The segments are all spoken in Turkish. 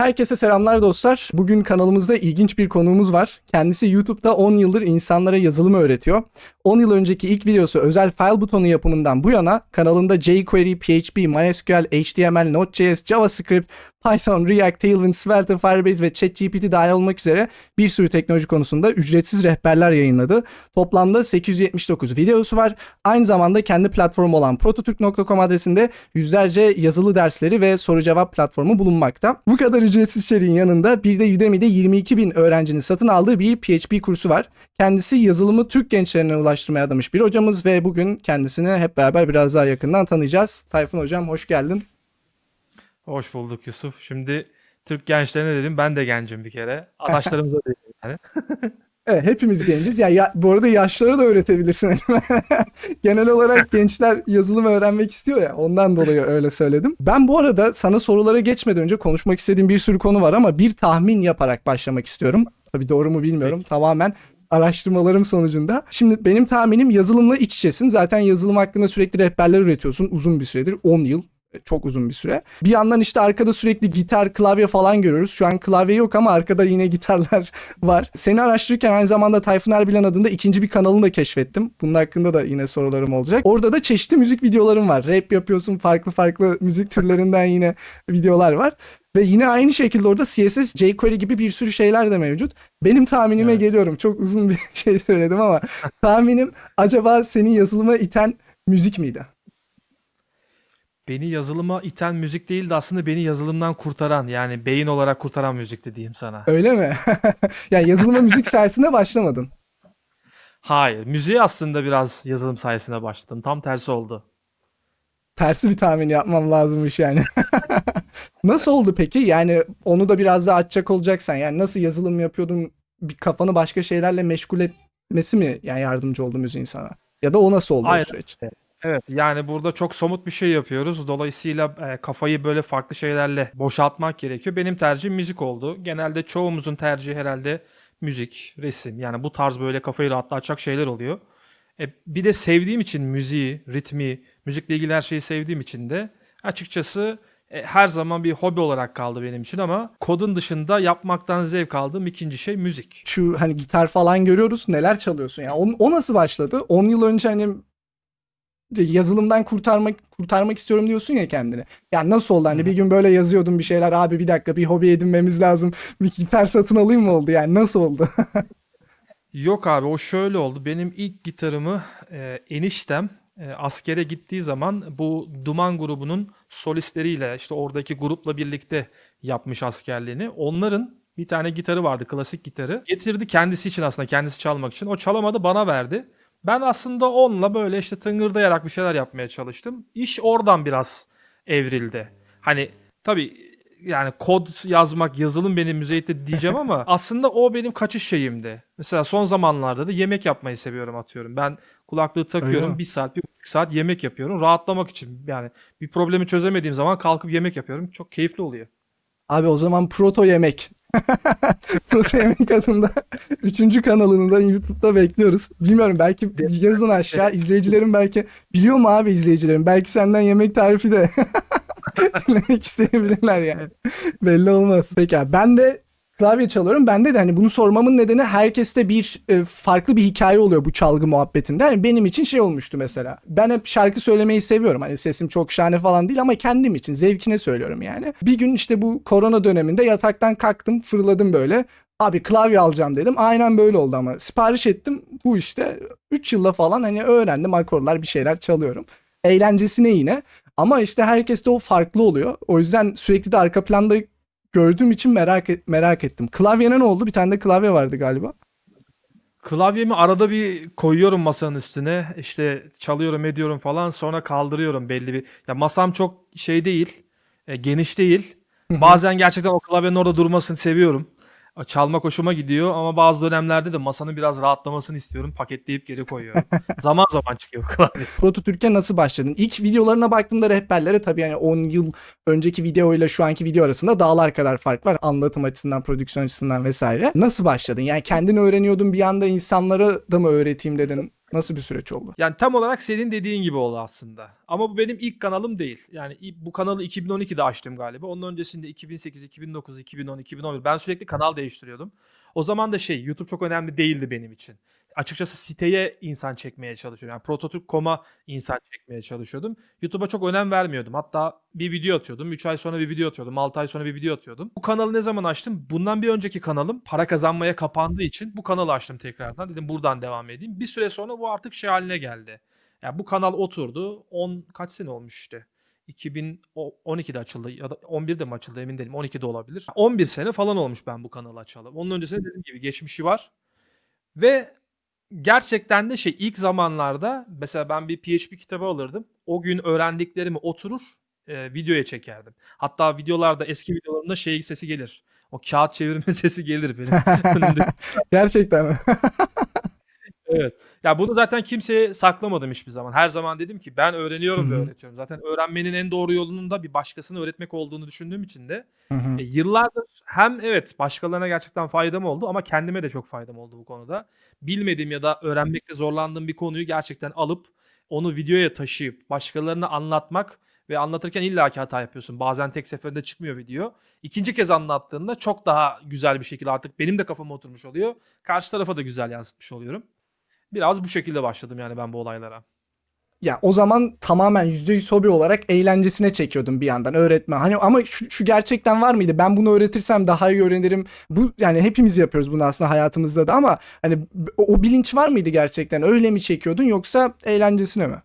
Herkese selamlar dostlar. Bugün kanalımızda ilginç bir konuğumuz var. Kendisi YouTube'da 10 yıldır insanlara yazılımı öğretiyor. 10 yıl önceki ilk videosu özel file butonu yapımından bu yana kanalında jQuery, PHP, MySQL, HTML, Node.js, JavaScript, Python, React, Tailwind, Svelte, Firebase ve ChatGPT dahil olmak üzere bir sürü teknoloji konusunda ücretsiz rehberler yayınladı. Toplamda 879 videosu var. Aynı zamanda kendi platformu olan prototürk.com adresinde yüzlerce yazılı dersleri ve soru cevap platformu bulunmakta. Bu kadar ücretsiz içeriğin yanında bir de Udemy'de 22.000 öğrencinin satın aldığı bir PHP kursu var. Kendisi yazılımı Türk gençlerine ulaştırmaya adamış bir hocamız ve bugün kendisini hep beraber biraz daha yakından tanıyacağız. Tayfun hocam hoş geldin. Hoş bulduk Yusuf. Şimdi Türk gençlerine dedim, ben de gencim bir kere. Adaşlarımıza dedim yani. Evet, hepimiz genciz. Bu arada yaşlara da öğretebilirsin. Genel olarak gençler yazılım öğrenmek istiyor ya. Ondan dolayı öyle söyledim. Ben bu arada sana sorulara geçmeden önce konuşmak istediğim bir sürü konu var ama bir tahmin yaparak başlamak istiyorum. Tabii doğru mu bilmiyorum. Peki. Tamamen araştırmalarım sonucunda. Şimdi benim tahminim yazılımla iç içesin. Zaten yazılım hakkında sürekli rehberler üretiyorsun. Uzun bir süredir. 10 yıl. Çok uzun bir süre. Bir yandan işte arkada sürekli gitar, klavye falan görüyoruz. Şu an klavye yok ama arkada yine gitarlar var. Seni araştırırken aynı zamanda Tayfun Erbilen adında ikinci bir kanalını da keşfettim. Bunun hakkında da yine sorularım olacak. Orada da çeşitli müzik videolarım var. Rap yapıyorsun, farklı farklı müzik türlerinden yine videolar var. Ve yine aynı şekilde orada CSS, jQuery gibi bir sürü şeyler de mevcut. Benim tahminime Evet. geliyorum. Çok uzun bir şey söyledim ama tahminim acaba seni yazılıma iten müzik miydi? Beni yazılıma iten müzik değil de aslında beni yazılımdan kurtaran, yani beyin olarak kurtaran müzikti diyeyim sana. Öyle mi? Yani yazılıma müzik sayesinde başlamadın. Hayır, müziğe aslında biraz yazılım sayesinde başladım. Tam tersi oldu. Tersi bir tahmin yapmam lazımmış yani. Nasıl oldu peki? Yani onu da biraz daha açacak olacaksan. Yani nasıl yazılım yapıyordun? Bir kafanı başka şeylerle meşgul etmesi mi yani yardımcı oldu müziğin sana? Ya da o nasıl oldu o Aynen. süreç? Evet, yani burada çok somut bir şey yapıyoruz. Dolayısıyla kafayı böyle farklı şeylerle boşaltmak gerekiyor. Benim tercihim müzik oldu. Genelde çoğumuzun tercihi herhalde müzik, resim. Yani bu tarz böyle kafayı rahatlatacak şeyler oluyor. Bir de sevdiğim için müziği, ritmi, müzikle ilgili her şeyi sevdiğim için de açıkçası her zaman bir hobi olarak kaldı benim için, ama kodun dışında yapmaktan zevk aldığım ikinci şey müzik. Şu hani gitar falan görüyoruz. Neler çalıyorsun ya? O nasıl başladı? 10 yıl önce hani yazılımdan kurtarmak istiyorum diyorsun ya kendini. Yani nasıl oldu? Hı Hani bir hı. gün böyle yazıyordum bir şeyler. Abi bir dakika bir hobi edinmemiz lazım. Bir gitar satın alayım mı oldu? Yani nasıl oldu? Yok abi, o şöyle oldu. Benim ilk gitarımı eniştem askere gittiği zaman bu Duman grubunun solistleriyle, işte oradaki grupla birlikte yapmış askerliğini. Onların bir tane gitarı vardı, klasik gitarı. Getirdi kendisi için, aslında kendisi çalmak için. O çalamadı, bana verdi. Ben aslında onunla böyle işte tıngırdayarak bir şeyler yapmaya çalıştım. İş oradan biraz evrildi. Hani tabii, yani kod yazmak, yazılım benim müzeyde diyeceğim ama aslında o benim kaçış şeyimdi. Mesela son zamanlarda da yemek yapmayı seviyorum, atıyorum. Ben kulaklığı Öyle takıyorum, mi? bir saat, 1,5 saat yemek yapıyorum. Rahatlamak için, yani bir problemi çözemediğim zaman kalkıp yemek yapıyorum. Çok keyifli oluyor. Abi o zaman Proto Yemek. Proto Yemek adında üçüncü kanalını da YouTube'da bekliyoruz. Bilmiyorum belki De- yazın aşağı izleyicilerim belki biliyor mu abi izleyicilerim? Belki senden yemek tarifi de dinlemek isteyebilirler yani. Belli olmaz. Peki abi ben de klavye çalıyorum. Bende de hani bunu sormamın nedeni herkeste bir farklı bir hikaye oluyor bu çalgı muhabbetinde. Yani benim için şey olmuştu mesela. Ben hep şarkı söylemeyi seviyorum. Hani sesim çok şahane falan değil ama kendim için zevkine söylüyorum yani. Bir gün işte bu korona döneminde yataktan kalktım, fırladım böyle. Abi klavye alacağım dedim. Aynen böyle oldu ama sipariş ettim. Bu işte 3 yılda falan hani öğrendim akorlar bir şeyler çalıyorum. Eğlencesine yine. Ama işte herkeste o farklı oluyor. O yüzden sürekli de arka planda gördüğüm için merak ettim. Klavyene ne oldu? Bir tane de klavye vardı galiba. Klavyemi arada bir koyuyorum masanın üstüne. İşte çalıyorum, ediyorum falan. Sonra kaldırıyorum belli bir. Ya masam çok şey değil, geniş değil. Hı hı. Bazen gerçekten o klavyenin orada durmasını seviyorum. Çalmak hoşuma gidiyor, ama bazı dönemlerde de masanın biraz rahatlamasını istiyorum. Paketleyip geri koyuyorum. Zaman zaman çıkıyor klavye. Proto Türkiye nasıl başladın? İlk videolarına baktığımda rehberlere tabii yani 10 yıl önceki videoyla şu anki video arasında dağlar kadar fark var. Anlatım açısından, prodüksiyon açısından vesaire. Nasıl başladın? Yani kendin öğreniyordun bir anda insanlara da mı öğreteyim dedin? Nasıl bir süreç oldu? Yani tam olarak senin dediğin gibi oldu aslında. Ama bu benim ilk kanalım değil. Yani bu kanalı 2012'de açtım galiba. Onun öncesinde 2008, 2009, 2010, 2011 ben sürekli kanal değiştiriyordum. O zaman da YouTube çok önemli değildi benim için. Açıkçası siteye insan çekmeye çalışıyordum. Yani Prototürk.com'a insan çekmeye çalışıyordum. YouTube'a çok önem vermiyordum. Hatta bir video atıyordum. 3 ay sonra bir video atıyordum. 6 ay sonra bir video atıyordum. Bu kanalı ne zaman açtım? Bundan bir önceki kanalım para kazanmaya kapandığı için bu kanalı açtım tekrardan. Dedim buradan devam edeyim. Bir süre sonra bu artık haline geldi. Yani bu kanal oturdu. Kaç sene olmuş işte. 2012'de açıldı ya da 11'de mi açıldı emin değilim. 12'de olabilir. 11 sene falan olmuş ben bu kanalı açalı. Onun öncesinde dediğim gibi geçmişi var. Ve gerçekten de ilk zamanlarda mesela ben bir PHP kitabı alırdım. O gün öğrendiklerimi oturur videoya çekerdim. Hatta videolarda eski videolarımda sesi gelir. O kağıt çevirme sesi gelir benim önümde. Gerçekten mi? Evet. Ya bunu zaten kimseye saklamadım hiçbir zaman. Her zaman dedim ki ben Hı öğreniyorum ve hı. öğretiyorum. Zaten öğrenmenin en doğru yolunun da bir başkasına öğretmek olduğunu düşündüğüm için de Hı hı. yıllardır hem evet başkalarına gerçekten faydam oldu ama kendime de çok faydam oldu bu konuda. Bilmediğim ya da öğrenmekte zorlandığım bir konuyu gerçekten alıp onu videoya taşıyıp başkalarına anlatmak ve anlatırken illaki hata yapıyorsun. Bazen tek seferinde çıkmıyor video. İkinci kez anlattığında çok daha güzel bir şekilde artık benim de kafama oturmuş oluyor. Karşı tarafa da güzel yansıtmış oluyorum. Biraz bu şekilde başladım yani ben bu olaylara. Ya o zaman tamamen %100 hobi olarak eğlencesine çekiyordum bir yandan öğretmen. Hani ama şu gerçekten var mıydı? Ben bunu öğretirsem daha iyi öğrenirim. Bu yani hepimiz yapıyoruz bunu aslında hayatımızda da ama hani o bilinç var mıydı gerçekten? Öyle mi çekiyordun yoksa eğlencesine mi?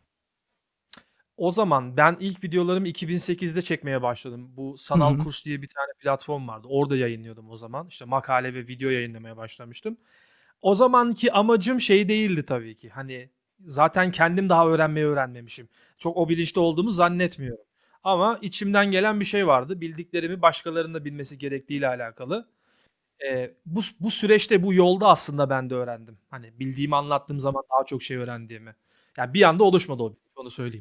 O zaman ben ilk videolarımı 2008'de çekmeye başladım. Bu Hı Sanal hı. Kurs diye bir tane platform vardı. Orada yayınlıyordum o zaman. İşte makale ve video yayınlamaya başlamıştım. O zamanki amacım değildi tabii ki. Hani zaten kendim daha öğrenmeyi öğrenmemişim. Çok o bilinçte olduğumu zannetmiyorum. Ama içimden gelen bir şey vardı. Bildiklerimi başkalarının da bilmesi gerektiğiyle alakalı. Bu süreçte, bu yolda aslında ben de öğrendim. Hani bildiğimi anlattığım zaman daha çok şey öğrendiğimi. Yani bir anda oluşmadı o bilinç, onu söyleyeyim.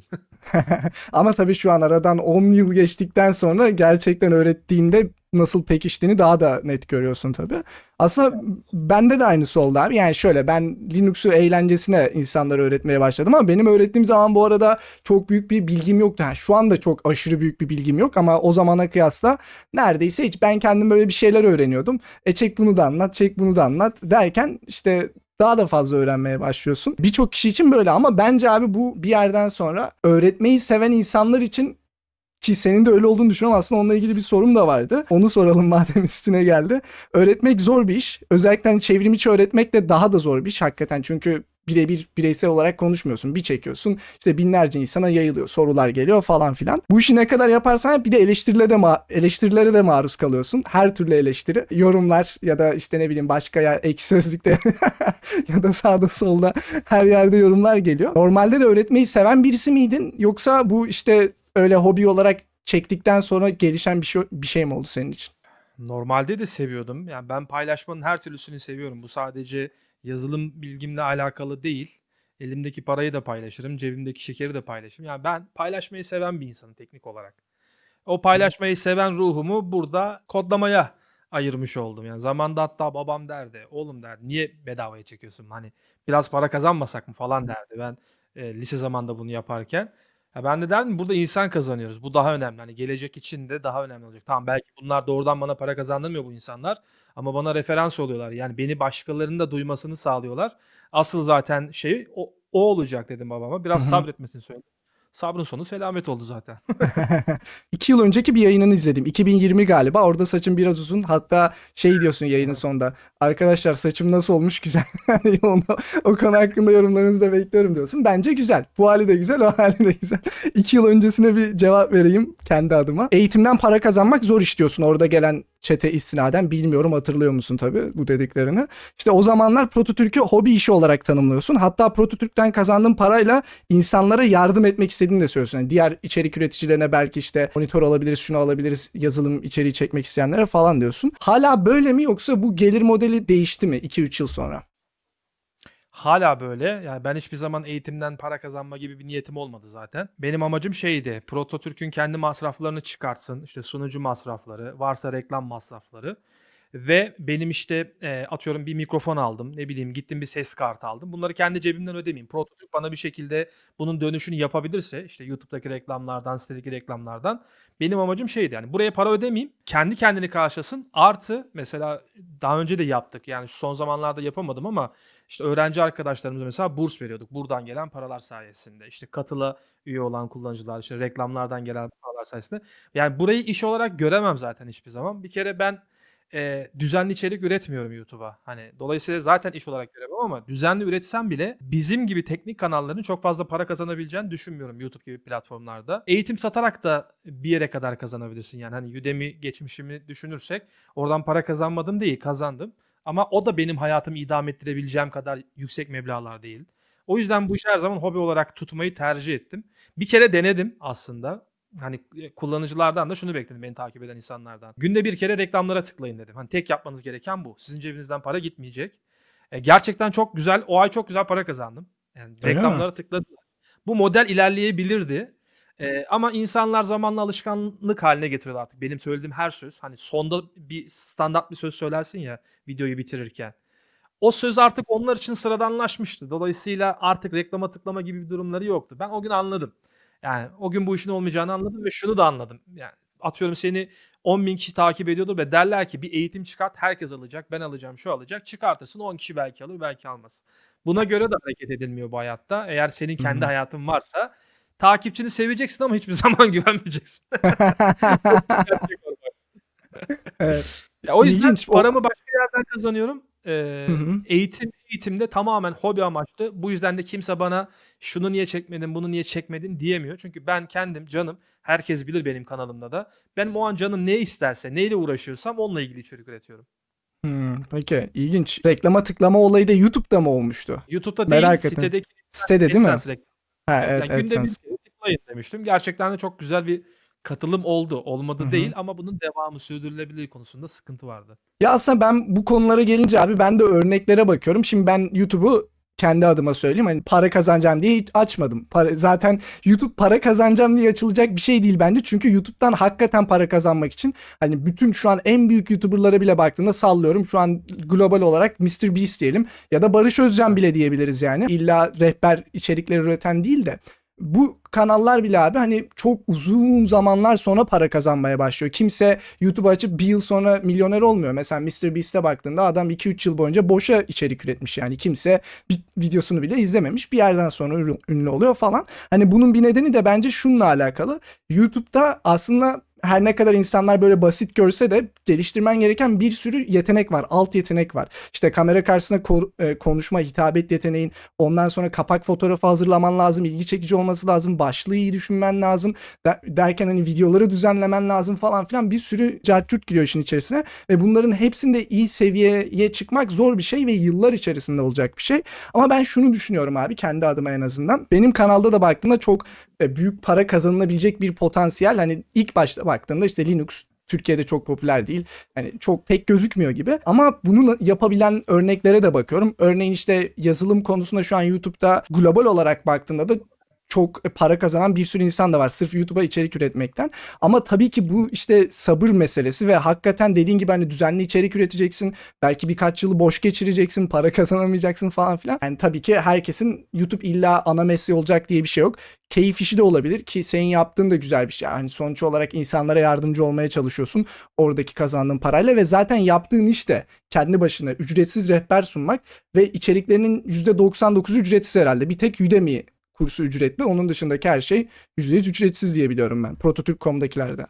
Ama tabii şu an aradan 10 yıl geçtikten sonra gerçekten öğrettiğinde nasıl pekiştiğini daha da net görüyorsun tabii. Aslında bende de aynısı oldu abi. Yani şöyle ben Linux'u eğlencesine insanlara öğretmeye başladım ama benim öğrettiğim zaman bu arada çok büyük bir bilgim yoktu. Yani şu anda çok aşırı büyük bir bilgim yok ama o zamana kıyasla neredeyse hiç ben kendim böyle bir şeyler öğreniyordum. Çek bunu da anlat, çek bunu da anlat derken işte daha da fazla öğrenmeye başlıyorsun. Birçok kişi için böyle ama bence abi bu bir yerden sonra öğretmeyi seven insanlar için ki senin de öyle olduğunu düşünüyorum. Aslında onunla ilgili bir sorum da vardı. Onu soralım madem üstüne geldi. Öğretmek zor bir iş. Özellikle hani çevrim içi öğretmek de daha da zor bir iş hakikaten. Çünkü birebir bireysel olarak konuşmuyorsun. Bir çekiyorsun işte binlerce insana yayılıyor. Sorular geliyor falan filan. Bu işi ne kadar yaparsan bir de eleştirilere de maruz kalıyorsun. Her türlü eleştiri. Yorumlar ya da işte ne bileyim başka yer Ekşi Sözlük'te ya da sağda solda her yerde yorumlar geliyor. Normalde de öğretmeyi seven birisi miydin? Yoksa bu işte öyle hobi olarak çektikten sonra gelişen bir şey mi oldu senin için? Normalde de seviyordum. Yani ben paylaşmanın her türlüsünü seviyorum. Bu sadece yazılım bilgimle alakalı değil. Elimdeki parayı da paylaşırım, cebimdeki şekeri de paylaşırım. Yani ben paylaşmayı seven bir insanım teknik olarak. O paylaşmayı seven ruhumu burada kodlamaya ayırmış oldum. Yani zamanda hatta babam derdi, oğlum derdi, niye bedavaya çekiyorsun? Hani biraz para kazanmasak mı falan derdi. Ben lise zamanında bunu yaparken. Ya ben de derdim burada insan kazanıyoruz. Bu daha önemli. Hani gelecek için de daha önemli olacak. Tamam belki bunlar doğrudan bana para kazandırmıyor bu insanlar. Ama bana referans oluyorlar. Yani beni başkalarının da duymasını sağlıyorlar. Asıl zaten o olacak dedim babama. Hı Biraz hı. sabretmesini söyledim. Sabrın sonu selamet oldu zaten. 2 yıl önceki bir yayınını izledim. 2020 galiba. Orada saçım biraz uzun. Hatta şey diyorsun yayının sonunda. Arkadaşlar saçım nasıl olmuş güzel. O konu hakkında yorumlarınızı da bekliyorum diyorsun. Bence güzel. Bu hali de güzel, o hali de güzel. 2 yıl öncesine bir cevap vereyim kendi adıma. Eğitimden para kazanmak zor iş diyorsun. Orada gelen çete istinaden bilmiyorum hatırlıyor musun tabii bu dediklerini. İşte o zamanlar Prototürk'ü hobi işi olarak tanımlıyorsun. Hatta Prototürk'ten kazandığın parayla insanlara yardım etmek istediğini de söylüyorsun. Yani diğer içerik üreticilerine belki işte monitör alabiliriz, şunu alabiliriz, yazılım içeriği çekmek isteyenlere falan diyorsun. Hala böyle mi yoksa bu gelir modeli değişti mi 2-3 yıl sonra? Hala böyle. Yani ben hiçbir zaman eğitimden para kazanma gibi bir niyetim olmadı zaten. Benim amacım Prototürk'ün kendi masraflarını çıkartsın. İşte sunucu masrafları, varsa reklam masrafları. ve benim işte atıyorum bir mikrofon aldım, ne bileyim gittim bir ses kartı aldım. Bunları kendi cebimden ödemeyeyim. Prototürk bana bir şekilde bunun dönüşünü yapabilirse işte YouTube'daki reklamlardan, sitedeki reklamlardan benim amacım şeydi yani buraya para ödemeyeyim, kendi kendini karşılasın. Artı mesela daha önce de yaptık yani son zamanlarda yapamadım ama işte öğrenci arkadaşlarımıza mesela burs veriyorduk buradan gelen paralar sayesinde. İşte Katıla üye olan kullanıcılar, işte reklamlardan gelen paralar sayesinde. Yani burayı iş olarak göremem zaten hiçbir zaman. Bir kere ben düzenli içerik üretmiyorum YouTube'a. Hani dolayısıyla zaten iş olarak göremem ama düzenli üretsem bile bizim gibi teknik kanalların çok fazla para kazanabileceğini düşünmüyorum YouTube gibi platformlarda. Eğitim satarak da bir yere kadar kazanabilirsin. Yani hani Udemy geçmişimi düşünürsek oradan para kazanmadım değil, kazandım. Ama o da benim hayatımı idame ettirebileceğim kadar yüksek meblağlar değil. O yüzden bu işi her zaman hobi olarak tutmayı tercih ettim. Bir kere denedim aslında. Hani kullanıcılardan da şunu bekledim, beni takip eden insanlardan. Günde bir kere reklamlara tıklayın dedim. Hani tek yapmanız gereken bu. Sizin cebinizden para gitmeyecek. Gerçekten çok güzel. O ay çok güzel para kazandım. Yani Öyle mi? reklamlara tıkladılar. Bu model ilerleyebilirdi. Ama insanlar zamanla alışkanlık haline getiriyorlar artık. Benim söylediğim her söz. Hani sonda bir standart bir söz söylersin ya videoyu bitirirken. O söz artık onlar için sıradanlaşmıştı. Dolayısıyla artık reklama tıklama gibi bir durumları yoktu. Ben o gün anladım. Yani o gün bu işin olmayacağını anladım ve şunu da anladım. Yani atıyorum seni 10.000 kişi takip ediyordur ve derler ki bir eğitim çıkart, herkes alacak, ben alacağım, şu alacak. Çıkartırsın 10 kişi belki alır, belki almaz. Buna göre de hareket edilmiyor bu hayatta. Eğer senin Hı kendi hı. hayatın varsa takipçini seveceksin ama hiçbir zaman güvenmeyeceksin. Çok gerçek var. Evet. Ya o yüzden İlginç. paramı başka yerden kazanıyorum. Hı hı. Eğitimde tamamen hobi amaçlı. Bu yüzden de kimse bana şunu niye çekmedin, bunu niye çekmedin diyemiyor. Çünkü ben kendim canım, herkes bilir benim kanalımda da. Benim o an canım ne isterse, neyle uğraşıyorsam onunla ilgili içerik üretiyorum. Peki ilginç. Reklama tıklama olayı da YouTube'da mı olmuştu? YouTube'da değil, Merak ettim. sitedeki Sitede değil mi? AdSense reklamı. Ha, Evet, evet yani günde bir AdSense. kere tıklayın demiştim. Gerçekten de çok güzel bir katılım oldu. Hı Olmadı değil hı. ama bunun devamı sürdürülebilirliği konusunda sıkıntı vardı. Ya aslında ben bu konulara gelince abi ben de örneklere bakıyorum. Şimdi ben YouTube'u kendi adıma söyleyeyim. Hani para kazanacağım diye hiç açmadım. Zaten YouTube para kazanacağım diye açılacak bir şey değil bence. Çünkü YouTube'dan hakikaten para kazanmak için hani bütün şu an en büyük YouTuber'lara bile baktığında sallıyorum. Şu an global olarak MrBeast diyelim ya da Barış Özcan Evet. bile diyebiliriz yani. İlla rehber içerikleri üreten değil de bu kanallar bile abi hani çok uzun zamanlar sonra para kazanmaya başlıyor. Kimse YouTube açıp bir yıl sonra milyoner olmuyor. Mesela MrBeast'e baktığında adam 2-3 yıl boyunca boşa içerik üretmiş. Yani kimse bir videosunu bile izlememiş. Bir yerden sonra ünlü oluyor falan. Hani bunun bir nedeni de bence şununla alakalı. YouTube'da aslında her ne kadar insanlar böyle basit görse de geliştirmen gereken bir sürü yetenek var. Alt yetenek var. İşte kamera karşısında konuşma, hitabet yeteneğin, ondan sonra kapak fotoğrafı hazırlaman lazım, ilgi çekici olması lazım, başlığı iyi düşünmen lazım. Derken hani videoları düzenlemen lazım falan filan, bir sürü cartçurt giriyor işin içerisine ve bunların hepsinde iyi seviyeye çıkmak zor bir şey ve yıllar içerisinde olacak bir şey. Ama ben şunu düşünüyorum abi, kendi adıma en azından. Benim kanalda da baktığımda çok büyük para kazanılabilecek bir potansiyel. Hani ilk başta baktığında işte Linux Türkiye'de çok popüler değil. Yani çok pek gözükmüyor gibi. Ama bunu yapabilen örneklere de bakıyorum. Örneğin işte yazılım konusunda şu an YouTube'da global olarak baktığında da çok para kazanan bir sürü insan da var sırf YouTube'a içerik üretmekten. Ama tabii ki bu işte sabır meselesi ve hakikaten dediğin gibi hani düzenli içerik üreteceksin. Belki birkaç yılı boş geçireceksin, para kazanamayacaksın falan filan. Yani tabii ki herkesin YouTube illa ana mesleği olacak diye bir şey yok. Keyif işi de olabilir ki senin yaptığın da güzel bir şey. Yani sonuç olarak insanlara yardımcı olmaya çalışıyorsun oradaki kazandığın parayla ve zaten yaptığın iş de kendi başına ücretsiz rehber sunmak ve içeriklerinin %99'u ücretsiz herhalde. Bir tek Udemy kursu ücretli. Onun dışındaki her şey %100 ücretsiz diye biliyorum ben. Prototürk.com'dakilerde.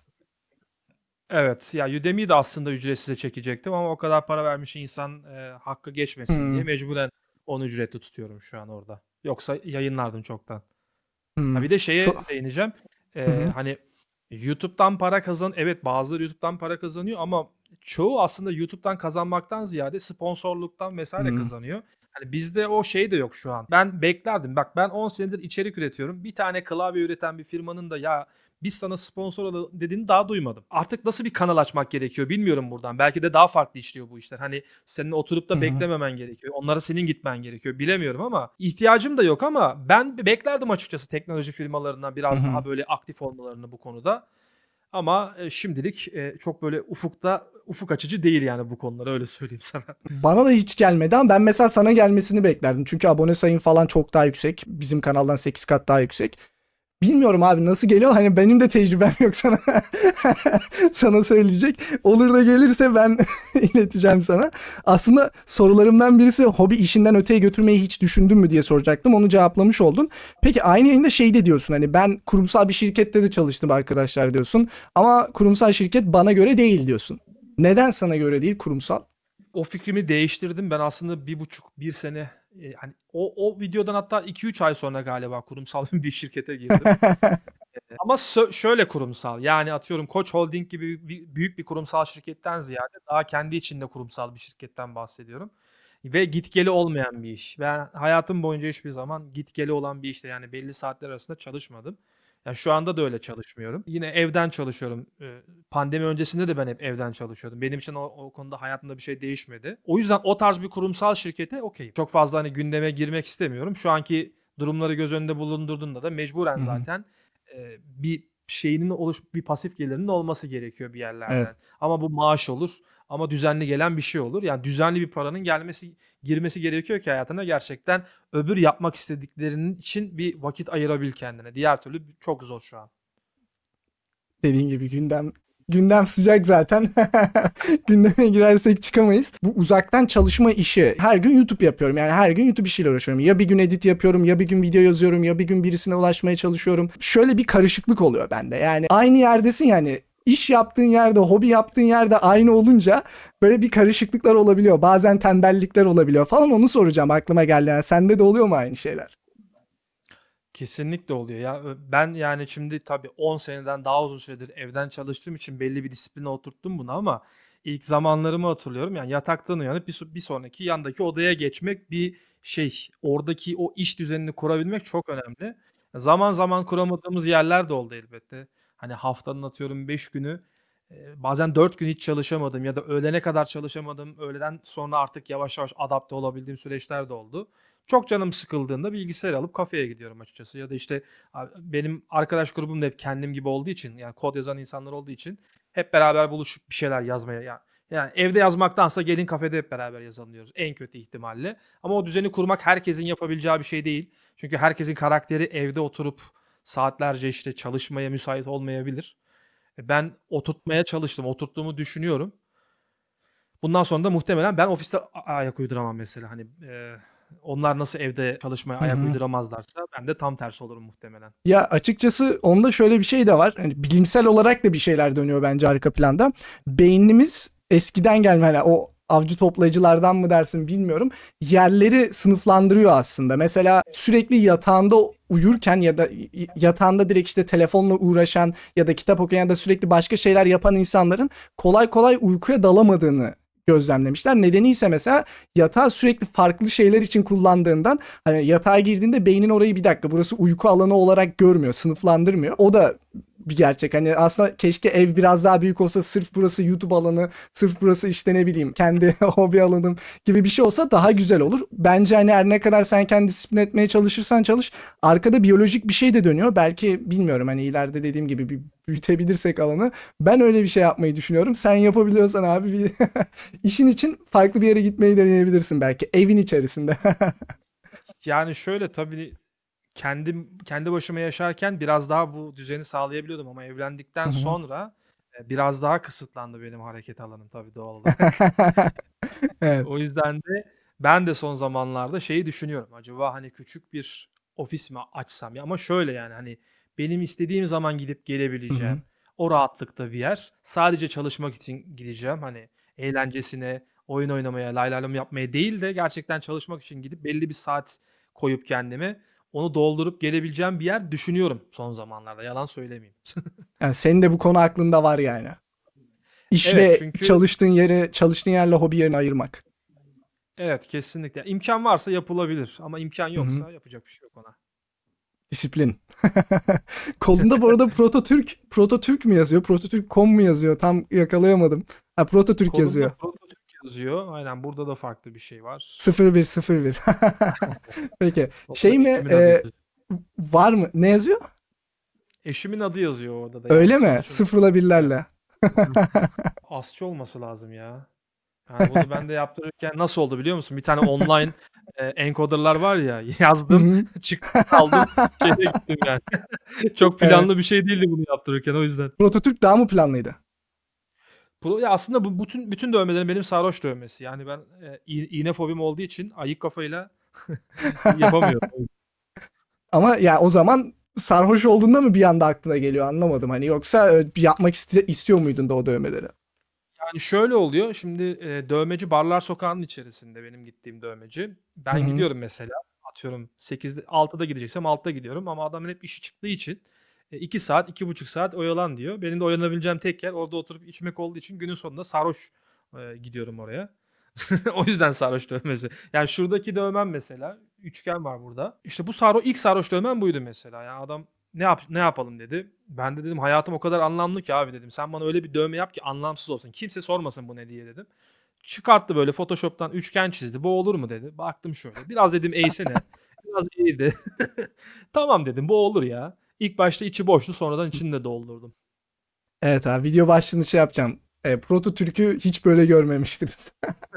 Evet, ya Udemy'yi de aslında ücretsize çekecektim ama o kadar para vermiş insan hakkı geçmesin diye Hmm, mecburen onu ücretli tutuyorum şu an orada. Yoksa yayınlardım çoktan. Ha hmm. bir de şeye Çok... değineceğim. Hı hı, Hani YouTube'dan para evet bazıları YouTube'dan para kazanıyor ama çoğu aslında YouTube'dan kazanmaktan ziyade sponsorluktan vesaire hı kazanıyor. Hani bizde o şey de yok şu an. Ben beklerdim. Bak ben 10 senedir içerik üretiyorum. Bir tane klavye üreten bir firmanın da ya biz sana sponsor olalım dediğini daha duymadım. Artık nasıl bir kanal açmak gerekiyor bilmiyorum buradan. Belki de daha farklı işliyor bu işler. Hani senin oturup hı, da hı beklememen gerekiyor. Onlara senin gitmen gerekiyor. Bilemiyorum ama ihtiyacım da yok ama ben beklerdim açıkçası teknoloji firmalarından biraz hı, daha böyle aktif olmalarını bu konuda. Ama şimdilik çok böyle ufuk açıcı değil yani bu konular, öyle söyleyeyim sana. Bana da hiç gelmedi ama ben mesela sana gelmesini beklerdim. Çünkü abone sayın falan çok daha yüksek. Bizim kanaldan 8 kat daha yüksek. Bilmiyorum abi nasıl geliyor. Hani benim de tecrübem yok sana. Sana söyleyecek. Olur da gelirse ben ileteceğim sana. Aslında sorularımdan birisi hobi işinden öteye götürmeyi hiç düşündün mü diye soracaktım. Onu cevaplamış oldun. Peki aynı yayında şey de diyorsun. Hani ben kurumsal bir şirkette de çalıştım arkadaşlar diyorsun. Ama kurumsal şirket bana göre değil diyorsun. Neden sana göre değil kurumsal? O fikrimi değiştirdim. Ben aslında bir sene, hani o videodan hatta 2-3 ay sonra galiba kurumsal bir şirkete girdim. Ama şöyle kurumsal, yani atıyorum Koç Holding gibi büyük bir kurumsal şirketten ziyade daha kendi içinde kurumsal bir şirketten bahsediyorum. Ve git geli olmayan bir iş. Ben hayatım boyunca hiçbir zaman git geli olan bir işte, yani belli saatler arasında çalışmadım. Yani şu anda da öyle çalışmıyorum. Yine evden çalışıyorum. Pandemi öncesinde de ben hep evden çalışıyordum. Benim için o konuda hayatımda bir şey değişmedi. O yüzden o tarz bir kurumsal şirkete okeyim. Çok fazla hani gündeme girmek istemiyorum. Şu anki durumları göz önünde bulundurduğunda da mecburen zaten bir bir pasif gelirinin olması gerekiyor bir Evet. yerlerden. Ama bu maaş olur, ama düzenli gelen bir şey olur. Yani düzenli bir paranın girmesi gerekiyor ki hayatına gerçekten öbür yapmak istediklerinin için bir vakit ayırabil kendine. Diğer türlü çok zor şu an. Dediğin gibi gündem sıcak zaten. Gündeme girersek çıkamayız. Bu uzaktan çalışma işi. Her gün YouTube yapıyorum. Yani her gün YouTube işiyle uğraşıyorum. Ya bir gün edit yapıyorum, ya bir gün video yazıyorum, ya bir gün birisine ulaşmaya çalışıyorum. Şöyle bir karışıklık oluyor bende. Yani aynı yerdesin yani. İş yaptığın yerde, hobi yaptığın yerde aynı olunca böyle bir karışıklıklar olabiliyor. Bazen tembellikler olabiliyor falan. Onu soracağım, aklıma geldi. Yani sende de oluyor mu aynı şeyler? Kesinlikle oluyor ya. Ben yani şimdi tabii 10 seneden daha uzun süredir evden çalıştığım için belli bir disipline oturttum bunu, ama ilk zamanlarımı hatırlıyorum. Yani yataktan uyanıp bir sonraki yandaki odaya geçmek bir şey. Oradaki o iş düzenini kurabilmek çok önemli. Zaman zaman kuramadığımız yerler de oldu elbette. Hani haftanın atıyorum 5 günü, bazen 4 gün hiç çalışamadım ya da öğlene kadar çalışamadım. Öğleden sonra artık yavaş yavaş adapte olabildiğim süreçler de oldu. Çok canım sıkıldığında bilgisayar alıp kafeye gidiyorum açıkçası. Ya da işte benim arkadaş grubum da hep kendim gibi olduğu için, yani kod yazan insanlar olduğu için hep beraber buluşup bir şeyler yazmaya, yani evde yazmaktansa gelin kafede hep beraber yazalım diyoruz en kötü ihtimalle. Ama o düzeni kurmak herkesin yapabileceği bir şey değil. Çünkü herkesin karakteri evde oturup saatlerce işte çalışmaya müsait olmayabilir. Ben oturtmaya çalıştım, oturttuğumu düşünüyorum. Bundan sonra da muhtemelen ben ofiste ayak uyduramam mesela. Hani onlar nasıl evde çalışmaya Hı ayak hı. uyduramazlarsa ben de tam tersi olurum muhtemelen. Ya açıkçası onda şöyle bir şey de var. Hani bilimsel olarak da bir şeyler dönüyor bence arka planda. Beynimiz eskiden gelme, hani o avcı toplayıcılardan mı dersin bilmiyorum. Yerleri sınıflandırıyor aslında. Mesela sürekli yatağında uyurken ya da yatağında direkt işte telefonla uğraşan ya da kitap okuyan ya da sürekli başka şeyler yapan insanların kolay kolay uykuya dalamadığını gözlemlemişler. Nedeni ise mesela yatağı sürekli farklı şeyler için kullandığından, hani yatağa girdiğinde beynin orayı bir dakika burası uyku alanı olarak görmüyor, sınıflandırmıyor. O da bir gerçek. Hani aslında keşke ev biraz daha büyük olsa, sırf burası YouTube alanı, sırf burası işte ne bileyim kendi hobi alanım gibi bir şey olsa daha güzel olur. Bence hani her ne kadar sen kendi disiplin etmeye çalışırsan çalış, arkada biyolojik bir şey de dönüyor. Belki bilmiyorum, hani ileride dediğim gibi bir büyütebilirsek alanı. Ben öyle bir şey yapmayı düşünüyorum. Sen yapabiliyorsan abi bir işin için farklı bir yere gitmeyi deneyebilirsin belki evin içerisinde. Yani şöyle, tabii kendi başıma yaşarken biraz daha bu düzeni sağlayabiliyordum, ama evlendikten Hı hı. sonra biraz daha kısıtlandı benim hareket alanım tabii, doğal olarak. Evet. O yüzden de ben de son zamanlarda şeyi düşünüyorum. Acaba hani küçük bir ofis mi açsam ya, ama şöyle yani hani benim istediğim zaman gidip Hı hı. gelebileceğim o rahatlıkta bir yer. Sadece çalışmak için gideceğim. Hani eğlencesine, oyun oynamaya, lay lay lom yapmaya değil de gerçekten çalışmak için gidip belli bir saat koyup kendime onu doldurup gelebileceğim bir yer düşünüyorum son zamanlarda. Yalan söylemeyeyim. Yani senin de bu konu aklında var yani. İş Evet, ve çünkü çalıştığın yerle hobi yerini ayırmak. evet, kesinlikle. İmkan varsa yapılabilir, ama imkan Hı hı. yoksa yapacak bir şey yok ona. Disiplin. Kolunda bu arada Prototürk mü yazıyor? Prototürk.com mu yazıyor? Tam yakalayamadım. Ha, Prototürk Kolumda yazıyor. prototip yazıyor. Aynen, burada da farklı bir şey var. 0101. Peki. Orada Şey mi? eşimin adı yazıyor. Var mı? Ne yazıyor? Eşimin adı yazıyor orada da Öyle yanlış mi? anlaşılmasın. Sıfırla Evet. birlerle. Asçı olması lazım ya. Yani bunu ben de yaptırırken nasıl oldu biliyor musun? Bir tane online encoder'lar var ya, Hı yazdım, hı. çıktım aldım, şeye gittim yani. Çok Evet. planlı bir şey değildi bunu yaptırırken o yüzden. Prototürk daha mı planlıydı? Ya aslında bu bütün dövmelerim benim sarhoş dövmesi. Yani ben iğne fobim olduğu için ayık kafayla yapamıyorum. Ama ya o zaman sarhoş olduğunda mı bir anda aklına geliyor anlamadım. Hani yoksa yapmak istiyor muydun da o dövmeleri? Yani şöyle oluyor. Şimdi dövmeci Barlar Sokağı'nın içerisinde benim gittiğim dövmeci. Hı Ben hı. gidiyorum mesela. Atıyorum 8'de 6'da gideceksem 6'da gidiyorum ama adamın hep işi çıktığı için 2 saat, 2,5 saat oyalan diyor. Benim de oyalanabileceğim tek yer orada oturup içmek olduğu için günün sonunda sarhoş gidiyorum oraya. O yüzden sarhoş dövmesi. Yani şuradaki dövmem mesela üçgen var burada. İşte bu ilk sarhoş dövmem buydu mesela. Yani adam ne yapalım dedi. Ben de dedim hayatım o kadar anlamlı ki abi dedim. Sen bana öyle bir dövme yap ki anlamsız olsun. Kimse sormasın bu ne diye dedim. Çıkarttı böyle Photoshop'tan üçgen çizdi. Bu olur mu dedi. Baktım şöyle. Biraz dedim eğsene. Biraz eğdi. Tamam dedim bu olur ya. İlk başta içi boştu sonradan içini de doldurdum. Evet abi, video başlığını şey yapacağım. Prototürk'ü hiç böyle görmemiştiniz.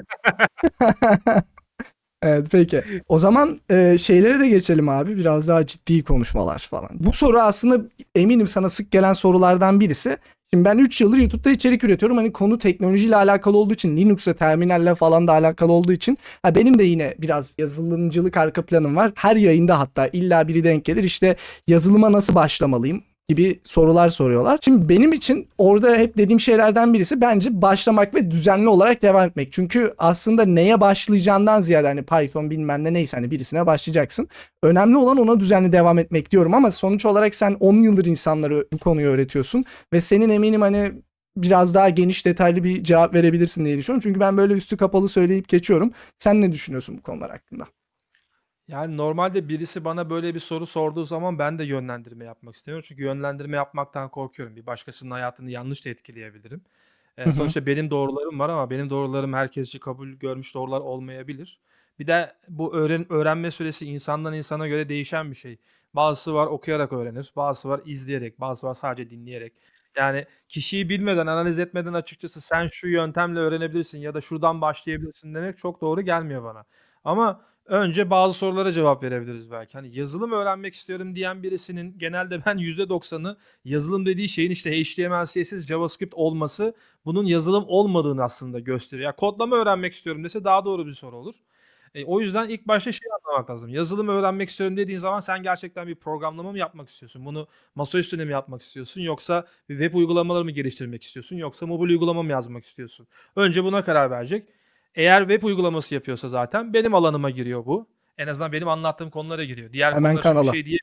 Evet, peki. O zaman şeylere de geçelim abi. Biraz daha ciddi konuşmalar falan. Bu soru aslında eminim sana sık gelen sorulardan birisi. Şimdi ben 3 yıldır YouTube'da içerik üretiyorum. Hani konu teknolojiyle alakalı olduğu için, Linux'la, terminalle falan da alakalı olduğu için. Ha, benim de yine biraz yazılımcılık arka planım var. Her yayında hatta illa biri denk gelir. İşte yazılıma nasıl başlamalıyım gibi sorular soruyorlar. Şimdi benim için orada hep dediğim şeylerden birisi bence başlamak ve düzenli olarak devam etmek. Çünkü aslında neye başlayacağından ziyade hani Python bilmem ne neyse hani birisine başlayacaksın. Önemli olan ona düzenli devam etmek diyorum ama sonuç olarak sen 10 yıldır insanlara bu konuyu öğretiyorsun ve senin eminim hani biraz daha geniş detaylı bir cevap verebilirsin diye düşünüyorum. Çünkü ben böyle üstü kapalı söyleyip geçiyorum. Sen ne düşünüyorsun bu konular hakkında? Yani normalde birisi bana böyle bir soru sorduğu zaman ben de yönlendirme yapmak istemiyorum. Çünkü yönlendirme yapmaktan korkuyorum. Bir başkasının hayatını yanlış da etkileyebilirim. Hı hı. Sonuçta benim doğrularım var ama benim doğrularım herkes için kabul görmüş doğrular olmayabilir. Bir de bu öğrenme süresi insandan insana göre değişen bir şey. Bazısı var okuyarak öğrenir, bazısı var izleyerek, bazısı var sadece dinleyerek. Yani kişiyi bilmeden, analiz etmeden açıkçası sen şu yöntemle öğrenebilirsin ya da şuradan başlayabilirsin demek çok doğru gelmiyor bana. Ama önce bazı sorulara cevap verebiliriz belki. Hani yazılım öğrenmek istiyorum diyen birisinin genelde ben %90'ı yazılım dediği şeyin işte HTML, CSS, JavaScript olması bunun yazılım olmadığını aslında gösteriyor. Ya kodlama öğrenmek istiyorum dese daha doğru bir soru olur. O yüzden ilk başta şey anlamak lazım. Yazılım öğrenmek istiyorum dediğin zaman sen gerçekten bir programlama mı yapmak istiyorsun? Bunu masaüstüne mi yapmak istiyorsun? Yoksa bir web uygulamaları mı geliştirmek istiyorsun? Yoksa mobil uygulama mı yazmak istiyorsun? Önce buna karar verecek. Eğer web uygulaması yapıyorsa zaten benim alanıma giriyor bu. En azından benim anlattığım konulara giriyor. Diğer Hemen konular için bir kanala. şey diye.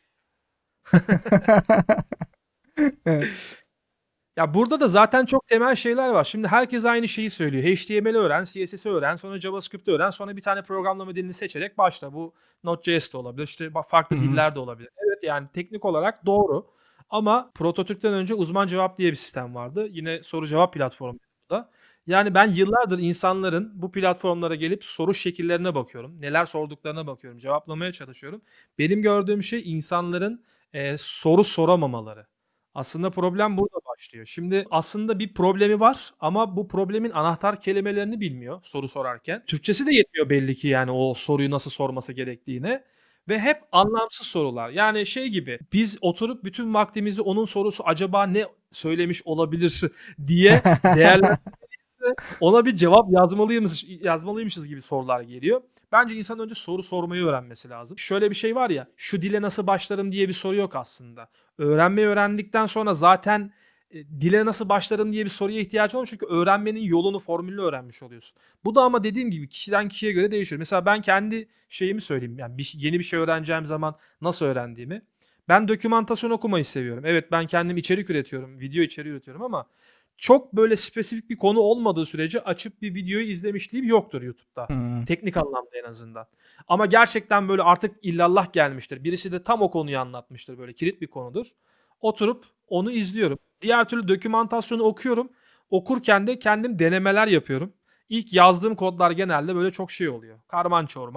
Evet. Ya burada da zaten çok temel şeyler var. Şimdi herkes aynı şeyi söylüyor. HTML öğren, CSS öğren, sonra JavaScript öğren, sonra bir tane programlama dilini seçerek başla. Bu Node.js de olabilir, işte Hı farklı hı. diller de olabilir. Evet yani teknik olarak doğru. Ama Prototürk'ten önce uzman cevap diye bir sistem vardı. Yine soru cevap platformu bu da. Yani ben yıllardır insanların bu platformlara gelip soru şekillerine bakıyorum. Neler sorduklarına bakıyorum, cevaplamaya çalışıyorum. Benim gördüğüm şey insanların soru soramamaları. Aslında problem burada başlıyor. Şimdi aslında bir problemi var ama bu problemin anahtar kelimelerini bilmiyor soru sorarken. Türkçesi de yetmiyor belli ki yani o soruyu nasıl sorması gerektiğine ve hep anlamsız sorular. Yani şey gibi biz oturup bütün vaktimizi onun sorusu acaba ne söylemiş olabilir diye değerlendirip ona bir cevap yazmalıymışız gibi sorular geliyor. Bence insan önce soru sormayı öğrenmesi lazım. Şöyle bir şey var ya, şu dile nasıl başlarım diye bir soru yok aslında. Öğrenmeyi öğrendikten sonra zaten dile nasıl başlarım diye bir soruya ihtiyacın olmuyor. Çünkü öğrenmenin yolunu, formülünü öğrenmiş oluyorsun. Bu da ama dediğim gibi kişiden kişiye göre değişiyor. Mesela ben kendi şeyimi söyleyeyim. Yani yeni bir şey öğreneceğim zaman nasıl öğrendiğimi. Ben dokümantasyon okumayı seviyorum. Evet ben kendim içerik üretiyorum, video içeriği üretiyorum ama çok böyle spesifik bir konu olmadığı sürece açıp bir videoyu izlemişliğim yoktur YouTube'da. Hı. Teknik anlamda en azından. Ama gerçekten böyle artık illallah gelmiştir. Birisi de tam o konuyu anlatmıştır. Böyle kilit bir konudur. Oturup onu izliyorum. Diğer türlü dokümantasyonu okuyorum. Okurken de kendim denemeler yapıyorum. İlk yazdığım kodlar genelde böyle çok şey oluyor. Karman çorman.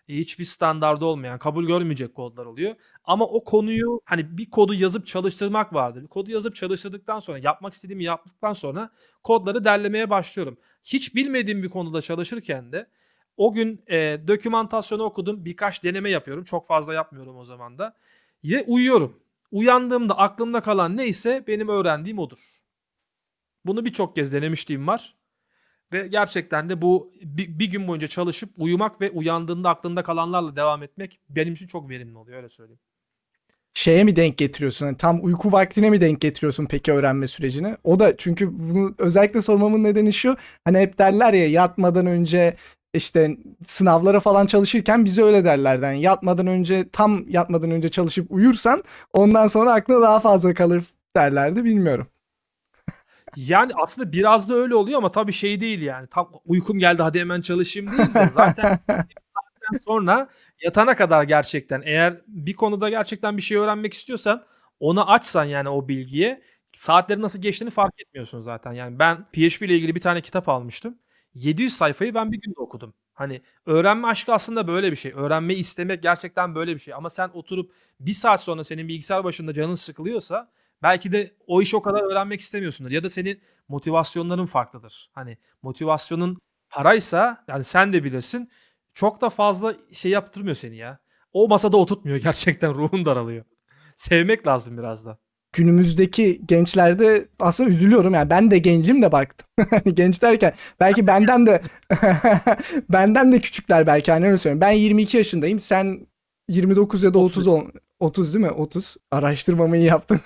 hiçbir standardı olmayan, kabul görmeyecek kodlar oluyor. Ama o konuyu hani bir kodu yazıp çalıştırmak vardır. Bir kodu yazıp çalıştırdıktan sonra, yapmak istediğimi yaptıktan sonra kodları derlemeye başlıyorum. Hiç bilmediğim bir konuda çalışırken de o gün dokümantasyonu okudum. Birkaç deneme yapıyorum. Çok fazla yapmıyorum o zaman da. Ve uyuyorum. Uyandığımda aklımda kalan neyse benim öğrendiğim odur. Bunu birçok kez denemişliğim var. Ve gerçekten de bu bir gün boyunca çalışıp uyumak ve uyandığında aklında kalanlarla devam etmek benim için çok verimli oluyor, öyle söyleyeyim. Şeye mi denk getiriyorsun? Hani tam uyku vaktine mi denk getiriyorsun peki öğrenme sürecini? O da, çünkü bunu özellikle sormamın nedeni şu. Hani hep derler ya, yatmadan önce işte sınavlara falan çalışırken bize öyle derlerden. Yani yatmadan önce çalışıp uyursan ondan sonra aklına daha fazla kalır derlerdi, bilmiyorum. Yani aslında biraz da öyle oluyor ama tabii şey değil yani. Tam uykum geldi hadi hemen çalışayım değil de zaten sonra yatana kadar gerçekten eğer bir konuda gerçekten bir şey öğrenmek istiyorsan onu açsan yani o bilgiye saatlerin nasıl geçtiğini fark etmiyorsun zaten. Yani ben PHP ile ilgili bir tane kitap almıştım. 700 sayfayı ben bir günde okudum. Hani öğrenme aşkı aslında böyle bir şey. Öğrenmeyi istemek gerçekten böyle bir şey. Ama sen oturup bir saat sonra senin bilgisayar başında canın sıkılıyorsa belki de o işi o kadar öğrenmek istemiyorsundur. Ya da senin motivasyonların farklıdır. Hani motivasyonun paraysa yani sen de bilirsin çok da fazla şey yaptırmıyor seni ya. O masada oturtmuyor gerçekten ruhun daralıyor. Sevmek lazım biraz da. Günümüzdeki gençlerde aslında üzülüyorum, yani ben de gencim de baktım. Hani genç derken belki benden de benden de küçükler belki, hani öyle söyleyeyim. Ben 22 yaşındayım. Sen 29 ya da 30. 30 30 değil mi? 30. Araştırmamı iyi yaptın.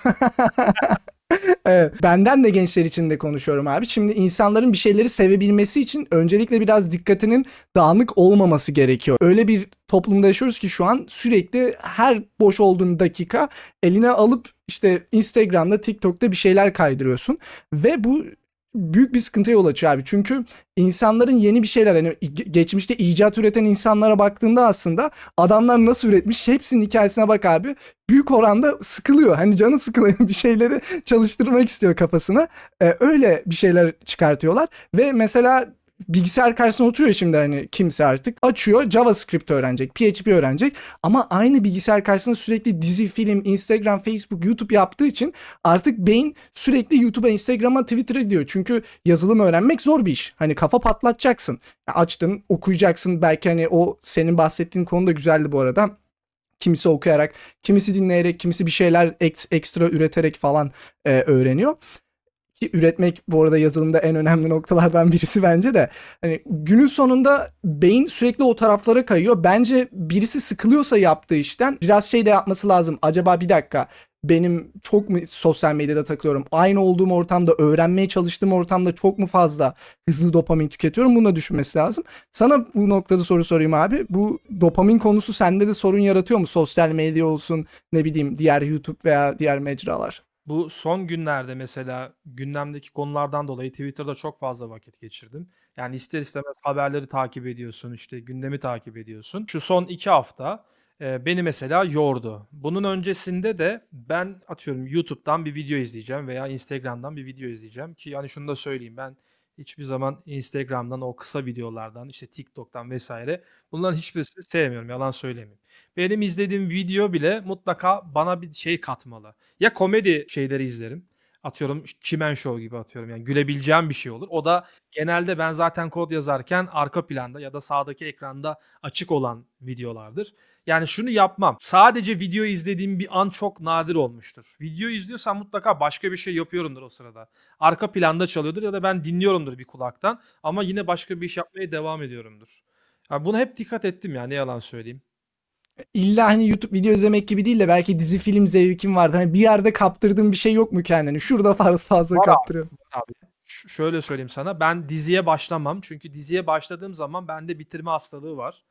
Evet. Benden de gençler için de konuşuyorum abi. Şimdi insanların bir şeyleri sevebilmesi için öncelikle biraz dikkatinin dağınık olmaması gerekiyor. Öyle bir toplumda yaşıyoruz ki şu an sürekli her boş olduğun dakika eline alıp işte Instagram'da, TikTok'ta bir şeyler kaydırıyorsun. Ve bu büyük bir sıkıntıya yol açıyor abi. Çünkü insanların yeni bir şeyler, hani geçmişte icat üreten insanlara baktığında aslında adamlar nasıl üretmiş hepsinin hikayesine bak abi. Büyük oranda sıkılıyor. Hani canı sıkılıyor, bir şeyleri çalıştırmak istiyor kafasına. Öyle bir şeyler çıkartıyorlar. Ve mesela bilgisayar karşısına oturuyor şimdi, hani kimse artık açıyor JavaScript öğrenecek, PHP öğrenecek, ama aynı bilgisayar karşısında sürekli dizi, film, Instagram, Facebook, YouTube yaptığı için artık beyin sürekli YouTube'a, Instagram'a, Twitter'a gidiyor. Çünkü yazılım öğrenmek zor bir iş. Hani kafa patlatacaksın. Açtın, okuyacaksın. Belki hani o senin bahsettiğin konu da güzeldi bu arada. Kimisi okuyarak, kimisi dinleyerek, kimisi bir şeyler ekstra üreterek falan öğreniyor. Ki üretmek bu arada yazılımda en önemli noktalardan birisi bence de. Hani günün sonunda beyin sürekli o taraflara kayıyor. Bence birisi sıkılıyorsa yaptığı işten biraz şey de yapması lazım. Acaba bir dakika, benim çok mu sosyal medyada takılıyorum? Aynı olduğum ortamda, öğrenmeye çalıştığım ortamda çok mu fazla hızlı dopamin tüketiyorum? Bunu da düşünmesi lazım. Sana bu noktada soru sorayım abi. Bu dopamin konusu sende de sorun yaratıyor mu? Sosyal medya olsun, ne bileyim, diğer YouTube veya diğer mecralar. Bu son günlerde mesela gündemdeki konulardan dolayı Twitter'da çok fazla vakit geçirdim. Yani ister istemez haberleri takip ediyorsun, işte gündemi takip ediyorsun. Şu son 2 hafta beni mesela yordu. Bunun öncesinde de ben atıyorum YouTube'dan bir video izleyeceğim veya Instagram'dan bir video izleyeceğim ki yani şunu da söyleyeyim ben hiçbir zaman Instagram'dan o kısa videolardan işte TikTok'tan vesaire bunların hiçbirisini sevmiyorum, yalan söylemeyeyim. Benim izlediğim video bile mutlaka bana bir şey katmalı. Ya komedi şeyleri izlerim. Atıyorum Çimen Show gibi atıyorum. Yani gülebileceğim bir şey olur. O da genelde ben zaten kod yazarken arka planda ya da sağdaki ekranda açık olan videolardır. Yani şunu yapmam. Sadece video izlediğim bir an çok nadir olmuştur. Video izliyorsam mutlaka başka bir şey yapıyorumdur o sırada. Arka planda çalıyordur ya da ben dinliyorumdur bir kulaktan ama yine başka bir iş yapmaya devam ediyorumdur. Yani buna hep dikkat ettim ya, ne yalan söyleyeyim. İlla hani YouTube video izlemek gibi değil de belki dizi, film zevkin vardı. Hani bir yerde kaptırdığın bir şey yok mu kendini? Şurada fazla Var abi. kaptırıyorum. Var abi. Şöyle söyleyeyim sana. Ben diziye başlamam. Çünkü diziye başladığım zaman bende bitirme hastalığı var.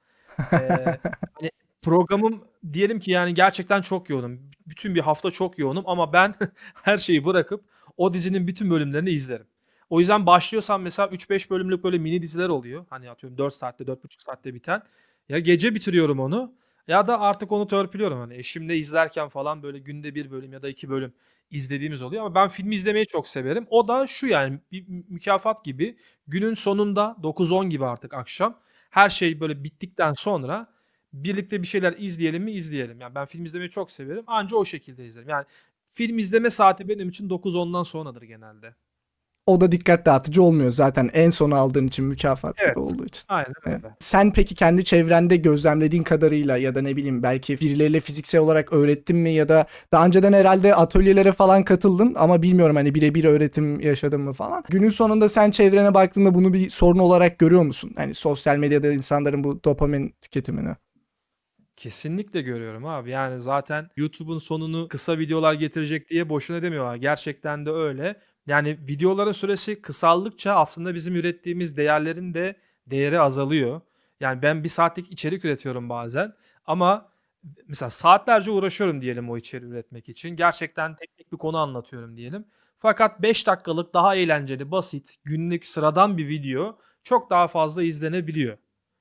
Hani programım diyelim ki yani gerçekten çok yoğunum. Bütün bir hafta çok yoğunum ama ben her şeyi bırakıp o dizinin bütün bölümlerini izlerim. O yüzden başlıyorsam mesela 3-5 bölümlük böyle mini diziler oluyor. Hani atıyorum 4 saatte 4,5 saatte biten. Ya gece bitiriyorum onu ya da artık onu törpülüyorum. Hani eşimle izlerken falan böyle günde bir bölüm ya da 2 bölüm izlediğimiz oluyor. Ama ben film izlemeyi çok severim. O da şu yani bir mükafat gibi günün sonunda 9-10 gibi artık akşam her şey böyle bittikten sonra birlikte bir şeyler izleyelim mi? İzleyelim. Yani ben film izlemeyi çok severim. Anca o şekilde izlerim. Yani film izleme saati benim için 9-10'dan sonradır genelde. O da dikkat dağıtıcı olmuyor zaten en sona aldığın için mükafat gibi Evet. olduğu için. Aynen Evet. öyle. Sen peki kendi çevrende gözlemlediğin kadarıyla ya da ne bileyim belki birileriyle fiziksel olarak öğrettin mi ya da daha önceden herhalde atölyelere falan katıldın ama bilmiyorum hani birebir öğretim yaşadın mı falan. Günün sonunda sen çevrene baktığında bunu bir sorun olarak görüyor musun? Hani sosyal medyada insanların bu dopamin tüketimini. Kesinlikle görüyorum abi. Yani zaten YouTube'un sonunu kısa videolar getirecek diye boşuna demiyorlar. Gerçekten de öyle. Yani videoların süresi kısaldıkça aslında bizim ürettiğimiz değerlerin de değeri azalıyor. Yani ben bir saatlik içerik üretiyorum bazen ama mesela saatlerce uğraşıyorum diyelim o içeriği üretmek için. Gerçekten teknik bir konu anlatıyorum diyelim. Fakat 5 dakikalık daha eğlenceli, basit, günlük sıradan bir video çok daha fazla izlenebiliyor.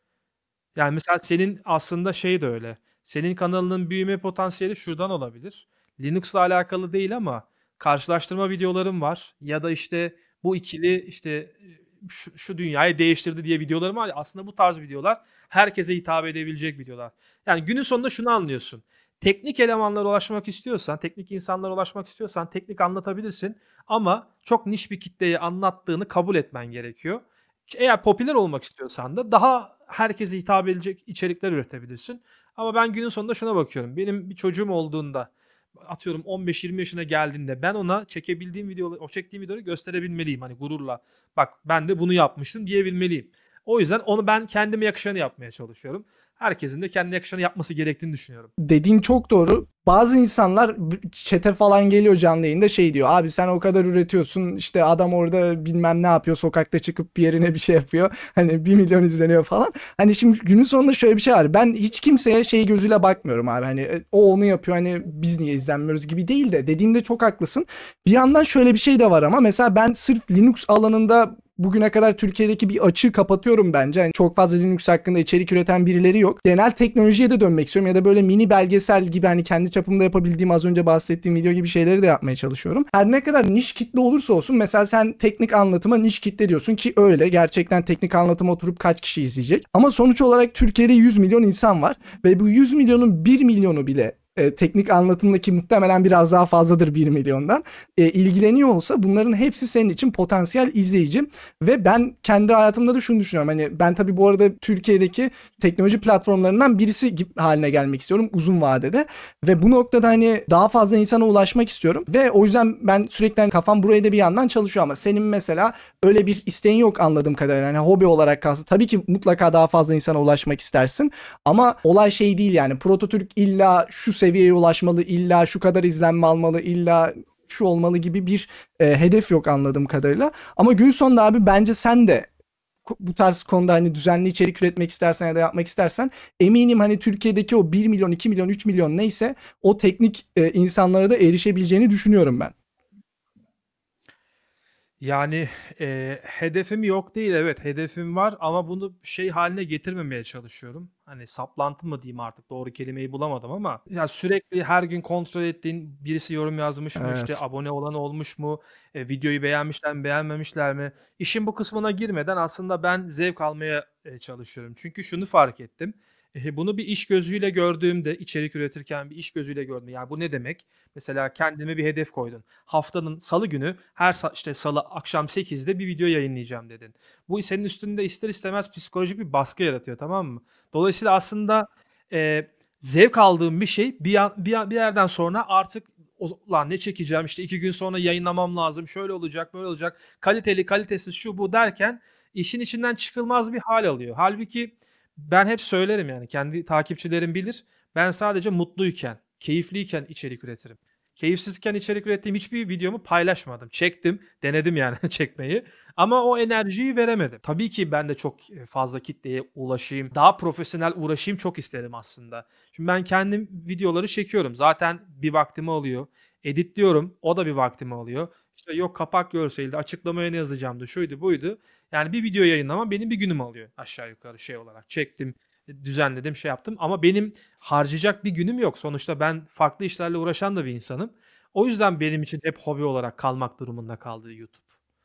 Yani mesela senin aslında şey de öyle. Senin kanalının büyüme potansiyeli şuradan olabilir. Linux'la alakalı değil ama karşılaştırma videolarım var ya da işte bu ikili işte şu dünyayı değiştirdi diye videolarım var. Aslında bu tarz videolar herkese hitap edebilecek videolar. Yani günün sonunda şunu anlıyorsun. Teknik elemanlara ulaşmak istiyorsan, teknik insanlara ulaşmak istiyorsan teknik anlatabilirsin ama çok niş bir kitleye anlattığını kabul etmen gerekiyor. Eğer popüler olmak istiyorsan da daha herkese hitap edecek içerikler üretebilirsin. Ama ben günün sonunda şuna bakıyorum. Benim bir çocuğum olduğunda atıyorum 15-20 yaşına geldiğinde ben ona çekebildiğim videoları, o çektiğim videoları gösterebilmeliyim. Hani gururla bak ben de bunu yapmıştım diyebilmeliyim. O yüzden onu ben kendime yakışanı yapmaya çalışıyorum. Herkesin de kendine yakışanı yapması gerektiğini düşünüyorum. Dediğin çok doğru. Bazı insanlar çete falan geliyor canlı yayında şey diyor. Abi sen o kadar üretiyorsun işte adam orada bilmem ne yapıyor sokakta çıkıp bir yerine bir şey yapıyor. Hani 1 milyon izleniyor falan. Hani şimdi günün sonunda şöyle bir şey var. Ben hiç kimseye şey gözüyle bakmıyorum abi. Hani o onu yapıyor hani biz niye izlenmiyoruz gibi değil de dediğinde çok haklısın. Bir yandan şöyle bir şey de var ama mesela ben sırf Linux alanında bugüne kadar Türkiye'deki bir açığı kapatıyorum bence. Yani çok fazla Linux hakkında içerik üreten birileri yok. Genel teknolojiye de dönmek istiyorum ya da böyle mini belgesel gibi hani kendi çapımda yapabildiğim az önce bahsettiğim video gibi şeyleri de yapmaya çalışıyorum. Her ne kadar niş kitle olursa olsun mesela sen teknik anlatıma niş kitle diyorsun ki öyle. Gerçekten teknik anlatıma oturup kaç kişi izleyecek? Ama sonuç olarak Türkiye'de 100 milyon insan var ve bu 100 milyonun 1 milyonu bile teknik anlatımdaki muhtemelen biraz daha fazladır 1 milyondan ilgileniyor olsa bunların hepsi senin için potansiyel izleyici ve ben kendi hayatımda da şunu düşünüyorum hani ben tabii bu arada Türkiye'deki teknoloji platformlarından birisi haline gelmek istiyorum uzun vadede ve bu noktada hani daha fazla insana ulaşmak istiyorum ve o yüzden ben sürekli hani kafam buraya da bir yandan çalışıyor ama senin mesela öyle bir isteğin yok anladığım kadarıyla hani hobi olarak kalsın tabii ki mutlaka daha fazla insana ulaşmak istersin ama olay şey değil yani prototürk illa şu seviyeye ulaşmalı illa şu kadar izlenme almalı illa şu olmalı gibi bir hedef yok anladığım kadarıyla. Ama gün sonunda abi bence sen de bu tarz konuda hani düzenli içerik üretmek istersen ya da yapmak istersen eminim hani Türkiye'deki o 1 milyon, 2 milyon, 3 milyon neyse o teknik insanlara da erişebileceğini düşünüyorum ben. Yani, hedefim yok değil, evet, hedefim var ama bunu şey haline getirmemeye çalışıyorum. Hani, saplantı mı diyeyim artık, doğru kelimeyi bulamadım ama ya, sürekli her gün kontrol ettiğin birisi yorum yazmış mı, işte, Evet. abone olan olmuş mu, videoyu beğenmişler mi, beğenmemişler mi? İşin bu kısmına girmeden aslında ben zevk almaya, çalışıyorum. Çünkü şunu fark ettim, bunu bir iş gözüyle gördüğümde, içerik üretirken bir iş gözüyle gördüm. Yani, bu ne demek? Mesela kendime bir hedef koydun. Haftanın salı günü her işte salı akşam 8'de bir video yayınlayacağım dedin. Bu senin üstünde ister istemez psikolojik bir baskı yaratıyor, tamam mı? Dolayısıyla aslında zevk aldığım bir şey bir yerden sonra artık lan ne çekeceğim işte 2 gün sonra yayınlamam lazım şöyle olacak böyle olacak kaliteli kalitesiz şu bu derken işin içinden çıkılmaz bir hal alıyor. Halbuki ben hep söylerim yani kendi takipçilerim bilir. Ben sadece mutluyken, keyifliyken içerik üretirim. Keyifsizken içerik ürettiğim hiçbir videomu paylaşmadım. Çektim, denedim yani çekmeyi ama o enerjiyi veremedim. Tabii ki ben de çok fazla kitleye ulaşayım, daha profesyonel uğraşayım çok isterim aslında. Şimdi ben kendim videoları çekiyorum. Zaten bir vaktimi alıyor. Editliyorum, o da bir vaktimi alıyor. İşte yok kapak görseliydi, açıklamaya ne yazacağımdı, şuydu buydu. Yani bir video yayınlamam benim bir günümü alıyor aşağı yukarı şey olarak. Çektim, düzenledim, şey yaptım ama benim harcayacak bir günüm yok. Sonuçta ben farklı işlerle uğraşan da bir insanım. O yüzden benim için hep hobi olarak kalmak durumunda kaldı YouTube.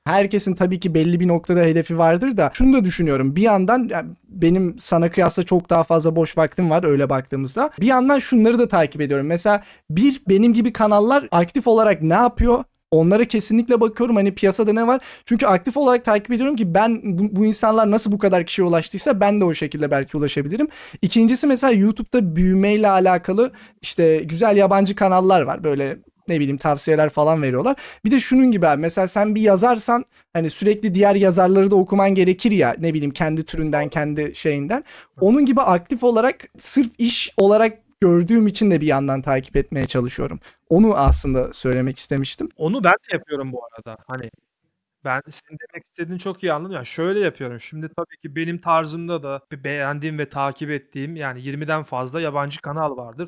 Herkesin tabii ki belli bir noktada hedefi vardır da şunu da düşünüyorum. Bir yandan yani benim sana kıyasla çok daha fazla boş vaktim var öyle baktığımızda. Bir yandan şunları da takip ediyorum. Mesela benim gibi kanallar aktif olarak ne yapıyor? Onlara kesinlikle bakıyorum hani piyasada ne var. Çünkü aktif olarak takip ediyorum ki ben bu insanlar nasıl bu kadar kişiye ulaştıysa ben de o şekilde belki ulaşabilirim. İkincisi mesela YouTube'da büyümeyle alakalı işte güzel yabancı kanallar var. Böyle ne bileyim tavsiyeler falan veriyorlar. Bir de şunun gibi abi mesela sen bir yazarsan hani sürekli diğer yazarları da okuman gerekir ya ne bileyim kendi türünden kendi şeyinden. Onun gibi aktif olarak sırf iş olarak gördüğüm için de bir yandan takip etmeye çalışıyorum. Onu aslında söylemek istemiştim. Onu ben de yapıyorum bu arada. Hani ben senin demek istediğini çok iyi anladım. Yani şöyle yapıyorum. Şimdi tabii ki benim tarzımda da beğendiğim ve takip ettiğim yani 20'den fazla yabancı kanal vardır.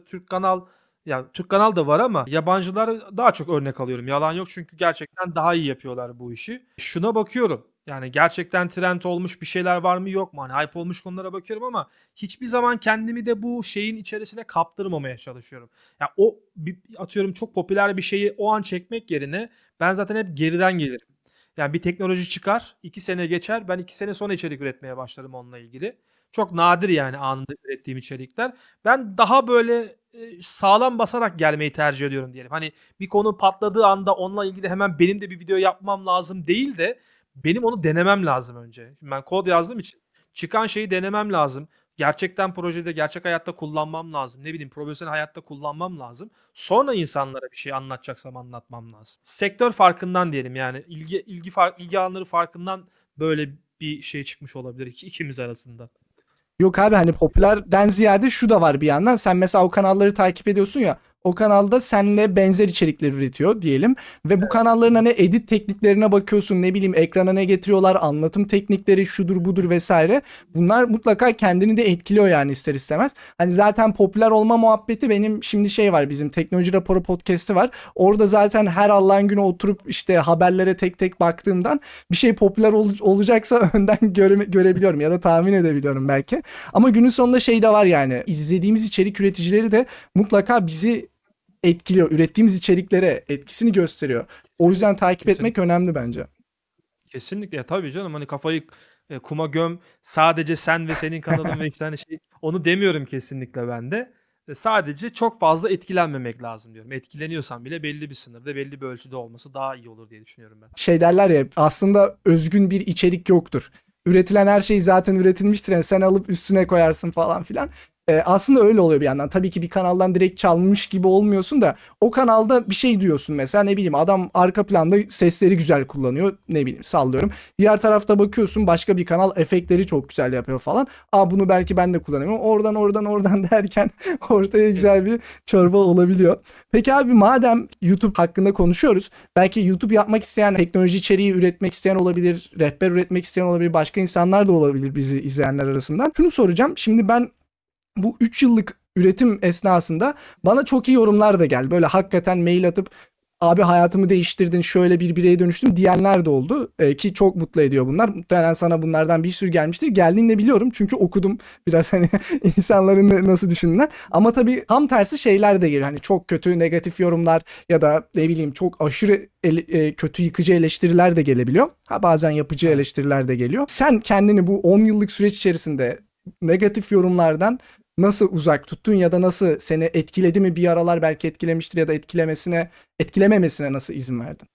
Türk kanal da var ama yabancıları daha çok örnek alıyorum. Yalan yok çünkü gerçekten daha iyi yapıyorlar bu işi. Şuna bakıyorum. Yani gerçekten trend olmuş bir şeyler var mı yok mu? Hani hype olmuş konulara bakıyorum ama hiçbir zaman kendimi de bu şeyin içerisine kaptırmamaya çalışıyorum. Ya atıyorum çok popüler bir şeyi o an çekmek yerine ben zaten hep geriden gelirim. Yani bir teknoloji çıkar, 2 sene geçer, ben 2 sene sonra içerik üretmeye başlarım onunla ilgili. Çok nadir yani anında ürettiğim içerikler. Ben daha böyle sağlam basarak gelmeyi tercih ediyorum diyelim. Hani bir konu patladığı anda onunla ilgili hemen benim de bir video yapmam lazım değil de benim onu denemem lazım önce. Şimdi ben kod yazdığım için çıkan şeyi denemem lazım. Gerçekten projede, gerçek hayatta kullanmam lazım. Ne bileyim profesyonel hayatta kullanmam lazım. Sonra insanlara bir şey anlatacaksam anlatmam lazım. Sektör farkından diyelim yani ilgi alanları farkından böyle bir şey çıkmış olabilir ikimiz arasında. Yok abi hani popülerden ziyade şu da var bir yandan. Sen mesela o kanalları takip ediyorsun ya. O kanalda seninle benzer içerikler üretiyor diyelim. Ve bu kanalların hani edit tekniklerine bakıyorsun. Ne bileyim ekrana ne getiriyorlar. Anlatım teknikleri şudur budur vesaire. Bunlar mutlaka kendini de etkiliyor yani ister istemez. Hani zaten popüler olma muhabbeti benim şimdi şey var. Bizim Teknoloji Raporu podcast'i var. Orada zaten her Allah'ın günü oturup işte haberlere tek tek baktığımdan bir şey popüler olacaksa önden görebiliyorum ya da tahmin edebiliyorum belki. Ama günün sonunda şey de var yani izlediğimiz içerik üreticileri de mutlaka bizi etkiliyor. Ürettiğimiz içeriklere etkisini gösteriyor. O yüzden takip etmek Kesinlikle. önemli bence. Kesinlikle ya tabii canım hani kafayı kuma göm sadece sen ve senin kanalın ve iki tane şey onu demiyorum kesinlikle ben de. Sadece çok fazla etkilenmemek lazım diyorum. Etkileniyorsan bile belli bir sınırda, belli bir ölçüde olması daha iyi olur diye düşünüyorum ben. Şey derler ya aslında özgün bir içerik yoktur. Üretilen her şey zaten üretilmiştir. Yani sen alıp üstüne koyarsın falan filan. Aslında öyle oluyor bir yandan. Tabii ki bir kanaldan direkt çalmış gibi olmuyorsun da o kanalda bir şey duyuyorsun mesela ne bileyim adam arka planda sesleri güzel kullanıyor ne bileyim sallıyorum. Diğer tarafta bakıyorsun başka bir kanal efektleri çok güzel yapıyor falan. Aa bunu belki ben de kullanıyorum. Oradan derken ortaya güzel Kesin. bir çorba olabiliyor. Peki abi madem YouTube hakkında konuşuyoruz. Belki YouTube yapmak isteyen, teknoloji içeriği üretmek isteyen olabilir, rehber üretmek isteyen olabilir, başka insanlar da olabilir bizi izleyenler arasından. Şunu soracağım. Şimdi ben bu 3 yıllık üretim esnasında bana çok iyi yorumlar da geldi. Böyle hakikaten mail atıp abi hayatımı değiştirdin şöyle bir bireye dönüştüm diyenler de oldu. Ki çok mutlu ediyor bunlar. Muhtemelen sana bunlardan bir sürü gelmiştir. Geldiğini de biliyorum çünkü okudum biraz hani insanların nasıl düşündüler. Ama tabii tam tersi şeyler de geliyor. Hani çok kötü negatif yorumlar ya da ne bileyim çok aşırı kötü yıkıcı eleştiriler de gelebiliyor. Ha bazen yapıcı Evet. eleştiriler de geliyor. Sen kendini bu 10 yıllık süreç içerisinde negatif yorumlardan nasıl uzak tuttun ya da nasıl seni etkiledi mi bir aralar belki etkilemiştir ya da etkilememesine nasıl izin verdin?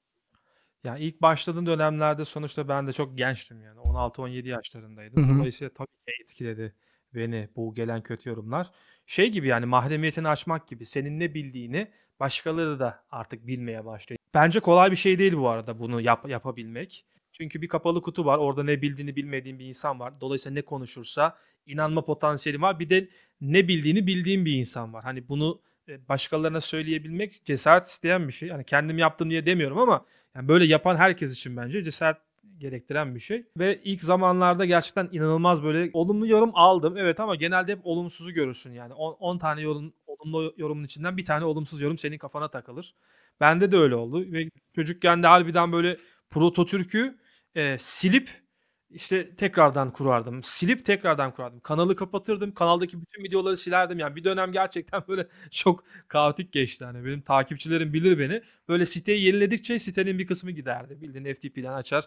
Yani ilk başladığım dönemlerde sonuçta ben de çok gençtim yani 16-17 Hı yaşlarındaydım. hı. Dolayısıyla tabii ki etkiledi beni bu gelen kötü yorumlar. Şey gibi yani mahremiyetini aşmak gibi senin ne bildiğini başkaları da artık bilmeye başlıyor. Bence kolay bir şey değil bu arada bunu yapabilmek. Çünkü bir kapalı kutu var. Orada ne bildiğini bilmediğin bir insan var. Dolayısıyla ne konuşursa inanma potansiyeli var. Bir de ne bildiğini bildiğin bir insan var. Hani bunu başkalarına söyleyebilmek cesaret isteyen bir şey. Yani kendim yaptım diye demiyorum ama yani böyle yapan herkes için bence cesaret gerektiren bir şey. Ve ilk zamanlarda gerçekten inanılmaz böyle olumlu yorum aldım. Evet ama genelde hep olumsuzu görürsün yani. 10 tane olumlu yorumun içinden bir tane olumsuz yorum senin kafana takılır. Bende de öyle oldu ve çocukken de harbiden böyle prototürkü silip İşte tekrardan kurardım. Silip tekrardan kurardım. Kanalı kapatırdım. Kanaldaki bütün videoları silerdim. Yani bir dönem gerçekten böyle çok kaotik geçti. Hani benim takipçilerim bilir beni. Böyle siteyi yeniledikçe sitenin bir kısmı giderdi. Bildiğin FTP'den açar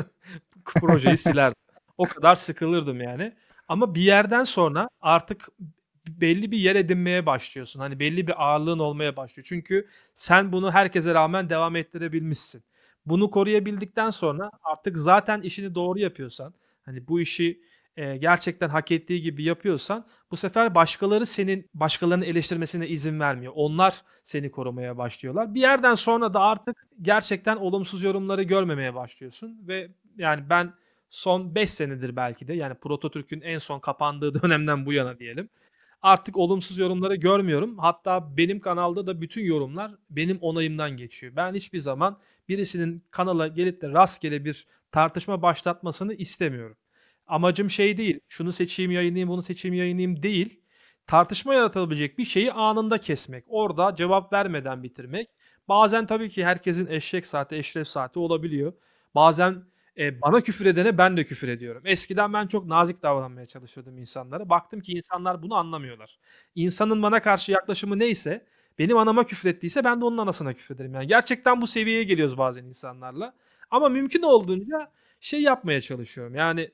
projeyi silerdim. O kadar sıkılırdım yani. Ama bir yerden sonra artık belli bir yer edinmeye başlıyorsun. Hani belli bir ağırlığın olmaya başlıyor. Çünkü sen bunu herkese rağmen devam ettirebilmişsin. Bunu koruyabildikten sonra artık zaten işini doğru yapıyorsan, hani bu işi gerçekten hak ettiği gibi yapıyorsan, bu sefer başkalarının eleştirmesine izin vermiyor. Onlar seni korumaya başlıyorlar. Bir yerden sonra da artık gerçekten olumsuz yorumları görmemeye başlıyorsun ve yani ben son 5 senedir belki de, yani Prototürk'ün en son kapandığı dönemden bu yana diyelim, artık olumsuz yorumları görmüyorum. Hatta benim kanalda da bütün yorumlar benim onayımdan geçiyor. Ben hiçbir zaman birisinin kanala gelip de rastgele bir tartışma başlatmasını istemiyorum. Amacım şey değil, şunu seçeyim yayınlayayım, bunu seçeyim yayınlayayım değil. Tartışma yaratabilecek bir şeyi anında kesmek. Orada cevap vermeden bitirmek. Bazen tabii ki herkesin eşek saati, eşref saati olabiliyor. Bazen bana küfür edene ben de küfür ediyorum. Eskiden ben çok nazik davranmaya çalışıyordum insanlara. Baktım ki insanlar bunu anlamıyorlar. İnsanın bana karşı yaklaşımı neyse, benim anama küfür ettiyse ben de onun anasına küfür ederim. Yani gerçekten bu seviyeye geliyoruz bazen insanlarla. Ama mümkün olduğunca şey yapmaya çalışıyorum. Yani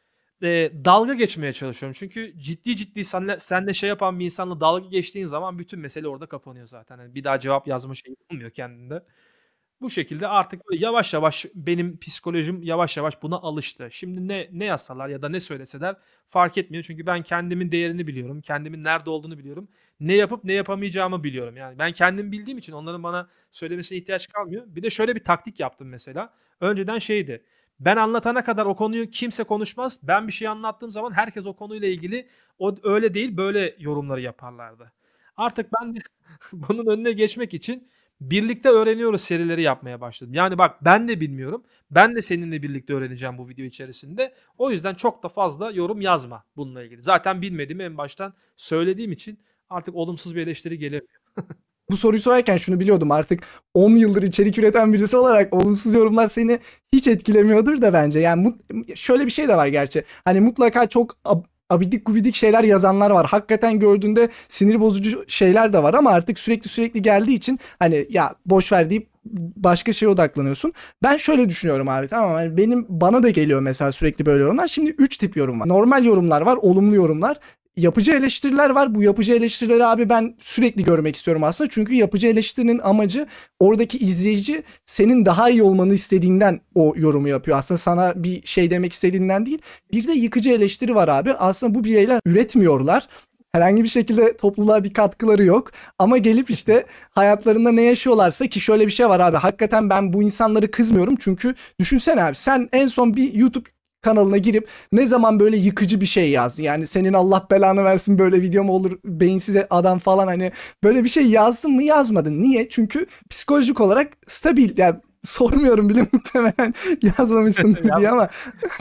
dalga geçmeye çalışıyorum. Çünkü ciddi ciddi senle şey yapan bir insanla dalga geçtiğin zaman bütün mesele orada kapanıyor zaten. Yani bir daha cevap yazma şeyi olmuyor kendinde. Bu şekilde artık böyle yavaş yavaş benim psikolojim yavaş yavaş buna alıştı. Şimdi ne yazsalar ya da ne söyleseler fark etmiyor. Çünkü ben kendimin değerini biliyorum. Kendimin nerede olduğunu biliyorum. Ne yapıp ne yapamayacağımı biliyorum. Yani ben kendim bildiğim için onların bana söylemesine ihtiyaç kalmıyor. Bir de şöyle bir taktik yaptım mesela. Önceden şeydi. Ben anlatana kadar o konuyu kimse konuşmaz. Ben bir şey anlattığım zaman herkes o konuyla ilgili o öyle değil böyle yorumları yaparlardı. Artık ben de bunun önüne geçmek için birlikte öğreniyoruz serileri yapmaya başladım. Yani bak ben de bilmiyorum. Ben de seninle birlikte öğreneceğim bu video içerisinde. O yüzden çok da fazla yorum yazma bununla ilgili. Zaten bilmediğimi en baştan söylediğim için artık olumsuz bir eleştiri gelemiyor. Bu soruyu sorarken şunu biliyordum, artık 10 yıldır içerik üreten birisi olarak olumsuz yorumlar seni hiç etkilemiyordur da bence. Yani şöyle bir şey de var gerçi. Hani mutlaka çok abidik gubidik şeyler yazanlar var. Hakikaten gördüğünde sinir bozucu şeyler de var ama artık sürekli geldiği için hani ya boş ver deyip başka şeye odaklanıyorsun. Ben şöyle düşünüyorum abi, tamam mı? Yani bana da geliyor mesela sürekli böyle yorumlar. Şimdi 3 tip yorum var. Normal yorumlar var, olumlu yorumlar. Yapıcı eleştiriler var. Bu yapıcı eleştirileri abi ben sürekli görmek istiyorum aslında. Çünkü yapıcı eleştirinin amacı oradaki izleyici senin daha iyi olmanı istediğinden o yorumu yapıyor. Aslında sana bir şey demek istediğinden değil. Bir de yıkıcı eleştiri var abi. Aslında bu bireyler üretmiyorlar. Herhangi bir şekilde topluluğa bir katkıları yok. Ama gelip işte hayatlarında ne yaşıyorlarsa, ki şöyle bir şey var abi. Hakikaten ben bu insanları kızmıyorum. Çünkü düşünsene abi, sen en son bir YouTube kanalına girip ne zaman böyle yıkıcı bir şey yazdın? Yani senin Allah belanı versin böyle video mu olur, beyinsiz adam falan, hani böyle bir şey yazdın mı, yazmadın. Niye? Çünkü psikolojik olarak stabil, yani sormuyorum bile muhtemelen yazmamışsındır diye ama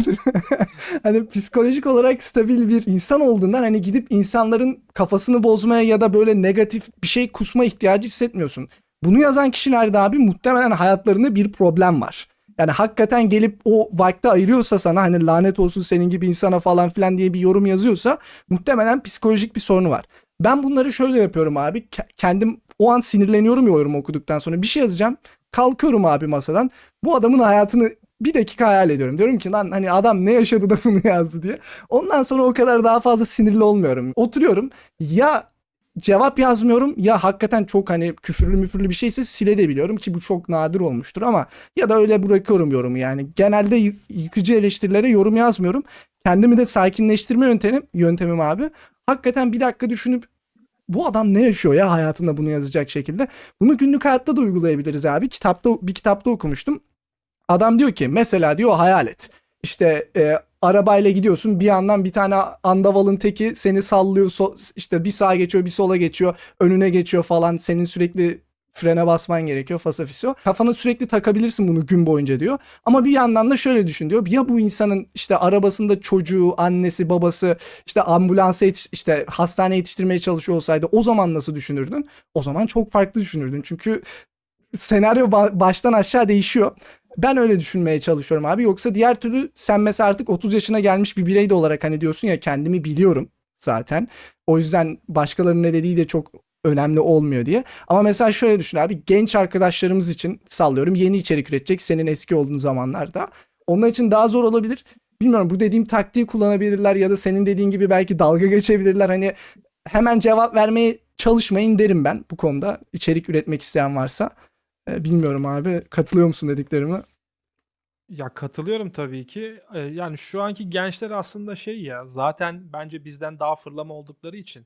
hani psikolojik olarak stabil bir insan olduğundan hani gidip insanların kafasını bozmaya ya da böyle negatif bir şey kusma ihtiyacı hissetmiyorsun. Bunu yazan kişilerde abi muhtemelen hayatlarında bir problem var. Yani hakikaten gelip o vakti ayırıyorsa sana, hani lanet olsun senin gibi insana falan filan diye bir yorum yazıyorsa muhtemelen psikolojik bir sorunu var. Ben bunları şöyle yapıyorum abi. Kendim o an sinirleniyorum ya o yorumu okuduktan sonra. Bir şey yazacağım. Kalkıyorum abi masadan. Bu adamın hayatını bir dakika hayal ediyorum. Diyorum ki lan hani adam ne yaşadı da bunu yazdı diye. Ondan sonra o kadar daha fazla sinirli olmuyorum. Oturuyorum. Ya cevap yazmıyorum ya hakikaten çok hani küfürlü müfürlü bir şeyse silebiliyorum ki bu çok nadir olmuştur, ama ya da öyle bırakıyorum yorumu yani. Genelde yıkıcı eleştirilere yorum yazmıyorum. Kendimi de sakinleştirme yöntemim abi. Hakikaten bir dakika düşünüp bu adam ne yaşıyor ya hayatında bunu yazacak şekilde. Bunu günlük hayatta da uygulayabiliriz abi. Bir kitapta okumuştum. Adam diyor ki mesela, diyor hayal et. İşte arabayla gidiyorsun, bir yandan bir tane andavalın teki seni sallıyor, işte bir sağa geçiyor bir sola geçiyor, önüne geçiyor falan, senin sürekli frene basman gerekiyor fasafiso. Kafana sürekli takabilirsin bunu gün boyunca diyor. Ama bir yandan da şöyle düşün diyor. Ya bu insanın işte arabasında çocuğu, annesi, babası işte ambulansa işte hastaneye yetiştirmeye çalışıyor olsaydı o zaman nasıl düşünürdün? O zaman çok farklı düşünürdün. Çünkü senaryo baştan aşağı değişiyor. Ben öyle düşünmeye çalışıyorum abi. Yoksa diğer türlü sen mesela artık 30 yaşına gelmiş bir birey de olarak hani diyorsun ya kendimi biliyorum zaten. O yüzden başkalarının ne dediği de çok önemli olmuyor diye. Ama mesela şöyle düşün abi, genç arkadaşlarımız için sallıyorum yeni içerik üretecek senin eski olduğun zamanlarda. Onlar için daha zor olabilir. Bilmiyorum, bu dediğim taktiği kullanabilirler ya da senin dediğin gibi belki dalga geçebilirler. Hani hemen cevap vermeye çalışmayın derim ben bu konuda, içerik üretmek isteyen varsa. Bilmiyorum abi, katılıyor musun dediklerime? Ya katılıyorum tabii ki. Yani şu anki gençler aslında şey ya zaten bence bizden daha fırlama oldukları için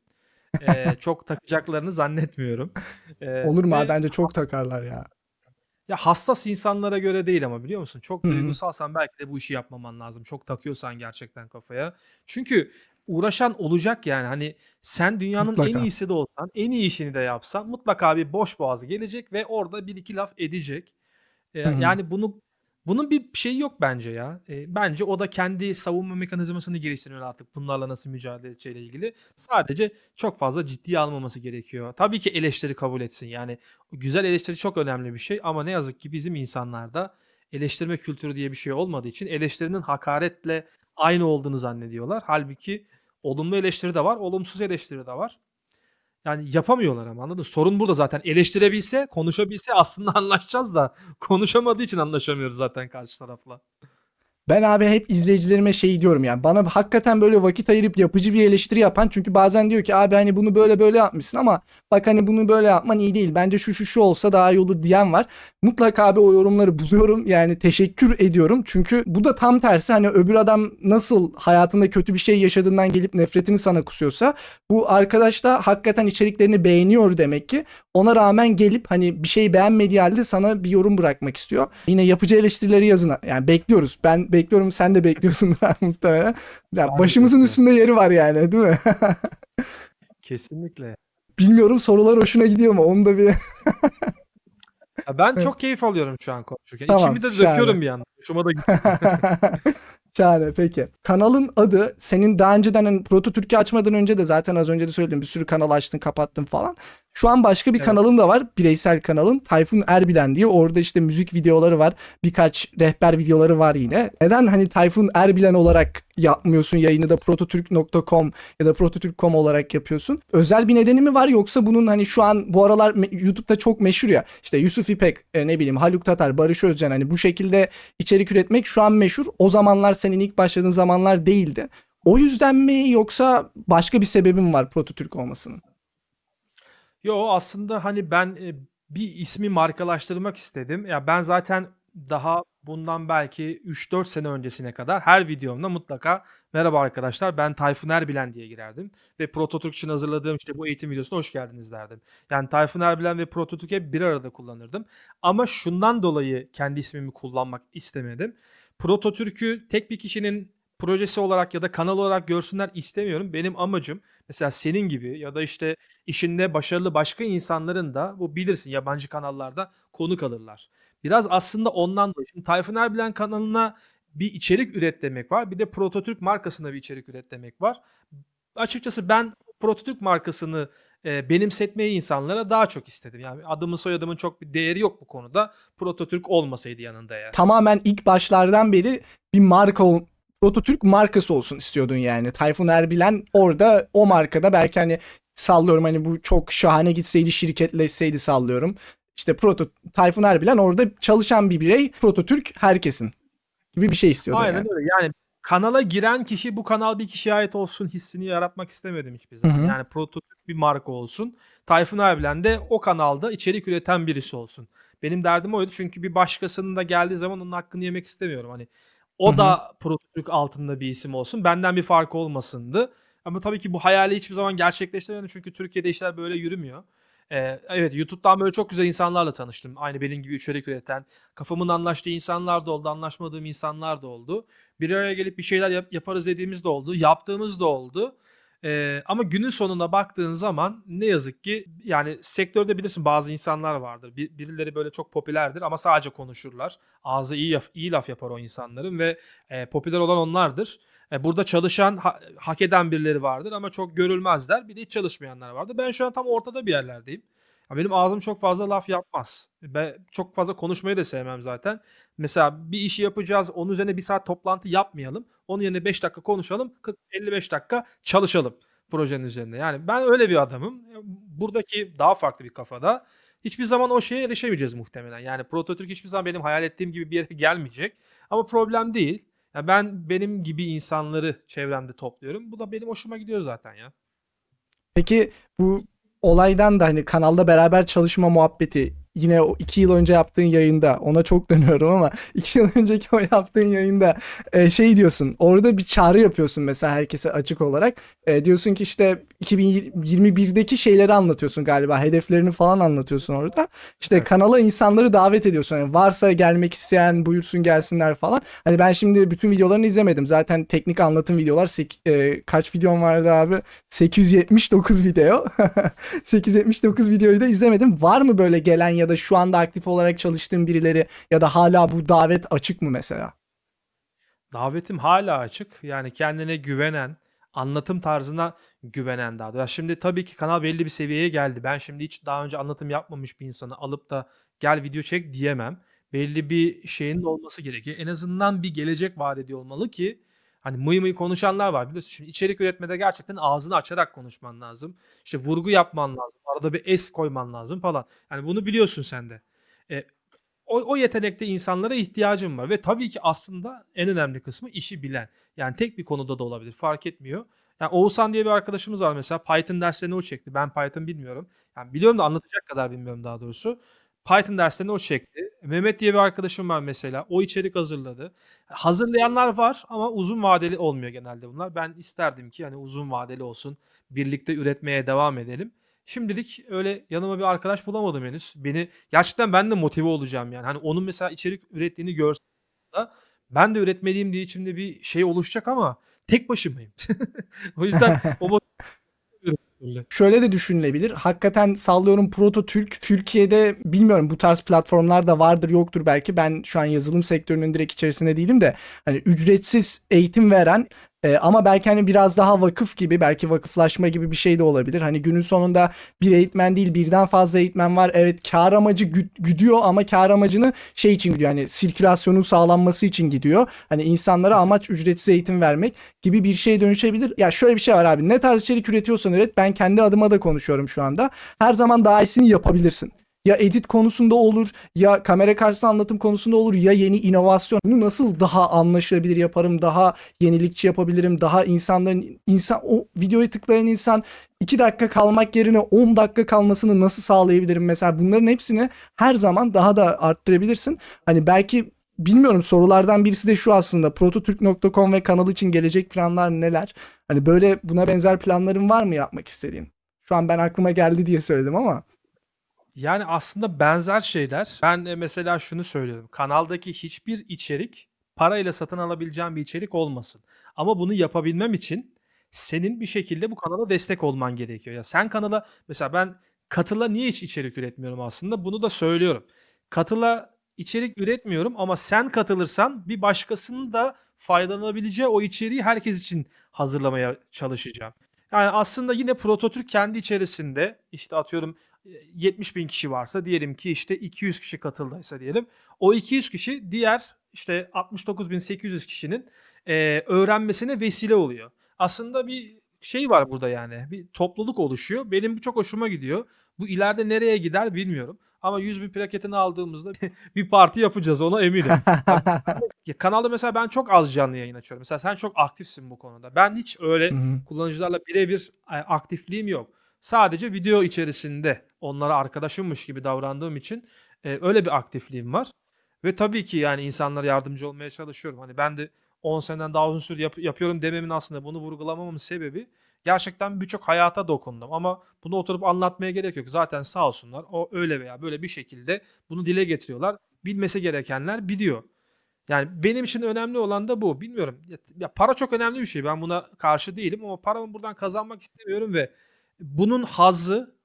çok takacaklarını zannetmiyorum. Olur mu abi? Ve Bence çok takarlar ya. ya hassas insanlara göre değil ama biliyor musun? Hı Çok hı. duygusalsan belki de bu işi yapmaman lazım. Çok takıyorsan gerçekten kafaya. Çünkü uğraşan olacak yani. Hani sen dünyanın en Mutlaka. iyisi de olsan, en iyi işini de yapsan mutlaka bir boş boğaz gelecek ve orada bir iki laf edecek. Hı hı. Yani bunun bir şeyi yok bence ya. Bence o da kendi savunma mekanizmasını geliştiriyor artık bunlarla nasıl mücadele edeceğiyle ilgili. Sadece çok fazla ciddiye almaması gerekiyor. Tabii ki eleştiri kabul etsin. Yani güzel eleştiri çok önemli bir şey ama ne yazık ki bizim insanlarda eleştirme kültürü diye bir şey olmadığı için eleştirinin hakaretle aynı olduğunu zannediyorlar. Halbuki olumlu eleştiri de var, olumsuz eleştiri de var. Yani yapamıyorlar ama anladın mı? Sorun burada zaten. Eleştirebilse, konuşabilse aslında anlaşacağız da konuşamadığı için anlaşamıyoruz zaten karşı tarafla. Ben abi hep izleyicilerime şey diyorum, yani bana hakikaten böyle vakit ayırıp yapıcı bir eleştiri yapan, çünkü bazen diyor ki abi hani bunu böyle böyle yapmışsın ama bak hani bunu böyle yapman iyi değil, bence şu şu şu olsa daha iyi olur diyen var. Mutlaka abi o yorumları buluyorum, yani teşekkür ediyorum, çünkü bu da tam tersi, hani öbür adam nasıl hayatında kötü bir şey yaşadığından gelip nefretini sana kusuyorsa, bu arkadaş da hakikaten içeriklerini beğeniyor demek ki. Ona rağmen gelip hani bir şey beğenmediği halde sana bir yorum bırakmak istiyor. Yine yapıcı eleştirileri yazın. Yani bekliyoruz. Ben bekliyorum, sen de bekliyorsun muhtemelen. Ya Ben de başımızın bekliyorum. üstünde yeri var yani, değil mi? Kesinlikle. Bilmiyorum, sorular hoşuna gidiyor mu? Onu da bir Ya ben çok keyif alıyorum şu an konuşurken. tamam, İçimi de şahane. döküyorum bir yandan. Hoşuma da gidiyor. Şahane, peki. Kanalın adı senin daha önceden hani Proto Türkiye açmadan önce de zaten az önce de söyledim, bir sürü kanal açtın kapattın falan. Şu an başka bir Evet. kanalın da var. Bireysel kanalın, Tayfun Erbilen diye. Orada işte müzik videoları var. Birkaç rehber videoları var yine. Neden hani Tayfun Erbilen olarak yapmıyorsun yayını da prototürk.com ya da prototürk.com olarak yapıyorsun? Özel bir nedeni mi var, yoksa bunun hani şu an bu aralar YouTube'da çok meşhur ya. İşte Yusuf İpek, ne bileyim Haluk Tatar, Barış Özcan, hani bu şekilde içerik üretmek şu an meşhur. O zamanlar, senin ilk başladığın zamanlar değildi. O yüzden mi, yoksa başka bir sebebi mi var Prototürk olmasının? Yo aslında hani ben bir ismi markalaştırmak istedim. Ya ben zaten daha bundan belki 3-4 sene öncesine kadar her videomda mutlaka merhaba arkadaşlar ben Tayfun Erbilen diye girerdim. Ve Prototürk için hazırladığım işte bu eğitim videosuna hoş geldiniz derdim. Yani Tayfun Erbilen ve Prototürk hep bir arada kullanırdım. Ama şundan dolayı kendi ismimi kullanmak istemedim. Prototürk'ü tek bir kişinin projesi olarak ya da kanal olarak görsünler istemiyorum. Benim amacım mesela senin gibi ya da işte işinde başarılı başka insanların da bu bilirsin yabancı kanallarda konuk alırlar. Biraz aslında ondan dolayı. Şimdi Tayfun Erbilen kanalına bir içerik üret demek var. Bir de Prototürk markasına bir içerik üret demek var. Açıkçası ben Prototürk markasını benimsetmeyi insanlara daha çok istedim. Yani adımın soyadımın çok bir değeri yok bu konuda. Prototürk olmasaydı yanında eğer. Tamamen ilk başlardan beri bir marka Prototürk markası olsun istiyordun yani. Tayfun Erbilen orada, o markada belki hani sallıyorum, hani bu çok şahane gitseydi, şirketleşseydi sallıyorum. İşte Tayfun Erbilen orada çalışan bir birey, Prototürk herkesin gibi bir şey istiyordun yani. Aynen öyle. Yani kanala giren kişi bu kanal bir kişiye ait olsun hissini yaratmak istemedim hiçbir Hı zaman. hı. Yani prototip bir marka olsun. Tayfun Erbilen de o kanalda içerik üreten birisi olsun. Benim derdim oydu çünkü bir başkasının da geldiği zaman onun hakkını yemek istemiyorum. Hani Hı o hı. da prototip altında bir isim olsun. Benden bir farkı olmasındı. Ama tabii ki bu hayali hiçbir zaman gerçekleştiremedim çünkü Türkiye'de işler böyle yürümüyor. Evet YouTube'dan böyle çok güzel insanlarla tanıştım. Aynı benim gibi içerik üreten, kafamın anlaştığı insanlar da oldu, anlaşmadığım insanlar da oldu. Bir araya gelip bir şeyler yaparız dediğimiz de oldu, yaptığımız da oldu. Ama günün sonuna baktığın zaman ne yazık ki yani sektörde bilirsin bazı insanlar vardır. Birileri böyle çok popülerdir ama sadece konuşurlar. Ağzı iyi laf yapar o insanların ve popüler olan onlardır. Burada çalışan, hak eden birileri vardır ama çok görülmezler. Bir de hiç çalışmayanlar vardır. Ben şu an tam ortada bir yerlerdeyim. Ya benim ağzım çok fazla laf yapmaz. Ben çok fazla konuşmayı da sevmem zaten. Mesela bir işi yapacağız, onun üzerine bir saat toplantı yapmayalım. Onun yerine 5 dakika konuşalım, 40-55 dakika çalışalım projenin üzerinde. Yani ben öyle bir adamım. Buradaki daha farklı bir kafada. Hiçbir zaman o şeye erişemeyeceğiz muhtemelen. Yani Prototürk hiçbir zaman benim hayal ettiğim gibi bir yere gelmeyecek. Ama problem değil. Ya ben benim gibi insanları çevremde topluyorum. Bu da benim hoşuma gidiyor zaten ya. Peki bu olaydan da hani kanalda beraber çalışma muhabbeti yine o 2 yıl önce yaptığın yayında ona çok dönüyorum ama 2 yıl önceki o yaptığın yayında şey diyorsun orada bir çağrı yapıyorsun mesela herkese açık olarak. Diyorsun ki işte 2021'deki şeyleri anlatıyorsun galiba hedeflerini falan anlatıyorsun orada. İşte Evet. kanala insanları davet ediyorsun. Yani varsa gelmek isteyen buyursun gelsinler falan. Hani ben şimdi bütün videolarını izlemedim. Zaten teknik anlatım videolar kaç videom vardı abi? 879 video. 879 videoyu da izlemedim. Var mı böyle gelen ya da şu anda aktif olarak çalıştığın birileri ya da hala bu davet açık mı mesela? Davetim hala açık. Yani kendine güvenen, anlatım tarzına güvenen daha doğrusu. Ya şimdi tabii ki kanal belli bir seviyeye geldi. Ben şimdi hiç daha önce anlatım yapmamış bir insanı alıp da gel video çek diyemem. Belli bir şeyin de olması gerekiyor. En azından bir gelecek vaat ediyor olmalı ki hani mıy mıy konuşanlar var. Biliyorsun şimdi içerik üretmede gerçekten ağzını açarak konuşman lazım. İşte vurgu yapman lazım. Arada bir es koyman lazım falan. Yani bunu biliyorsun sen de. E, o yetenekte insanlara ihtiyacım var ve tabii ki aslında en önemli kısmı işi bilen. Yani tek bir konuda da olabilir, fark etmiyor. Yani Oğuzhan diye bir arkadaşımız var mesela, Python derslerini o çekti. Ben Python bilmiyorum. Yani biliyorum da anlatacak kadar bilmiyorum daha doğrusu. Python derslerini o çekti. Mehmet diye bir arkadaşım var mesela. O içerik hazırladı. Hazırlayanlar var ama uzun vadeli olmuyor genelde bunlar. Ben isterdim ki hani uzun vadeli olsun. Birlikte üretmeye devam edelim. Şimdilik öyle yanıma bir arkadaş bulamadım henüz. Gerçekten ben de motive olacağım yani. Hani onun mesela içerik ürettiğini görsem de ben de üretmeliyim diye içimde bir şey oluşacak ama tek başımayım. O yüzden o motive. Şöyle de düşünülebilir. Hakikaten sallıyorum Proto Türk Türkiye'de bilmiyorum bu tarz platformlar da vardır yoktur belki. Ben şu an yazılım sektörünün direkt içerisinde değilim de hani ücretsiz eğitim veren ama belki hani biraz daha vakıf gibi belki vakıflaşma gibi bir şey de olabilir. Hani günün sonunda bir eğitmen değil birden fazla eğitmen var. Evet kar amacı güdüyor ama kar amacını şey için gidiyor. Hani sirkülasyonun sağlanması için gidiyor. Hani insanlara amaç ücretsiz eğitim vermek gibi bir şeye dönüşebilir. Ya şöyle bir şey var abi. Ne tarz içerik üretiyorsan üret. Ben kendi adıma da konuşuyorum şu anda. Her zaman daha iyisini yapabilirsin. Ya edit konusunda olur, ya kamera karşısında anlatım konusunda olur, ya yeni inovasyon. Bunu nasıl daha anlaşılabilir yaparım, daha yenilikçi yapabilirim, daha o videoya tıklayan insan 2 dakika kalmak yerine 10 dakika kalmasını nasıl sağlayabilirim mesela bunların hepsini her zaman daha da arttırabilirsin. Hani belki bilmiyorum sorulardan birisi de şu aslında prototürk.com ve kanal için gelecek planlar neler? Hani böyle buna benzer planların var mı yapmak istediğin? Şu an ben aklıma geldi diye söyledim ama. Yani aslında benzer şeyler. Ben mesela şunu söylüyorum. Kanaldaki hiçbir içerik parayla satın alabileceğim bir içerik olmasın. Ama bunu yapabilmem için senin bir şekilde bu kanala destek olman gerekiyor. Ya sen kanala mesela ben Katıla niye hiç içerik üretmiyorum aslında? Bunu da söylüyorum. Katıla içerik üretmiyorum ama sen katılırsan bir başkasının da faydalanabileceği o içeriği herkes için hazırlamaya çalışacağım. Yani aslında yine Prototürk kendi içerisinde işte atıyorum 70 bin kişi varsa diyelim ki işte 200 kişi katıldıysa diyelim. O 200 kişi diğer işte 69.800 kişinin öğrenmesine vesile oluyor. Aslında bir şey var burada yani. Bir topluluk oluşuyor. Benim bu çok hoşuma gidiyor. Bu ileride nereye gider bilmiyorum. Ama 100 bin plaketini aldığımızda bir parti yapacağız ona eminim. Ya kanalda mesela ben çok az canlı yayın açıyorum. Mesela sen çok aktifsin bu konuda. Ben hiç öyle kullanıcılarla birebir aktifliğim yok. Sadece video içerisinde onlara arkadaşımmış gibi davrandığım için öyle bir aktifliğim var. Ve tabii ki yani insanlara yardımcı olmaya çalışıyorum. Hani ben de 10 seneden daha uzun süre yapıyorum dememin aslında bunu vurgulamamın sebebi gerçekten birçok hayata dokundum. Ama bunu oturup anlatmaya gerek yok. Zaten sağ olsunlar o öyle veya böyle bir şekilde bunu dile getiriyorlar. Bilmesi gerekenler biliyor. Yani benim için önemli olan da bu. Bilmiyorum. Ya para çok önemli bir şey. Ben buna karşı değilim ama paramı buradan kazanmak istemiyorum ve bunun hazzı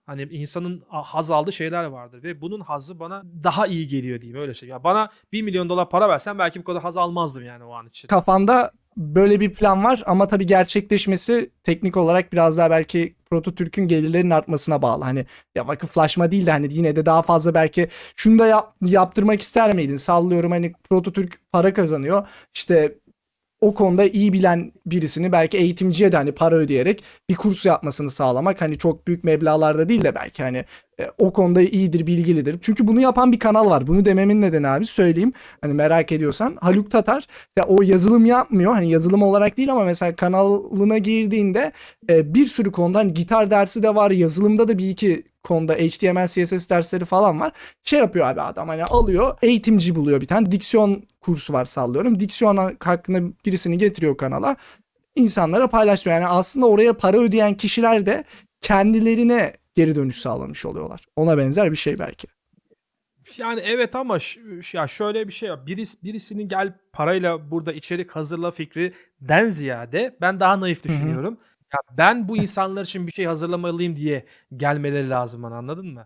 Hani insanın haz aldığı şeyler vardır ve bunun hazzı bana daha iyi geliyor diyeyim, öyle şey. Ya bana $1 milyon para versen belki bu kadar haz almazdım yani o an için. Kafanda böyle bir plan var ama tabii gerçekleşmesi teknik olarak biraz daha belki Prototürk'ün gelirlerinin artmasına bağlı. Hani ya vakıflaşma değil de hani yine de daha fazla belki şunu da yaptırmak ister miydin? Sallıyorum, hani Prototürk para kazanıyor. İşte o konuda iyi bilen birisini belki eğitimciye de hani para ödeyerek bir kurs yapmasını sağlamak, hani çok büyük meblağlarda değil de belki hani o konuda iyidir, bilgilidir. Çünkü bunu yapan bir kanal var. Bunu dememin nedeni abi söyleyeyim. Hani merak ediyorsan, Haluk Tatar ya, o yazılım yapmıyor. Hani yazılım olarak değil ama mesela kanalına girdiğinde bir sürü konuda, hani gitar dersi de var, yazılımda da bir iki konuda HTML, CSS dersleri falan var. Şey yapıyor abi adam, hani alıyor, eğitimci buluyor bir tane. Diksiyon kursu var sallıyorum. Diksiyon hakkında birisini getiriyor kanala. İnsanlara paylaşıyor. Yani aslında oraya para ödeyen kişiler de kendilerine geri dönüş sağlamış oluyorlar. Ona benzer bir şey belki. Yani evet ama ya şöyle bir şey var. Birisinin gel parayla burada içerik hazırla fikrinden ziyade ben daha naif Hı hı. düşünüyorum. Ya ben bu insanlar için bir şey hazırlamalıyım diye gelmeleri lazım bana, anladın mı?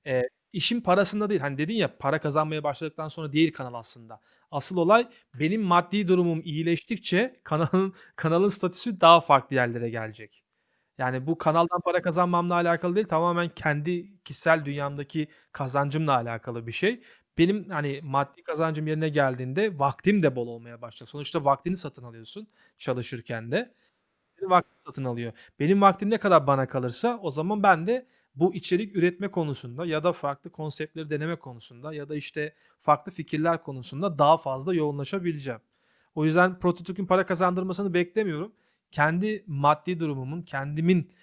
İşin parasında değil. Hani dedin ya, para kazanmaya başladıktan sonra değil kanal aslında. Asıl olay, benim maddi durumum iyileştikçe kanalın statüsü daha farklı yerlere gelecek. Yani bu kanaldan para kazanmamla alakalı değil, tamamen kendi kişisel dünyamdaki kazancımla alakalı bir şey. Benim hani maddi kazancım yerine geldiğinde vaktim de bol olmaya başlayacak. Sonuçta vaktini satın alıyorsun çalışırken de. Senin vaktini satın alıyor. Benim vaktim ne kadar bana kalırsa o zaman ben de bu içerik üretme konusunda ya da farklı konseptleri deneme konusunda ya da işte farklı fikirler konusunda daha fazla yoğunlaşabileceğim. O yüzden Prototürk'ün para kazandırmasını beklemiyorum. Kendi maddi durumumun, kendimin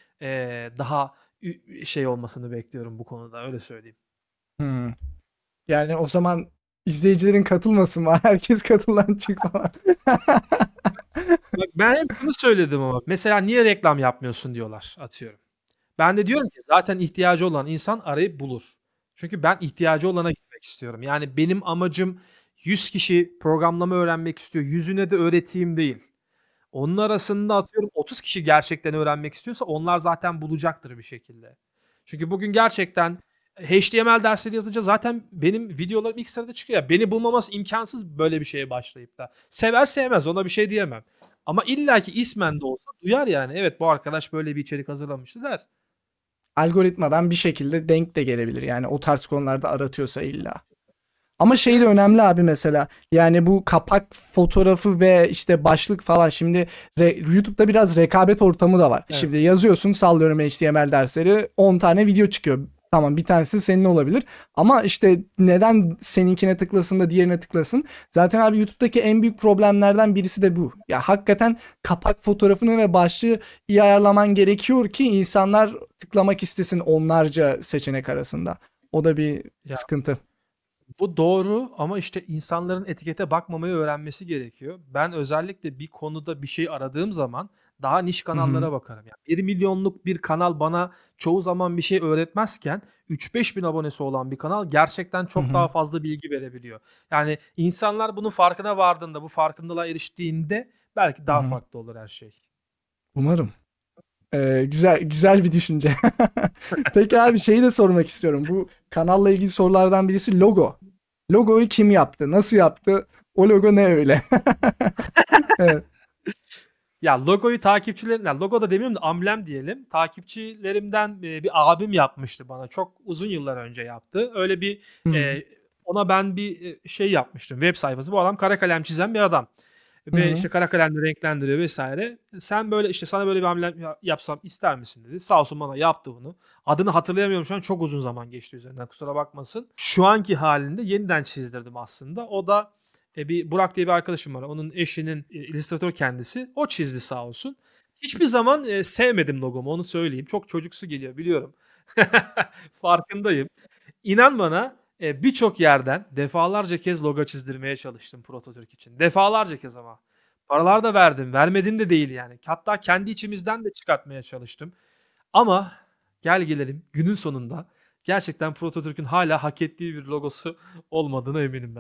daha şey olmasını bekliyorum bu konuda, öyle söyleyeyim. Hmm. Yani o zaman izleyicilerin katılmasın mı? Herkes katılan çık falan. Bak, ben hep şunu söyledim ama mesela niye reklam yapmıyorsun diyorlar, atıyorum. Ben de diyorum ki zaten ihtiyacı olan insan arayıp bulur. Çünkü ben ihtiyacı olana gitmek istiyorum. Yani benim amacım 100 kişi programlama öğrenmek istiyor, yüzüne de öğreteyim değil. Onun arasında atıyorum 30 kişi gerçekten öğrenmek istiyorsa onlar zaten bulacaktır bir şekilde. Çünkü bugün gerçekten HTML dersleri yazınca zaten benim videolarım ilk sırada çıkıyor. Beni bulmaması imkansız böyle bir şeye başlayıp da. Sever sevmez, ona bir şey diyemem. Ama illaki ismen de olsa duyar yani. Evet, bu arkadaş böyle bir içerik hazırlamıştı der. Algoritmadan bir şekilde denk de gelebilir. Yani o tarz konularda aratıyorsa illa. Ama şey de Yani önemli abi mesela. Yani bu kapak fotoğrafı ve işte başlık falan. Şimdi YouTube'da biraz rekabet ortamı da var. evet. Şimdi yazıyorsun, sallıyorum, HTML dersleri 10 tane video çıkıyor. Tamam, bir tanesi senin olabilir. Ama işte neden seninkine tıklasın da diğerine tıklasın? Zaten abi YouTube'daki en büyük problemlerden birisi de bu. Ya hakikaten kapak fotoğrafını ve başlığı iyi ayarlaman gerekiyor ki insanlar tıklamak istesin onlarca seçenek arasında. O da bir Ya sıkıntı. bu doğru ama işte insanların etikete bakmamayı öğrenmesi gerekiyor. Ben özellikle bir konuda bir şey aradığım zaman daha niş Hı hı. kanallara bakarım. Yani 1 milyonluk bir kanal bana çoğu zaman bir şey öğretmezken 3-5 bin abonesi olan bir kanal gerçekten Hı çok daha hı. fazla bilgi verebiliyor. Yani insanlar bunun farkına vardığında, bu farkındalığa eriştiğinde belki Hı daha hı. farklı olur her şey. Umarım. Güzel güzel bir düşünce. Peki abi, şeyi de sormak istiyorum. Bu kanalla ilgili sorulardan birisi logo. Logoyu kim yaptı? Nasıl yaptı? O logo ne öyle? Evet. Ya logoyu takipçilerim, ya logo da demiyorum da amblem diyelim. Takipçilerimden bir abim yapmıştı bana. Çok uzun yıllar önce yaptı. Öyle bir Hı hı. ona ben bir şey yapmıştım. Web sayfası. Bu adam kara kalem çizen bir adam. Hı Ve hı. işte kara kalemle renklendiriyor vesaire. Sen böyle işte sana böyle bir amblem yapsam ister misin dedi. Sağ olsun bana yaptı bunu. Adını hatırlayamıyorum şu an. Çok uzun zaman geçti üzerinden. Kusura bakmasın. Şu anki halinde yeniden çizdirdim aslında. O da bir Burak diye bir arkadaşım var. Onun eşinin illüstratör kendisi. O çizdi sağ olsun. Hiçbir zaman sevmedim logomu, onu söyleyeyim. Çok çocuksu geliyor biliyorum. Farkındayım. İnan bana birçok yerden defalarca kez logo çizdirmeye çalıştım Prototürk için. Defalarca kez ama. Paralar da verdim. Vermedim de değil yani. Hatta kendi içimizden de çıkartmaya çalıştım. Ama gel gelelim günün sonunda gerçekten Prototürk'ün hala hak ettiği bir logosu olmadığına eminim ben de.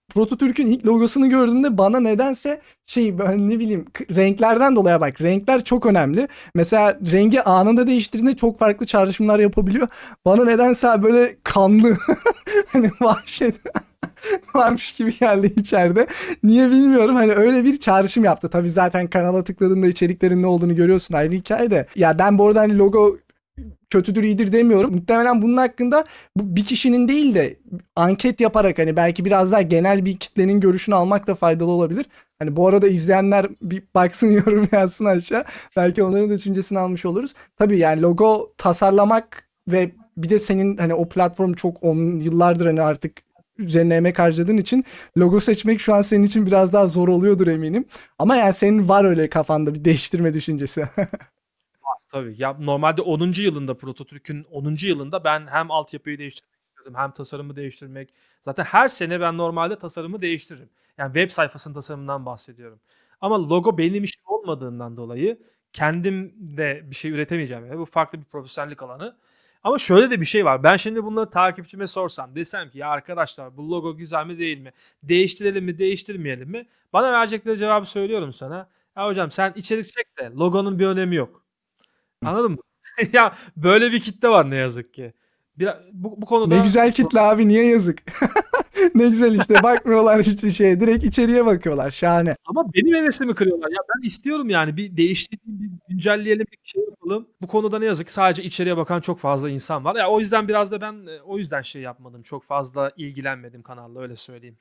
Prototürk'ün ilk logosunu gördüğümde bana nedense ben ne bileyim renklerden dolayı bak. Renkler çok önemli. Mesela rengi anında değiştirdiğinde çok farklı çağrışımlar yapabiliyor. Bana nedense böyle kanlı hani vahşet varmış gibi geldi içeride. Niye bilmiyorum. Hani öyle bir çağrışım yaptı. Tabii zaten kanala tıkladığında içeriklerin ne olduğunu görüyorsun. Ayrı hikaye de. Ya ben bu arada hani logo kötüdür iyidir demiyorum. Muhtemelen bunun hakkında bu bir kişinin değil de anket yaparak hani belki biraz daha genel bir kitlenin görüşünü almak da faydalı olabilir. Hani bu arada izleyenler bir baksın yorum yazsın aşağı. Belki onların da düşüncesini almış oluruz. Tabii yani logo tasarlamak ve bir de senin hani o platform çok yıllardır hani artık üzerine emek harcadığın için logo seçmek şu an senin için biraz daha zor oluyordur eminim. Ama yani senin var öyle kafanda bir değiştirme düşüncesi. Tabii. Ya normalde 10. yılında Prototürk'ün 10. yılında ben hem altyapıyı değiştirmek istiyordum hem tasarımı değiştirmek. Zaten her sene ben normalde tasarımı değiştiririm. Yani web sayfasının tasarımından bahsediyorum. Ama logo benim işim olmadığından dolayı kendim de bir şey üretemeyeceğim. Yani bu farklı bir profesyonellik alanı. Ama şöyle de bir şey var. Ben şimdi bunları takipçime sorsam desem ki ya arkadaşlar bu logo güzel mi değil mi? Değiştirelim mi değiştirmeyelim mi? Bana verecekleri cevabı söylüyorum sana. Ya hocam sen içerik çek de logonun bir önemi yok. Anladın mı? Ya böyle bir kitle var ne yazık ki. Bu Ne konuda güzel kitle abi, niye yazık? Ne güzel işte, bakmıyorlar hiç şeye, direkt içeriye bakıyorlar, şahane. ama benim hevesimi kırıyorlar. Ya ben istiyorum yani bir değiştirelim, bir güncelleyelim, bir şey yapalım. Bu konuda ne yazık ki sadece içeriye bakan çok fazla insan var. Ya o yüzden biraz da ben o yüzden şey yapmadım. Çok fazla ilgilenmedim kanalla öyle söyleyeyim.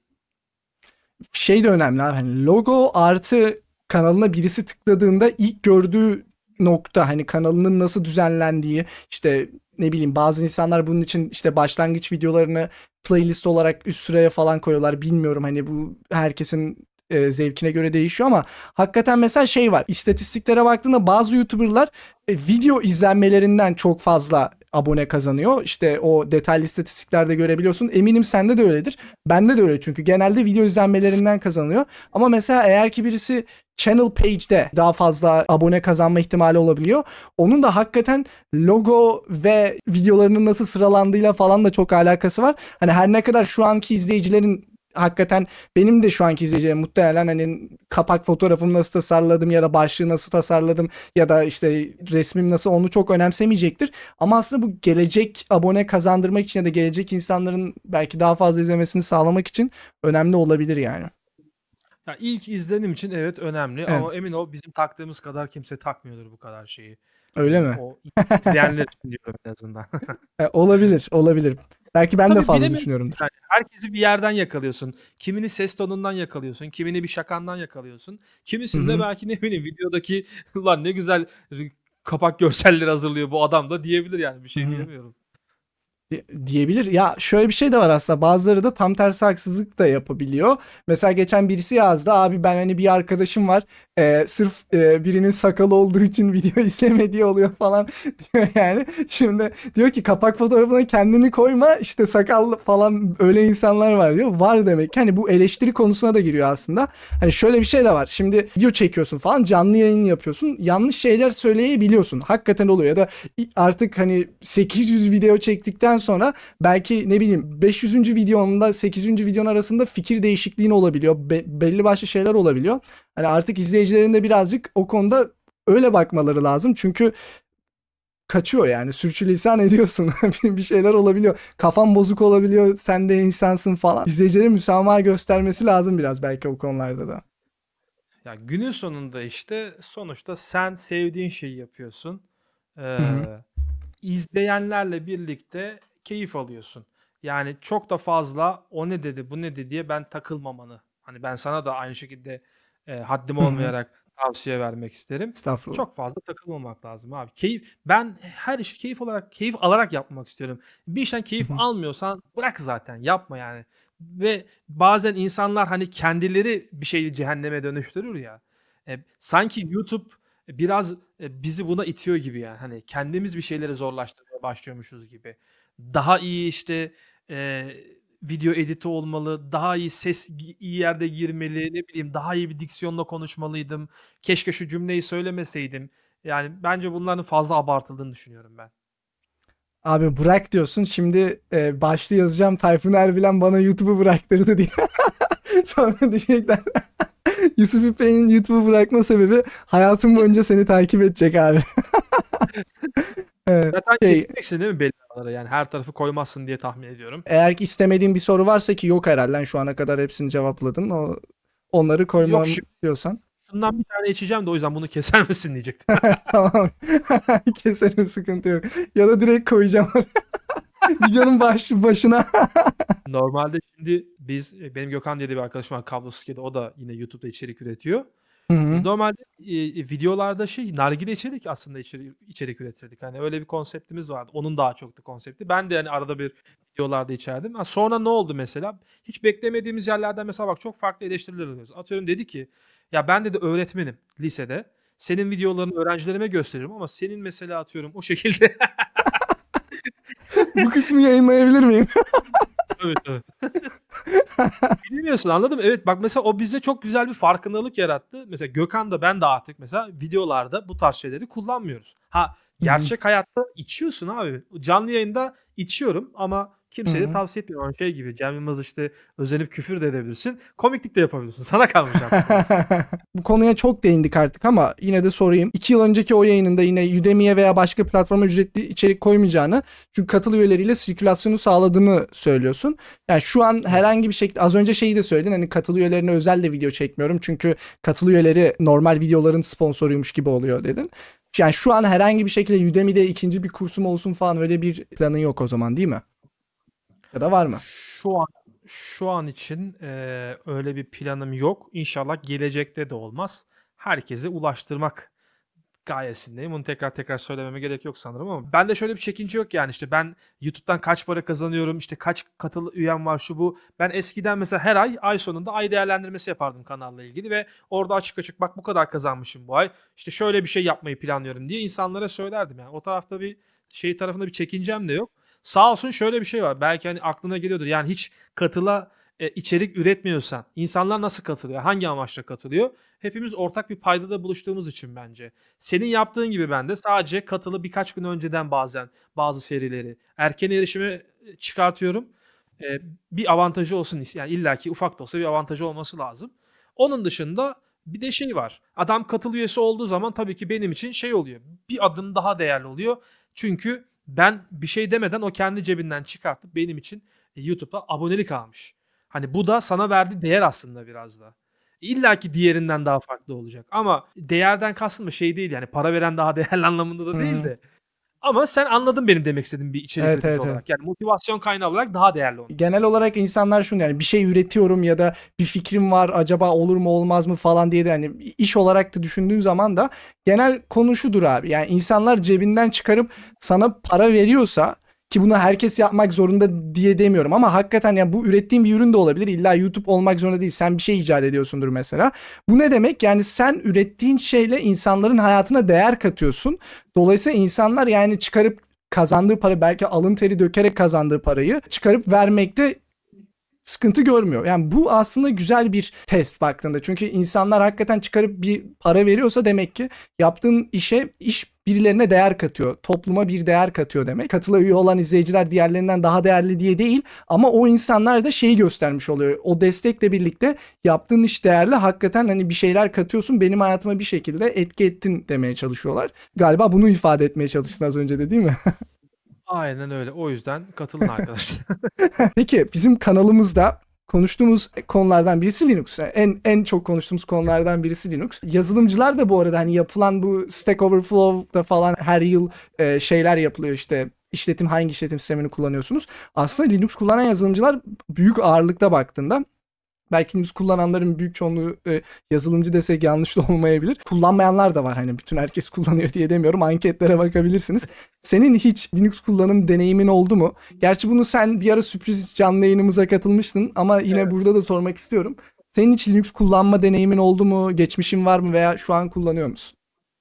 Şey de önemli abi, hani logo artı kanalına birisi tıkladığında ilk gördüğü nokta, hani kanalının nasıl düzenlendiği, işte ne bileyim bazı insanlar bunun için işte başlangıç videolarını playlist olarak üst sıraya falan koyuyorlar, bilmiyorum hani bu herkesin zevkine göre değişiyor ama hakikaten mesela şey var, istatistiklere baktığında bazı YouTuber'lar video izlenmelerinden çok fazla abone kazanıyor. İşte o detaylı istatistiklerde görebiliyorsun. Eminim sende de öyledir. Bende de öyle, çünkü genelde video izlenmelerinden kazanıyor. Ama mesela eğer ki birisi channel page'de daha fazla abone kazanma ihtimali olabiliyor. Onun da hakikaten logo ve videolarının nasıl sıralandığıyla falan da çok alakası var. Hani her ne kadar şu anki izleyicilerin, hakikaten benim de şu anki izleyicilerim muhtemelen hani kapak fotoğrafımı nasıl tasarladım ya da başlığı nasıl tasarladım ya da işte resmim nasıl, onu çok önemsemeyecektir. Ama aslında bu gelecek abone kazandırmak için ya da gelecek insanların belki daha fazla izlemesini sağlamak için önemli olabilir yani. Ya ilk izlenim için evet önemli Evet. ama emin ol bizim taktığımız kadar kimse takmıyordur bu kadar şeyi. Öyle mi? O izleyenler için diyorum en azından. Olabilir, olabilir. Belki ben de Tabii fazla bilemiyorum. düşünüyorumdur. Yani herkesi bir yerden yakalıyorsun. Kimini ses tonundan yakalıyorsun. Kimini bir şakandan yakalıyorsun. Hı Kimisinde hı. belki ne bileyim videodaki ulan ne güzel kapak görselleri hazırlıyor bu adam da diyebilir yani. Bir Hı şey hı. diyemiyorum. Diyebilir. Ya şöyle bir şey de var aslında. Bazıları da tam tersi haksızlık da yapabiliyor. Mesela geçen birisi yazdı. Abi ben hani bir arkadaşım var. Sırf birinin sakalı olduğu için video izlemediği oluyor falan diyor yani. Şimdi diyor ki kapak fotoğrafına kendini koyma, işte sakallı falan öyle insanlar var diyor. Var demek. Hani bu eleştiri konusuna da giriyor aslında. Hani şöyle bir şey de var. Şimdi video çekiyorsun falan, canlı yayın yapıyorsun. Yanlış şeyler söyleyebiliyorsun. Hakikaten oluyor. Ya da artık hani 800 video çektikten sonra belki ne bileyim 500. videonda 800. videonun arasında fikir değişikliğin olabiliyor. Belli başlı şeyler olabiliyor. Hani artık izleyicilerin de birazcık o konuda öyle bakmaları lazım. Çünkü kaçıyor yani, sürçülisan ediyorsun. Bir şeyler olabiliyor. Kafan bozuk olabiliyor. Sen de insansın falan. İzleyicilerin müsamaha göstermesi lazım biraz belki o konularda da. Ya günün sonunda işte sonuçta sen sevdiğin şeyi yapıyorsun. Hı hı. İzleyenlerle birlikte keyif alıyorsun. Yani çok da fazla o ne dedi bu ne dedi diye ben takılmamanı. Hani ben sana da aynı şekilde haddim Hı hı. olmayarak tavsiye vermek isterim. Estağfurullah. Çok fazla takılmamak lazım abi. Ben her işi keyif alarak yapmak istiyorum. Bir işten Hı keyif hı. almıyorsan bırak zaten yapma yani. Ve bazen insanlar hani kendileri bir şeyi cehenneme dönüştürür ya. Sanki YouTube biraz bizi buna itiyor gibi yani. Hani kendimiz bir şeyleri zorlaştırmaya başlıyormuşuz gibi. Daha iyi işte video editi olmalı, daha iyi ses iyi yerde girmeli, ne bileyim daha iyi bir diksiyonla konuşmalıydım. Keşke şu cümleyi söylemeseydim. Yani bence bunların fazla abartıldığını düşünüyorum ben. Abi bırak diyorsun. Şimdi başlığı yazacağım. Tayfun Erbilen bana YouTube'u bıraktırdı diye. Sonra diyecekler Yusuf İpek'in YouTube'u bırakma sebebi hayatım boyunca seni takip edecek abi. Evet. Zaten Şey, keseceksin değil mi belli aralara? Yani her tarafı koymazsın diye tahmin ediyorum. eğer ki istemediğin bir soru varsa ki yok herhalde. Yani şu ana kadar hepsini cevapladın. Onları Yok koymam diyorsan. şundan bir tane içeceğim de o yüzden bunu keser misin diyecektim. Tamam. Keserim, sıkıntı yok. Ya da direkt koyacağım videonun başına. Normalde şimdi benim Gökhan diye de bir arkadaşım var, Kablosuz Kedi. O da yine YouTube'da içerik üretiyor. Hı Biz hı. normalde videolarda nargile içerik aslında içerik üretirdik. Hani öyle bir konseptimiz vardı. Onun daha çoktu konsepti. Ben de hani arada bir videolarda içerdim. Ha, sonra ne oldu mesela? Hiç beklemediğimiz yerlerden mesela bak çok farklı eleştiriler alıyoruz. Atıyorum dedi ki ya ben de öğretmenim lisede. Senin videolarını öğrencilerime gösteririm ama senin mesela atıyorum o şekilde. Bu kısmı yayınlayabilir miyim? Tabii tabii. Bilmiyorsun anladın mı? Evet bak mesela o bize çok güzel bir farkındalık yarattı. Mesela Gökhan da ben de artık mesela videolarda bu tarz şeyleri kullanmıyoruz. Ha Hı hı. gerçek hayatta içiyorsun abi. Canlı yayında içiyorum ama Hı kimseye de hı. tavsiye etmiyorum. Şey gibi Cem Yılmaz işte özenip küfür de edebilirsin. Komiklik de yapabilirsin. Sana kalmış artık orası. Bu konuya çok değindik artık ama yine de sorayım. 2 yıl önceki o yayınında yine Udemy'ye veya başka platforma ücretli içerik koymayacağını, çünkü katıl üyeleriyle sirkülasyonu sağladığını söylüyorsun. Yani şu an Evet. herhangi bir şekilde, az önce şeyi de söyledin, hani katıl üyelerine özel de video çekmiyorum çünkü katıl üyeleri normal videoların sponsoruymuş gibi oluyor dedin. Yani şu an herhangi bir şekilde Udemy'de ikinci bir kursum olsun falan öyle bir planın yok o zaman, değil mi? Ya da var mı? Şu an şu an için öyle bir planım yok. İnşallah gelecekte de olmaz. Herkese ulaştırmak gayesindeyim. Bunu tekrar tekrar söylememe gerek yok sanırım ama bende şöyle bir çekince yok yani işte ben YouTube'dan kaç para kazanıyorum, işte kaç katıl üyem var şu bu. Ben eskiden mesela her ay sonunda ay değerlendirmesi yapardım kanalla ilgili ve orada açık açık bak bu kadar kazanmışım bu ay. İşte şöyle bir şey yapmayı planlıyorum diye insanlara söylerdim yani. O tarafta bir tarafında bir çekincem de yok. Sağ olsun şöyle bir şey var. Belki hani aklına geliyordur. Yani hiç katıla içerik üretmiyorsan insanlar nasıl katılıyor? Hangi amaçla katılıyor? Hepimiz ortak bir paydada buluştuğumuz için bence. Senin yaptığın gibi ben de sadece katılı birkaç gün önceden bazen bazı serileri erken erişime çıkartıyorum. Eee, bir avantajı olsun yani illaki ufak da olsa bir avantajı olması lazım. Onun dışında bir de şey var. Adam katıl üyesi olduğu zaman tabii ki benim için şey oluyor. Bir adım daha değerli oluyor. Çünkü ben bir şey demeden o kendi cebinden çıkartıp benim için YouTube'da abonelik almış. Hani bu da sana verdiği değer aslında biraz da. İlla ki diğerinden daha farklı olacak ama değerden kastım da şey değil yani para veren daha değerli anlamında da değil Hı. de. Ama sen anladın benim demek istediğim bir içerik Evet, üretici evet, evet. olarak. Yani motivasyon kaynağı olarak daha değerli onun için. Genel olarak insanlar şunu, yani bir şey üretiyorum ya da bir fikrim var acaba olur mu olmaz mı falan diye de, hani iş olarak da düşündüğün zaman da genel konu şudur abi. Yani insanlar cebinden çıkarıp sana para veriyorsa, ki bunu herkes yapmak zorunda diye demiyorum ama hakikaten ya bu ürettiğin bir ürün de olabilir. İlla YouTube olmak zorunda değil. Sen bir şey icat ediyorsundur mesela. Bu ne demek? Yani sen ürettiğin şeyle insanların hayatına değer katıyorsun. Dolayısıyla insanlar yani çıkarıp kazandığı para, belki alın teri dökerek kazandığı parayı çıkarıp vermekte sıkıntı görmüyor. Yani bu aslında güzel bir test baktığında. Çünkü insanlar hakikaten çıkarıp bir para veriyorsa demek ki yaptığın iş birilerine değer katıyor. Topluma bir değer katıyor demek. Katıla üye olan izleyiciler diğerlerinden daha değerli diye değil ama o insanlar da şeyi göstermiş oluyor. O destekle birlikte yaptığın iş değerli. Hakikaten hani bir şeyler katıyorsun. Benim hayatıma bir şekilde etki ettin demeye çalışıyorlar. Galiba bunu ifade etmeye çalıştın az önce de, değil mi? Aynen öyle. O yüzden katılın arkadaşlar. Peki bizim kanalımızda konuştuğumuz konulardan birisi Linux. En çok konuştuğumuz konulardan birisi Linux. Yazılımcılar da bu arada hani yapılan bu Stack Overflow'da falan her yıl şeyler yapılıyor, işte hangi işletim sistemini kullanıyorsunuz? Aslında Linux kullanan yazılımcılar büyük ağırlıkta baktığında. Belki Linux kullananların büyük çoğunluğu yazılımcı desek yanlış da olmayabilir. Kullanmayanlar da var, hani bütün herkes kullanıyor diye demiyorum. Anketlere bakabilirsiniz. Senin hiç Linux kullanım deneyimin oldu mu? Gerçi bunu sen bir ara sürpriz canlı yayınımıza katılmıştın ama yine Evet. burada da sormak istiyorum. Senin hiç Linux kullanma deneyimin oldu mu? Geçmişin var mı veya şu an kullanıyor musun?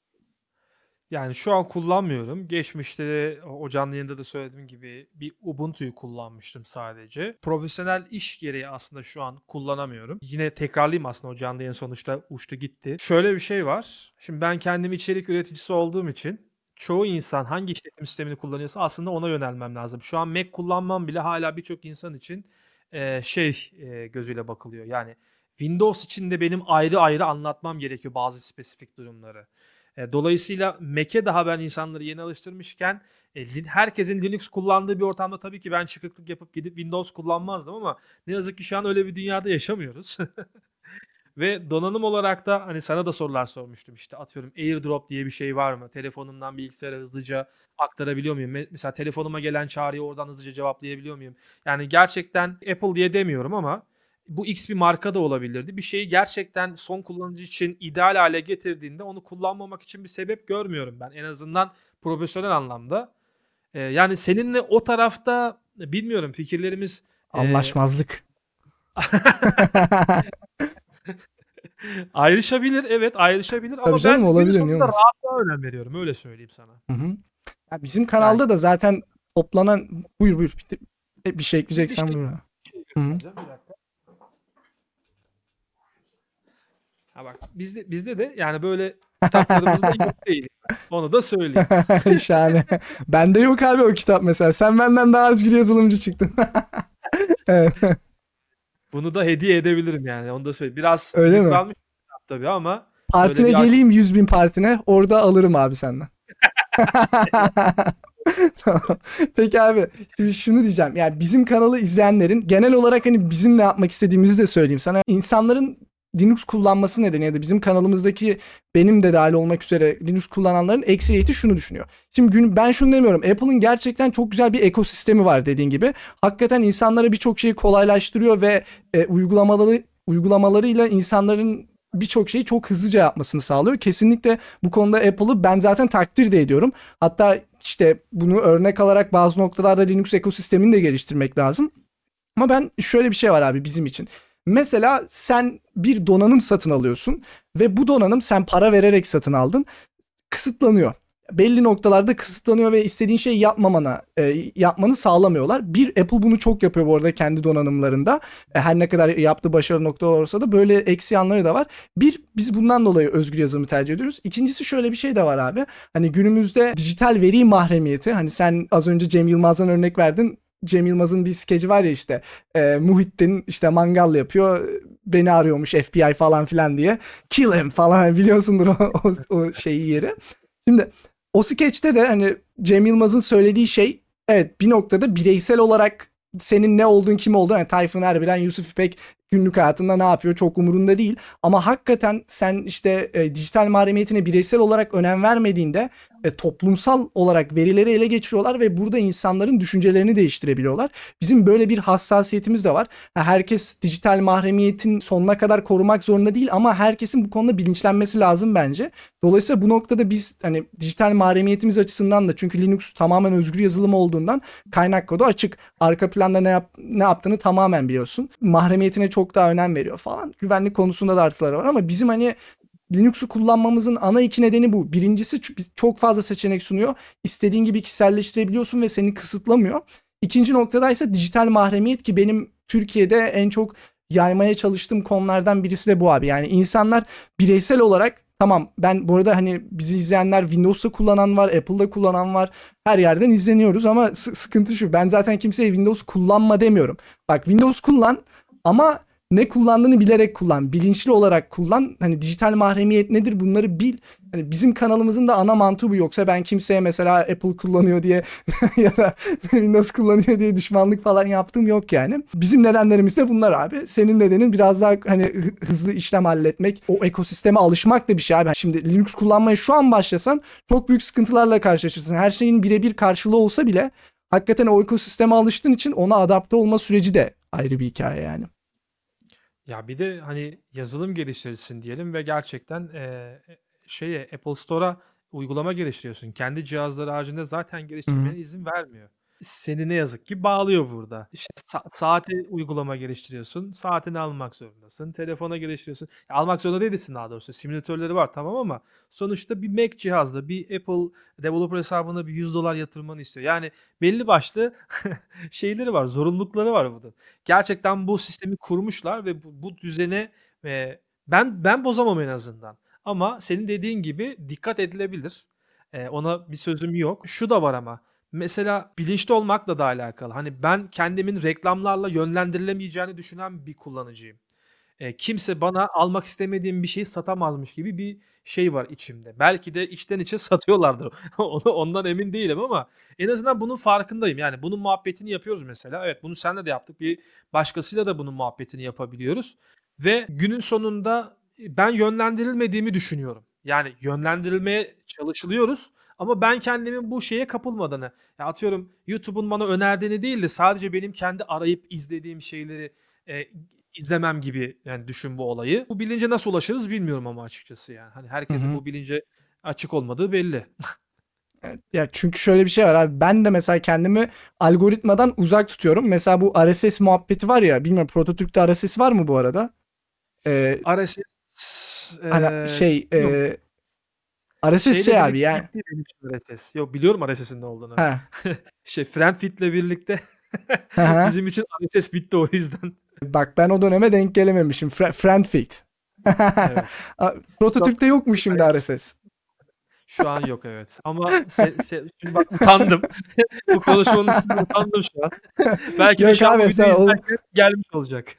Yani şu an kullanmıyorum. Geçmişte de o canlı yayında da söylediğim gibi bir Ubuntu'yu kullanmıştım sadece. Profesyonel iş gereği aslında şu an kullanamıyorum. Yine tekrarlayayım aslında o canlı yayın sonuçta uçtu gitti. Şöyle bir şey var. Şimdi ben kendim içerik üreticisi olduğum için çoğu insan hangi işletim sistemini kullanıyorsa aslında ona yönelmem lazım. Şu an Mac kullanmam bile hala birçok insan için gözüyle bakılıyor. Yani Windows için de benim ayrı ayrı anlatmam gerekiyor bazı spesifik durumları. Dolayısıyla Mac'e daha ben insanları yeni alıştırmışken herkesin Linux kullandığı bir ortamda tabii ki ben çıkıklık yapıp gidip Windows kullanmazdım ama ne yazık ki şu an öyle bir dünyada yaşamıyoruz. Ve donanım olarak da hani sana da sorular sormuştum işte atıyorum AirDrop diye bir şey var mı? Telefonumdan bilgisayara hızlıca aktarabiliyor muyum? Mesela telefonuma gelen çağrıyı oradan hızlıca cevaplayabiliyor muyum? Yani gerçekten Apple diye demiyorum ama bu X bir marka da olabilirdi. Bir şeyi gerçekten son kullanıcı için ideal hale getirdiğinde onu kullanmamak için bir sebep görmüyorum ben. En azından profesyonel anlamda. Yani seninle o tarafta bilmiyorum fikirlerimiz e, Anlaşmazlık. ayrışabilir. Evet, ayrışabilir Tabii ama canım, ben günün olabilir, niye sonunda olmasın? rahatlığa önem veriyorum. Öyle söyleyeyim sana. Hı hı. Ya bizim Yani kanalda da zaten toplanan, buyur buyur, bir şey bir ekleyeceksen şey, buyur abi. bir şey Hı hı. göstereceğim. Bir dakika. Ha bak bizde de yani böyle kitaplarımızda yok değil. Onu da söyleyeyim. Şahane. Bende yok abi o kitap mesela. Sen benden daha az bir yazılımcı çıktın. Evet. Bunu da hediye edebilirim yani. Onu da söyleyeyim. Biraz Öyle mi? yıpranmış bir kitap tabii ama böyle Partine bir geleyim, 100.000 partine. Orada alırım abi senden. Tamam. Peki abi, şimdi şunu diyeceğim. Yani bizim kanalı izleyenlerin genel olarak hani bizim ne yapmak istediğimizi de söyleyeyim sana. İnsanların Linux kullanması nedeni ya da bizim kanalımızdaki, benim de dahil olmak üzere, Linux kullananların ekseriyeti şunu düşünüyor. Şimdi ben şunu demiyorum. Apple'ın gerçekten çok güzel bir ekosistemi var dediğin gibi. Hakikaten insanlara birçok şeyi kolaylaştırıyor ve uygulamalarıyla insanların birçok şeyi çok hızlıca yapmasını sağlıyor. Kesinlikle bu konuda Apple'ı ben zaten takdir de ediyorum. Hatta işte bunu örnek alarak bazı noktalarda Linux ekosistemini de geliştirmek lazım. Ama ben, şöyle bir şey var abi bizim için. Mesela sen bir donanım satın alıyorsun ve bu donanım sen para vererek satın aldın, kısıtlanıyor. Belli noktalarda kısıtlanıyor ve istediğin şeyi yapmanı sağlamıyorlar. Bir, Apple bunu çok yapıyor bu arada kendi donanımlarında. Her ne kadar yaptığı başarılı noktalar olsa da böyle eksi yanları da var. Bir, biz bundan dolayı özgür yazılımı tercih ediyoruz. İkincisi, şöyle bir şey de var abi. Hani günümüzde dijital veri mahremiyeti, hani sen az önce Cem Yılmaz'dan örnek verdin. Cem Yılmaz'ın bir skeci var ya işte, Muhittin işte mangal yapıyor, beni arıyormuş FBI falan filan diye, kill him falan, biliyorsundur o şeyi, yeri. Şimdi o skeçte de hani Cem Yılmaz'ın söylediği şey, evet, bir noktada bireysel olarak senin ne olduğun, kim olduğun, yani Tayfun Erbilen, Yusuf İpek günlük hayatında ne yapıyor çok umurunda değil. Ama hakikaten sen işte dijital mahremiyetine bireysel olarak önem vermediğinde toplumsal olarak verileri ele geçiriyorlar ve burada insanların düşüncelerini değiştirebiliyorlar. Bizim böyle bir hassasiyetimiz de var. Herkes dijital mahremiyetin sonuna kadar korumak zorunda değil ama herkesin bu konuda bilinçlenmesi lazım bence. Dolayısıyla bu noktada biz hani dijital mahremiyetimiz açısından da, çünkü Linux tamamen özgür yazılım olduğundan kaynak kodu açık. Arka planda ne yaptığını tamamen biliyorsun. Mahremiyetine çok daha önem veriyor falan. Güvenlik konusunda da artıları var ama bizim hani Linux'u kullanmamızın ana iki nedeni bu. Birincisi, çok fazla seçenek sunuyor. İstediğin gibi kişiselleştirebiliyorsun ve seni kısıtlamıyor. İkinci noktada ise dijital mahremiyet, ki benim Türkiye'de en çok yaymaya çalıştığım konulardan birisi de bu abi. Yani insanlar bireysel olarak, tamam, ben bu arada hani bizi izleyenler Windows'ta kullanan var, Apple'da kullanan var. Her yerden izleniyoruz ama sıkıntı şu. Ben zaten kimseye Windows kullanma demiyorum. Bak, Windows kullan ama ne kullandığını bilerek kullan. Bilinçli olarak kullan. Hani dijital mahremiyet nedir, bunları bil. Hani bizim kanalımızın da ana mantığı bu. Yoksa ben kimseye mesela Apple kullanıyor diye ya da Windows kullanıyor diye düşmanlık falan yaptığım yok yani. Bizim nedenlerimiz de bunlar abi. Senin nedenin biraz daha hani hızlı işlem halletmek, o ekosisteme alışmak da bir şey abi. Şimdi Linux kullanmaya şu an başlasan çok büyük sıkıntılarla karşılaşırsın. Her şeyin birebir karşılığı olsa bile hakikaten o ekosisteme alıştığın için ona adapte olma süreci de ayrı bir hikaye yani. Ya bir de hani yazılım geliştiricisin diyelim ve gerçekten Apple Store'a uygulama geliştiriyorsun. Kendi cihazları haricinde zaten Hı hı. geliştirmene izin vermiyor. Seni ne yazık ki bağlıyor burada. İşte saate uygulama geliştiriyorsun. Saatini almak zorundasın. Telefona geliştiriyorsun. Ya almak zorunda değilsin daha doğrusu. Simülatörleri var tamam ama sonuçta bir Mac cihazda bir Apple developer hesabına bir $100 yatırmanı istiyor. Yani belli başlı şeyleri var, zorunlulukları var bunun. Gerçekten bu sistemi kurmuşlar ve bu düzene ben bozamam en azından. Ama senin dediğin gibi dikkat edilebilir. Ona bir sözüm yok. Şu da var ama Mesela bilinçli olmakla da alakalı. Hani ben kendimin reklamlarla yönlendirilemeyeceğini düşünen bir kullanıcıyım. Kimse bana almak istemediğim bir şeyi satamazmış gibi bir şey var içimde. Belki de içten içe satıyorlardır. Ondan emin değilim ama en azından bunun farkındayım. Yani bunun muhabbetini yapıyoruz mesela. Evet, bunu seninle de yaptık. Bir başkasıyla da bunun muhabbetini yapabiliyoruz ve günün sonunda ben yönlendirilmediğimi düşünüyorum. Yani yönlendirilmeye çalışılıyoruz ama ben kendimin bu şeye kapılmadığını, ya atıyorum YouTube'un bana önerdiğini değil de sadece benim kendi arayıp izlediğim şeyleri, eee, izlemem gibi yani düşün bu olayı. Bu bilince nasıl ulaşırız bilmiyorum ama açıkçası yani. Hani Hı herkesin hı. bu bilince açık olmadığı belli. Evet, ya çünkü şöyle bir şey var abi. Ben de mesela kendimi algoritmadan uzak tutuyorum. Mesela bu RSS muhabbeti var ya. Bilmiyorum, Prototürk'te RSS var mı bu arada? Ee, RSS, Hani şey yok. RSS Şeyle şey abi birlikte yani. gitti benim için RSS. Yok, biliyorum RSS'in ne olduğunu. Ha. Friendfeed'le birlikte Hı hı. bizim için RSS bitti o yüzden. Bak ben o döneme denk gelememişim. Friendfeed. Evet. Çok Prototürk'te yok mu şimdi RSS? Şu an yok, evet. Ama şimdi bak utandım. Bu konuşmanın üstünde utandım şu an. Belki de Yok şu an bu abi sen videoyu oğlum. izlerken gelmiş olacak.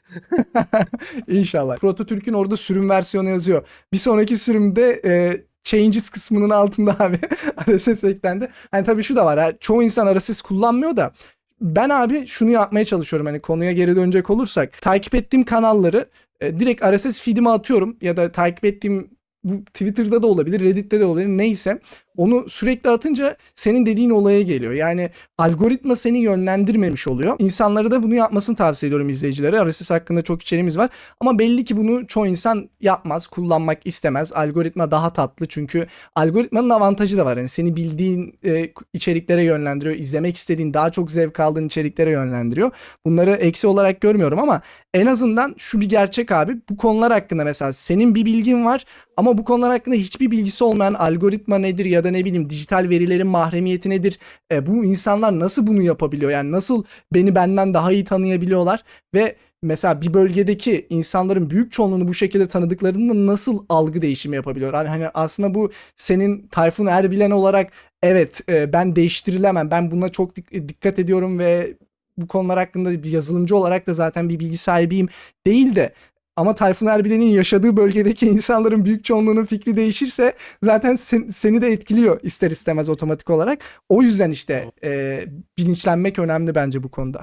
İnşallah. Prototürk'ün orada sürüm versiyonu yazıyor. Bir sonraki sürümde changes kısmının altında abi RSS eklendi. Hani tabii şu da var. Çoğu insan RSS kullanmıyor da ben abi şunu yapmaya çalışıyorum. Hani konuya geri dönecek olursak takip ettiğim kanalları direkt RSS feed'ime atıyorum ya da takip ettiğim, bu Twitter'da da olabilir, Reddit'te de olabilir, neyse. Onu sürekli atınca senin dediğin olaya geliyor. Yani algoritma seni yönlendirmemiş oluyor. İnsanlara da bunu yapmasını tavsiye ediyorum, izleyicilere. RSS hakkında çok içeriğimiz var. Ama belli ki bunu çoğu insan yapmaz, kullanmak istemez. Algoritma daha tatlı çünkü algoritmanın avantajı da var. Yani seni bildiğin içeriklere yönlendiriyor. İzlemek istediğin, daha çok zevk aldığın içeriklere yönlendiriyor. Bunları eksi olarak görmüyorum ama en azından şu bir gerçek abi. Bu konular hakkında mesela senin bir bilgin var ama bu konular hakkında hiçbir bilgisi olmayan, algoritma nedir ya da ne bileyim dijital verilerin mahremiyeti nedir? Bu insanlar nasıl bunu yapabiliyor? Yani nasıl beni benden daha iyi tanıyabiliyorlar ve mesela bir bölgedeki insanların büyük çoğunluğunu bu şekilde tanıdıklarında nasıl algı değişimi yapabiliyor? Hani aslında bu senin Tayfun Erbilen olarak, evet ben değiştirilemem, ben buna çok dikkat ediyorum ve bu konular hakkında bir yazılımcı olarak da zaten bir bilgi sahibiyim değil de, ama Tayfun Erbilen'in yaşadığı bölgedeki insanların büyük çoğunluğunun fikri değişirse zaten seni de etkiliyor ister istemez otomatik olarak. O yüzden işte Doğru. bilinçlenmek önemli bence bu konuda.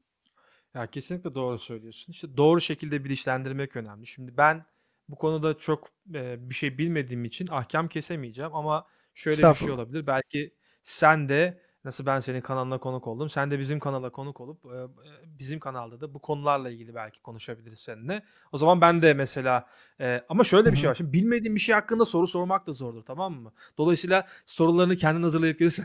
Ya kesinlikle doğru söylüyorsun. İşte doğru şekilde bilinçlendirmek önemli. Şimdi ben bu konuda çok bir şey bilmediğim için ahkam kesemeyeceğim ama şöyle bir şey Estağfurullah. olabilir. Belki sen de nasıl ben senin kanalına konuk oldum. Sen de bizim kanala konuk olup bizim kanalda da bu konularla ilgili belki konuşabiliriz seninle. O zaman ben de mesela ama Hı şöyle bir şey hı. var. Şimdi bilmediğim bir şey hakkında soru sormak da zordur, tamam mı? Dolayısıyla sorularını kendin hazırlayıp gelirsen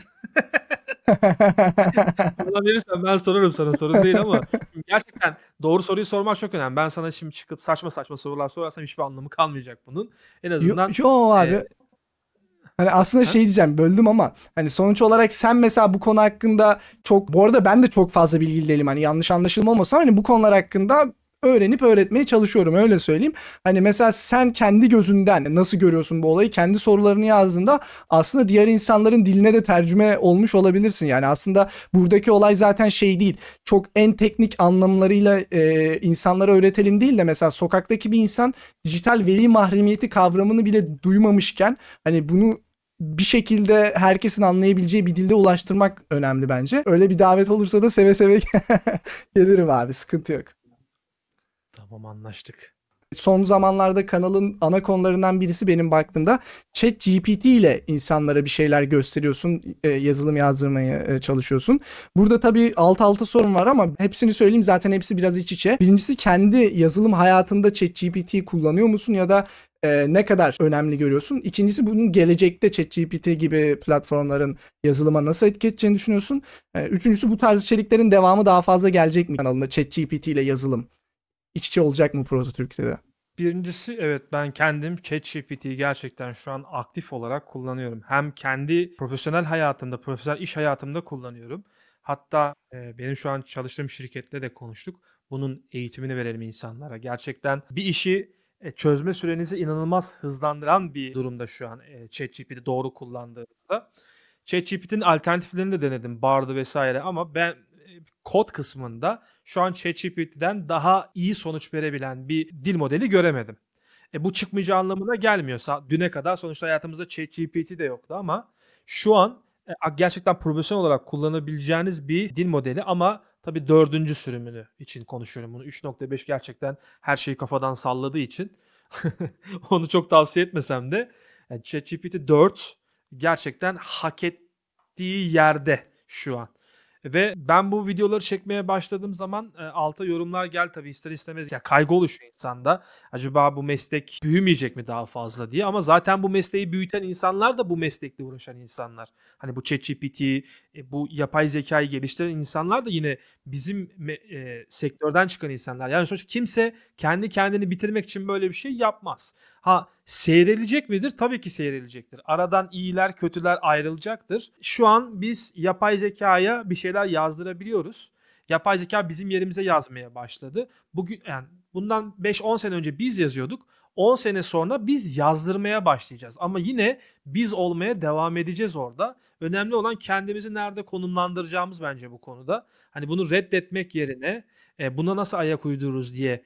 bana verirsen ben sorarım sana, sorun değil ama gerçekten doğru soruyu sormak çok önemli. Ben sana şimdi çıkıp saçma saçma sorular sorarsam hiçbir anlamı kalmayacak bunun. En azından Yo eee abi. Hani aslında ha? şey diyeceğim, böldüm ama hani sonuç olarak sen mesela bu konu hakkında çok, bu arada ben de çok fazla bilgili değilim, hani yanlış anlaşılma olmasın, hani bu konular hakkında öğrenip öğretmeye çalışıyorum, öyle söyleyeyim. Hani mesela sen kendi gözünden nasıl görüyorsun bu olayı, kendi sorularını yazdığında aslında diğer insanların diline de tercüme olmuş olabilirsin. Yani aslında buradaki olay zaten şey değil, çok en teknik anlamlarıyla insanlara öğretelim değil de mesela sokaktaki bir insan dijital veri mahremiyeti kavramını bile duymamışken hani bunu bir şekilde herkesin anlayabileceği bir dilde ulaştırmak önemli bence. Öyle bir davet olursa da seve seve gelirim abi, sıkıntı yok. Tamam, anlaştık. Son zamanlarda kanalın ana konularından birisi benim baktığımda ChatGPT ile insanlara bir şeyler gösteriyorsun, yazılım yazdırmaya çalışıyorsun. Burada tabii alt alta sorun var ama hepsini söyleyeyim, zaten hepsi biraz iç içe. Birincisi, kendi yazılım hayatında ChatGPT kullanıyor musun ya da ne kadar önemli görüyorsun? İkincisi, bunun gelecekte ChatGPT gibi platformların yazılıma nasıl etki edeceğini düşünüyorsun? Üçüncüsü, bu tarz içeriklerin devamı daha fazla gelecek mi kanalında, ChatGPT ile yazılım? İç içe olacak mı Prototürk'te de? Birincisi, evet, ben kendim ChatGPT'yi gerçekten şu an aktif olarak kullanıyorum. Hem kendi profesyonel hayatımda, profesyonel iş hayatımda kullanıyorum. Hatta benim şu an çalıştığım şirkette de konuştuk. Bunun eğitimini verelim insanlara. Gerçekten bir işi çözme sürenizi inanılmaz hızlandıran bir durumda şu an ChatGPT doğru kullandığınızda. ChatGPT'nin alternatiflerini de denedim. Bard'ı vesaire ama ben kod kısmında şu an ChatGPT'den daha iyi sonuç verebilen bir dil modeli göremedim. Bu çıkmayacağı anlamına gelmiyor. Düne kadar sonuçta hayatımızda ChatGPT de yoktu ama şu an gerçekten profesyonel olarak kullanabileceğiniz bir dil modeli ama tabii 4. sürümünü için konuşuyorum bunu. 3.5 gerçekten her şeyi kafadan salladığı için onu çok tavsiye etmesem de ChatGPT 4 gerçekten hak ettiği yerde şu an. Ve ben bu videoları çekmeye başladığım zaman alta yorumlar gel tabii ister istemez ya kaygı oluşuyor insanda. Acaba bu meslek büyümeyecek mi daha fazla diye ama zaten bu mesleği büyüten insanlar da bu meslekle uğraşan insanlar. Hani bu ChatGPT, bu yapay zekayı geliştiren insanlar da yine bizim sektörden çıkan insanlar. Yani sonuçta kimse kendi kendini bitirmek için böyle bir şey yapmaz. Ha seyrelecek midir? Tabii ki seyrelecektir. Aradan iyiler, kötüler ayrılacaktır. Şu an biz yapay zekaya bir şeyler yazdırabiliyoruz. Yapay zeka bizim yerimize yazmaya başladı. Bugün yani bundan 5-10 sene önce biz yazıyorduk. 10 sene sonra biz yazdırmaya başlayacağız. Ama yine biz olmaya devam edeceğiz orada. Önemli olan kendimizi nerede konumlandıracağımız bence bu konuda. Hani bunu reddetmek yerine buna nasıl ayak uydururuz diye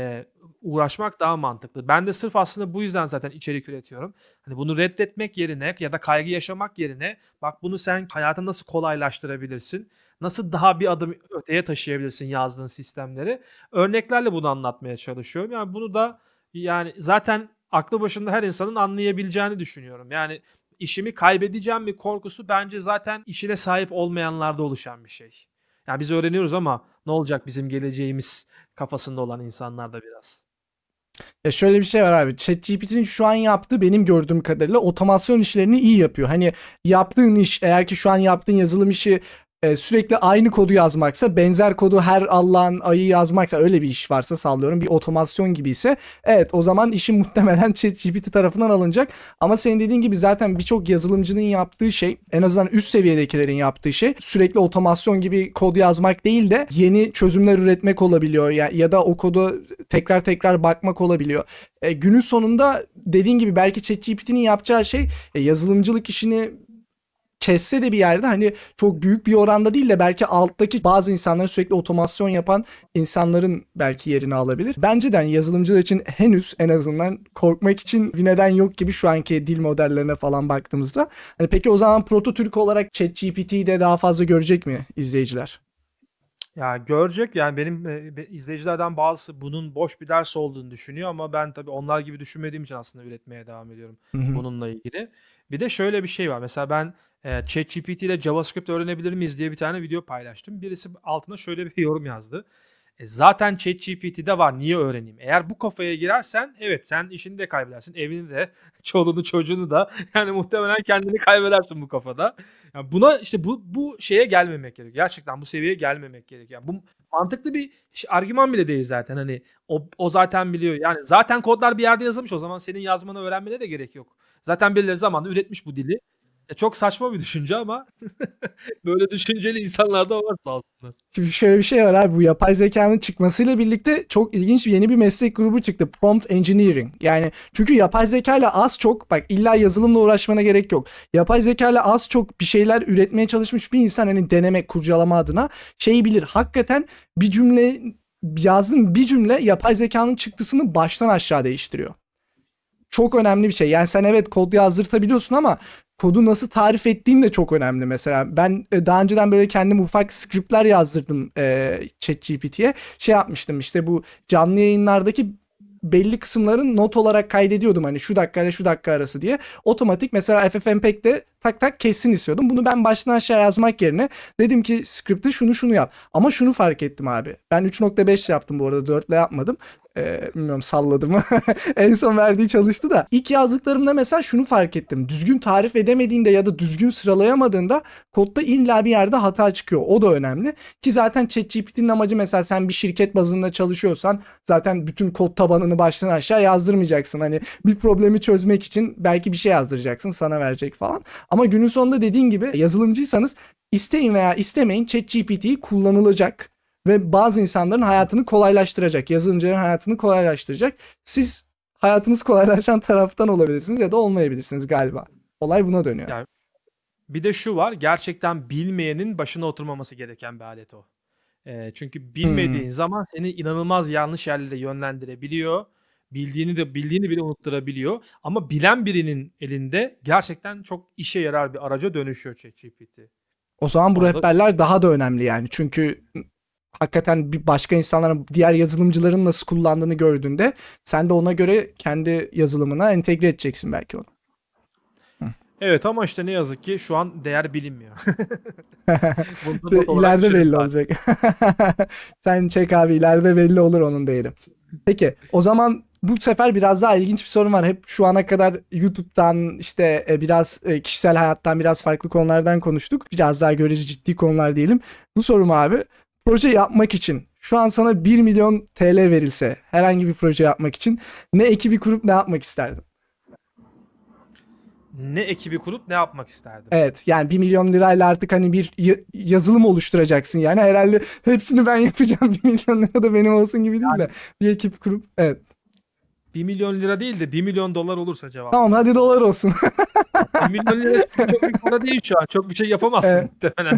uğraşmak daha mantıklı. Ben de sırf aslında bu yüzden zaten içerik üretiyorum. Hani bunu reddetmek yerine ya da kaygı yaşamak yerine bak bunu sen hayatını nasıl kolaylaştırabilirsin? Nasıl daha bir adım öteye taşıyabilirsin yazdığın sistemleri? Örneklerle bunu anlatmaya çalışıyorum. Yani bunu da yani zaten aklı başında her insanın anlayabileceğini düşünüyorum. Yani işimi kaybedeceğim bir korkusu bence zaten işine sahip olmayanlarda oluşan bir şey. Yani biz öğreniyoruz ama ne olacak bizim geleceğimiz kafasında olan insanlar da biraz. Ya şöyle bir şey var abi. ChatGPT'nin şu an yaptığı benim gördüğüm kadarıyla otomasyon işlerini iyi yapıyor. Hani yaptığın iş eğer ki şu an yaptığın yazılım işi sürekli aynı kodu yazmaksa, benzer kodu her Allah'ın ayı yazmaksa, öyle bir iş varsa sallıyorum bir otomasyon gibi ise evet o zaman işi muhtemelen ChatGPT tarafından alınacak. Ama senin dediğin gibi zaten birçok yazılımcının yaptığı şey, en azından üst seviyedekilerin yaptığı şey sürekli otomasyon gibi kod yazmak değil de yeni çözümler üretmek olabiliyor ya da o kodu tekrar tekrar bakmak olabiliyor. Günün sonunda dediğin gibi belki ChatGPT'nin yapacağı şey yazılımcılık işini kesse de bir yerde hani çok büyük bir oranda değil de belki alttaki bazı insanların sürekli otomasyon yapan insanların belki yerini alabilir. Bence de hani yazılımcılar için henüz en azından korkmak için bir neden yok gibi şu anki dil modellerine falan baktığımızda. Hani peki o zaman Prototürk olarak ChatGPT'yi de daha fazla görecek mi izleyiciler? Ya görecek yani benim izleyicilerden bazısı bunun boş bir ders olduğunu düşünüyor ama ben tabii onlar gibi düşünmediğim için aslında üretmeye devam ediyorum Hı hı. bununla ilgili. Bir de şöyle bir şey var. Mesela ben ChatGPT ile JavaScript öğrenebilir miyiz diye bir tane video paylaştım. Birisi altına şöyle bir yorum yazdı. Zaten ChatGPT'de var. Niye öğreneyim? Eğer bu kafaya girersen evet sen işini de kaybedersin. Evini de, çoluğunu, çocuğunu da yani muhtemelen kendini kaybedersin bu kafada. Yani buna işte bu şeye gelmemek gerekiyor. Gerçekten bu seviyeye gelmemek gerekiyor. Yani bu mantıklı bir argüman bile değil zaten. Hani o zaten biliyor. Yani zaten kodlar bir yerde yazılmış. O zaman senin yazmanı öğrenmene de gerek yok. Zaten birileri zamanında üretmiş bu dili. Çok saçma bir düşünce ama böyle düşünceli insanlar da var sağ olsunlar. Şimdi şöyle bir şey var abi, bu yapay zekanın çıkmasıyla birlikte çok ilginç yeni bir meslek grubu çıktı. Prompt Engineering. Yani çünkü yapay zeka ile az çok bak illa yazılımla uğraşmana gerek yok. Yapay zeka ile az çok bir şeyler üretmeye çalışmış bir insan hani denemek, kurcalama adına şeyi bilir. Hakikaten bir cümle yazdığın bir cümle yapay zekanın çıktısını baştan aşağı değiştiriyor. Çok önemli bir şey. Yani sen evet kod yazdırtabiliyorsun ama kodu nasıl tarif ettiğin de çok önemli mesela. Ben daha önceden böyle kendim ufak scriptler yazdırdım ChatGPT'ye. Şey yapmıştım işte bu canlı yayınlardaki belli kısımların not olarak kaydediyordum hani şu dakika ile şu dakika arası diye. Otomatik mesela FFmpeg'de tak tak kessin istiyordum. Bunu ben baştan aşağı yazmak yerine dedim ki script'te şunu şunu yap. Ama şunu fark ettim abi. Ben 3.5 yaptım bu arada, 4 ile yapmadım. Bilmiyorum salladım. En son verdiği çalıştı da. İlk yazdıklarımda mesela şunu fark ettim. Düzgün tarif edemediğinde ya da düzgün sıralayamadığında kodda illa bir yerde hata çıkıyor. O da önemli. Ki zaten ChatGPT'nin amacı mesela sen bir şirket bazında çalışıyorsan zaten bütün kod tabanını baştan aşağı yazdırmayacaksın. Hani bir problemi çözmek için belki bir şey yazdıracaksın, sana verecek falan. Ama günün sonunda dediğin gibi yazılımcıysanız isteyin veya istemeyin ChatGPT kullanılacak ve bazı insanların hayatını kolaylaştıracak. Yazılımcıların hayatını kolaylaştıracak. Siz hayatınız kolaylaşan taraftan olabilirsiniz ya da olmayabilirsiniz galiba. Olay buna dönüyor. Yani Bir de şu var, gerçekten bilmeyenin başına oturmaması gereken bir alet o. Çünkü Hmm. bilmediğin zaman seni inanılmaz yanlış yerlere yönlendirebiliyor. Bildiğini bile unutturabiliyor. Ama bilen birinin elinde gerçekten çok işe yarar bir araca dönüşüyor ChatGPT. O zaman bu Onu da rehberler daha da önemli yani. Çünkü hakikaten bir başka insanların, diğer yazılımcıların nasıl kullandığını gördüğünde sen de ona göre kendi yazılımına entegre edeceksin belki onu. evet, ama işte ne yazık ki şu an değer bilinmiyor. Bunu da not olarak İleride düşelim belli bari. olacak. Sen çek abi, ileride belli olur onun değeri. Peki o zaman bu sefer biraz daha ilginç bir sorun var. Hep şu ana kadar YouTube'dan işte biraz kişisel hayattan biraz farklı konulardan konuştuk. Biraz daha görece ciddi konular diyelim. Bu sorum abi, proje yapmak için şu an sana 1 milyon TL verilse herhangi bir proje yapmak için ne ekibi kurup ne yapmak isterdin? Ne ekibi kurup ne yapmak isterdim? Evet yani 1 milyon lirayla artık hani bir yazılım oluşturacaksın yani herhalde hepsini ben yapacağım, 1 milyon lira da benim olsun gibi değil de bir ekip kurup evet. 1 milyon lira değil de 1 milyon dolar olursa cevap Tamam hadi vereceğim bu dolar arada. olsun. 1 milyon lira çünkü çok büyük para değil şu an. Çok bir şey yapamazsın Evet. muhtemelen.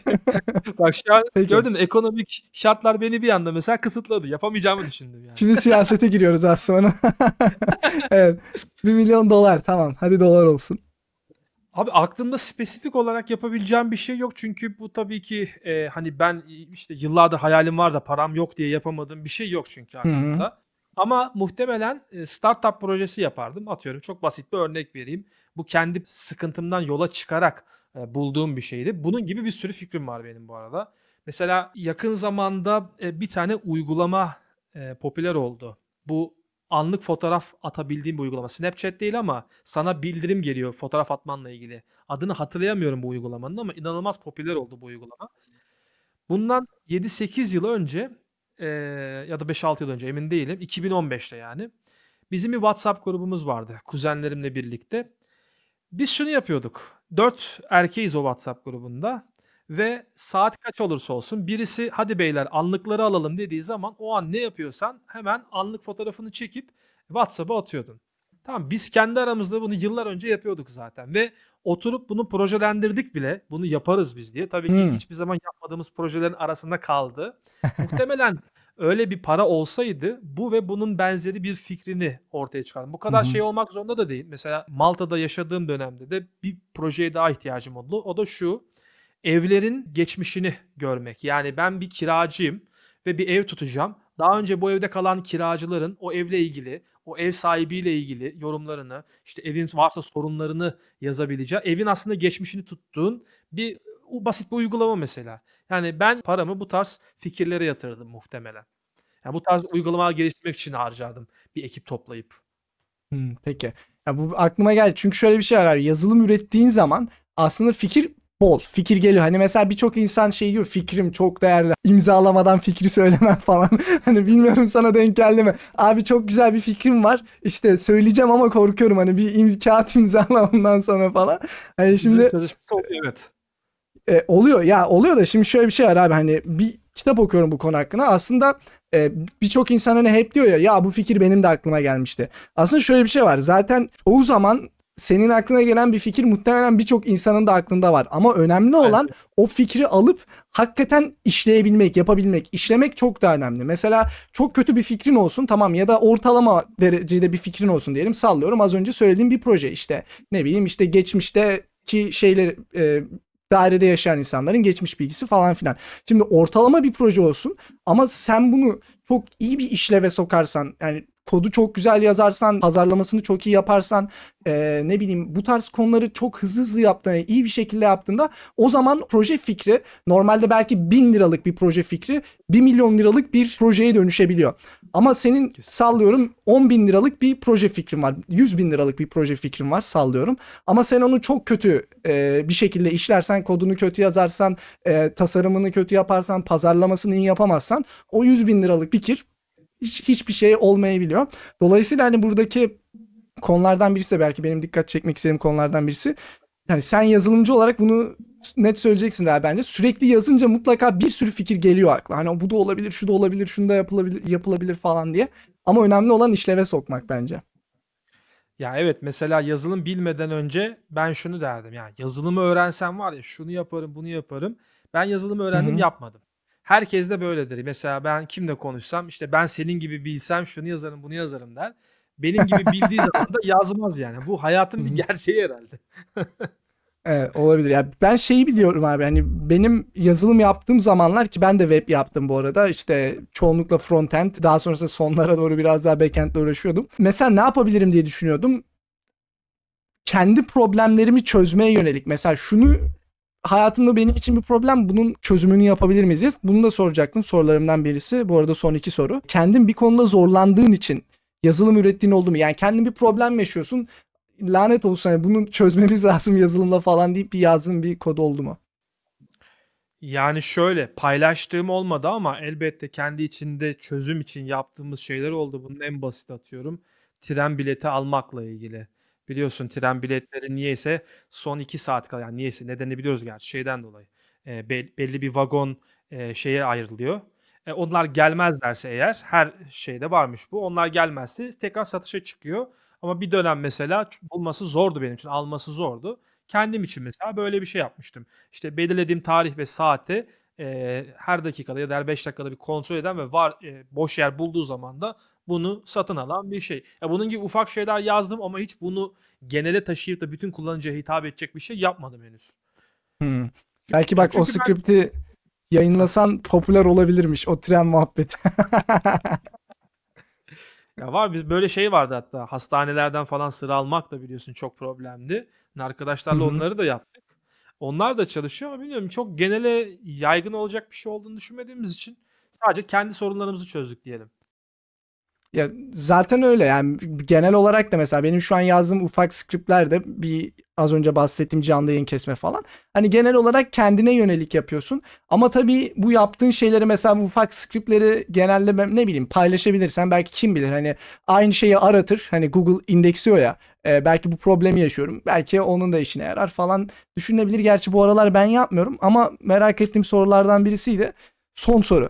Bak şu an Peki. gördün mü, ekonomik şartlar beni bir anda mesela kısıtladı. Yapamayacağımı düşündüm yani. Şimdi siyasete giriyoruz az sonra. Evet. 1 milyon dolar tamam. Hadi dolar olsun. Abi aklımda spesifik olarak yapabileceğim bir şey yok. Çünkü bu tabii ki hani ben işte yıllardır hayalim var da param yok diye yapamadığım bir şey yok çünkü Hı hı. aklımda. Ama muhtemelen startup projesi yapardım. Atıyorum, çok basit bir örnek vereyim. Bu kendi sıkıntımdan yola çıkarak bulduğum bir şeydi. Bunun gibi bir sürü fikrim var benim bu arada. Mesela yakın zamanda bir tane uygulama popüler oldu. Bu anlık fotoğraf atabildiğim bir uygulama. Snapchat değil ama sana bildirim geliyor fotoğraf atmanla ilgili. Adını hatırlayamıyorum bu uygulamanın ama inanılmaz popüler oldu bu uygulama. Bundan 7-8 yıl önce ya da 5-6 yıl önce emin değilim. 2015'te yani. Bizim bir WhatsApp grubumuz vardı kuzenlerimle birlikte. Biz şunu yapıyorduk. 4 erkeğiz o WhatsApp grubunda ve saat kaç olursa olsun birisi hadi beyler anlıkları alalım dediği zaman o an ne yapıyorsan hemen anlık fotoğrafını çekip WhatsApp'a atıyordun. Tamam, biz kendi aramızda bunu yıllar önce yapıyorduk zaten ve oturup bunu projelendirdik bile. Bunu yaparız biz diye. Tabii ki Hı. hiçbir zaman yapmadığımız projelerin arasında kaldı. Muhtemelen öyle bir para olsaydı bu ve bunun benzeri bir fikrini ortaya çıkardım. Bu Hı kadar hı. şey olmak zorunda da değil. Mesela Malta'da yaşadığım dönemde de bir projeye daha ihtiyacım oldu. O da şu: evlerin geçmişini görmek. Yani ben bir kiracıyım ve bir ev tutacağım. Daha önce bu evde kalan kiracıların o evle ilgili, o ev sahibiyle ilgili yorumlarını, işte evin varsa sorunlarını yazabileceği, evin aslında geçmişini tuttuğun bir basit bir uygulama mesela. Yani ben paramı bu tarz fikirlere yatırdım muhtemelen. Yani bu tarz uygulamalar geliştirmek için harcardım bir ekip toplayıp. Peki. Ya bu aklıma geldi. Çünkü şöyle bir şey var abi. Yazılım ürettiğin zaman aslında fikir bol. Fikir geliyor. Hani mesela birçok insan şey diyor. Fikrim çok değerli. İmzalamadan fikri söylemem falan. Hani bilmiyorum sana denk geldi mi? Abi çok güzel bir fikrim var. İşte söyleyeceğim ama korkuyorum. Hani bir kağıt imzala ondan sonra falan. Hani Bizim şimdi çalışması oluyor, evet. oluyor ya, oluyor da şimdi şöyle bir şey var abi, hani bir kitap okuyorum bu konu hakkında. Aslında birçok insan hani hep diyor ya bu fikir benim de aklıma gelmişti. Aslında şöyle bir şey var. Zaten çoğu zaman senin aklına gelen bir fikir muhtemelen birçok insanın da aklında var. Ama önemli olan Bence. o fikri alıp hakikaten işleyebilmek, yapabilmek. İşlemek çok da önemli. Mesela çok kötü bir fikrin olsun tamam, ya da ortalama derecede bir fikrin olsun diyelim, sallıyorum. Az önce söylediğim bir proje, işte ne bileyim, işte geçmişteki şeyleri, dairede yaşayan insanların geçmiş bilgisi falan filan. Şimdi ortalama bir proje olsun ama sen bunu çok iyi bir işleve sokarsan, yani kodu çok güzel yazarsan, pazarlamasını çok iyi yaparsan, ne bileyim bu tarz konuları çok hızlı hızlı yaptığında, iyi bir şekilde yaptığında, o zaman proje fikri normalde belki 1.000 liralık bir proje fikri 1 milyon liralık bir projeye dönüşebiliyor. Ama senin Kesinlikle. sallıyorum 10 bin liralık bir proje fikrin var. 100 bin liralık bir proje fikrin var sallıyorum. Ama sen onu çok kötü bir şekilde işlersen, kodunu kötü yazarsan, tasarımını kötü yaparsan, pazarlamasını iyi yapamazsan, o 100 bin liralık fikir hiçbir şey olmayabiliyor. Dolayısıyla hani buradaki konulardan birisi de, belki benim dikkat çekmek istediğim konulardan birisi. Yani sen yazılımcı olarak bunu net söyleyeceksin daha bence. Sürekli yazınca mutlaka bir sürü fikir geliyor akla. Hani bu da olabilir, şu da olabilir, şunu da yapılabilir falan diye. Ama önemli olan işleve sokmak bence. Ya evet, mesela yazılım bilmeden önce ben şunu derdim. Yani yazılımı öğrensem var ya, şunu yaparım, bunu yaparım. Ben yazılımı Hı öğrendim, hı. yapmadım. Herkes de böyledir. Mesela ben kimle konuşsam işte ben senin gibi bilsem şunu yazarım, bunu yazarım der. Benim gibi bildiği zaman da yazmaz yani. Bu Hı hayatın bir hı. gerçeği herhalde. Evet, olabilir. Ya ben şeyi biliyorum abi, hani benim yazılım yaptığım zamanlar, ki ben de web yaptım bu arada, işte çoğunlukla frontend, daha sonrasında sonlara doğru biraz daha backend'le uğraşıyordum. Mesela ne yapabilirim diye düşünüyordum. Kendi problemlerimi çözmeye yönelik. Mesela şunu, hayatımda benim için bir problem, bunun çözümünü yapabilir miyiz diye. Bunu da soracaktım, sorularımdan birisi. Bu arada son iki soru. Kendin bir konuda zorlandığın için yazılım ürettiğin oldu mu? Yani kendin bir problem yaşıyorsun. Lanet olsun, hani bunu çözmemiz lazım yazılımla falan deyip bir yazdığın bir kod oldu mu? Yani şöyle paylaştığım olmadı ama elbette kendi içinde çözüm için yaptığımız şeyler oldu. Bunun en basit atıyorum. Tren bileti almakla ilgili. Biliyorsun tren biletleri niyeyse son 2 saat kala, yani niyeyse nedeni biliyoruz gerçi şeyden dolayı. Belli bir vagon şeye ayrılıyor. Onlar gelmezlerse eğer, her şeyde varmış bu. Onlar gelmezse tekrar satışa çıkıyor. Ama bir dönem mesela bulması zordu benim için, alması zordu. Kendim için mesela böyle bir şey yapmıştım. İşte belirlediğim tarih ve saate her dakikada ya da her 5 dakikada bir kontrol eden ve boş yer bulduğu zaman da bunu satın alan bir şey. Ya bunun gibi ufak şeyler yazdım ama hiç bunu genele taşıyıp da bütün kullanıcıya hitap edecek bir şey yapmadım henüz. Hmm. Çünkü, Belki ya bak, o çünkü ben skripti Heh. yayınlasan popüler olabilirmiş, o tren muhabbeti. Ya var, biz böyle şey vardı, hatta hastanelerden falan sıra almak da biliyorsun çok problemdi. Hı Arkadaşlarla hı. onları da yaptık. Onlar da çalışıyor ama bilmiyorum, çok genele yaygın olacak bir şey olduğunu düşünmediğimiz için sadece kendi sorunlarımızı çözdük diyelim. Ya zaten öyle yani, genel olarak da mesela benim şu an yazdığım ufak skriptlerde, bir az önce bahsettiğim canlı yayın kesme falan, hani genel olarak kendine yönelik yapıyorsun, ama tabii bu yaptığın şeyleri, mesela bu ufak skriptleri genelde ne bileyim paylaşabilirsen, belki kim bilir, hani aynı şeyi aratır, hani Google indeksliyor ya, belki bu problemi yaşıyorum, belki onun da işine yarar falan düşünebilir. Gerçi bu aralar ben yapmıyorum, ama merak ettiğim sorulardan birisiydi. Son soru.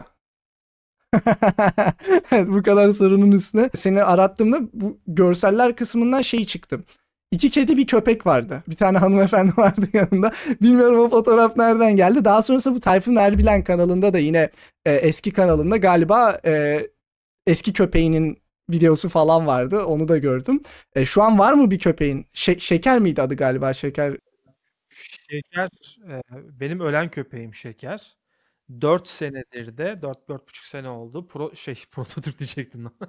Evet, bu kadar sorunun üstüne seni arattığımda bu görseller kısmından şey çıktı. İki kedi bir köpek vardı. Bir tane hanımefendi vardı yanında. Bilmiyorum o fotoğraf nereden geldi. Daha sonrasında bu Tayfun Erbilen kanalında da, yine eski kanalında galiba, eski köpeğinin videosu falan vardı. Onu da gördüm. Şu an var mı bir köpeğin? Şeker miydi adı galiba? Şeker. Şeker, benim ölen köpeğim Şeker. 4 senedir de 4,5 sene oldu. Prototürk diyecektim lan.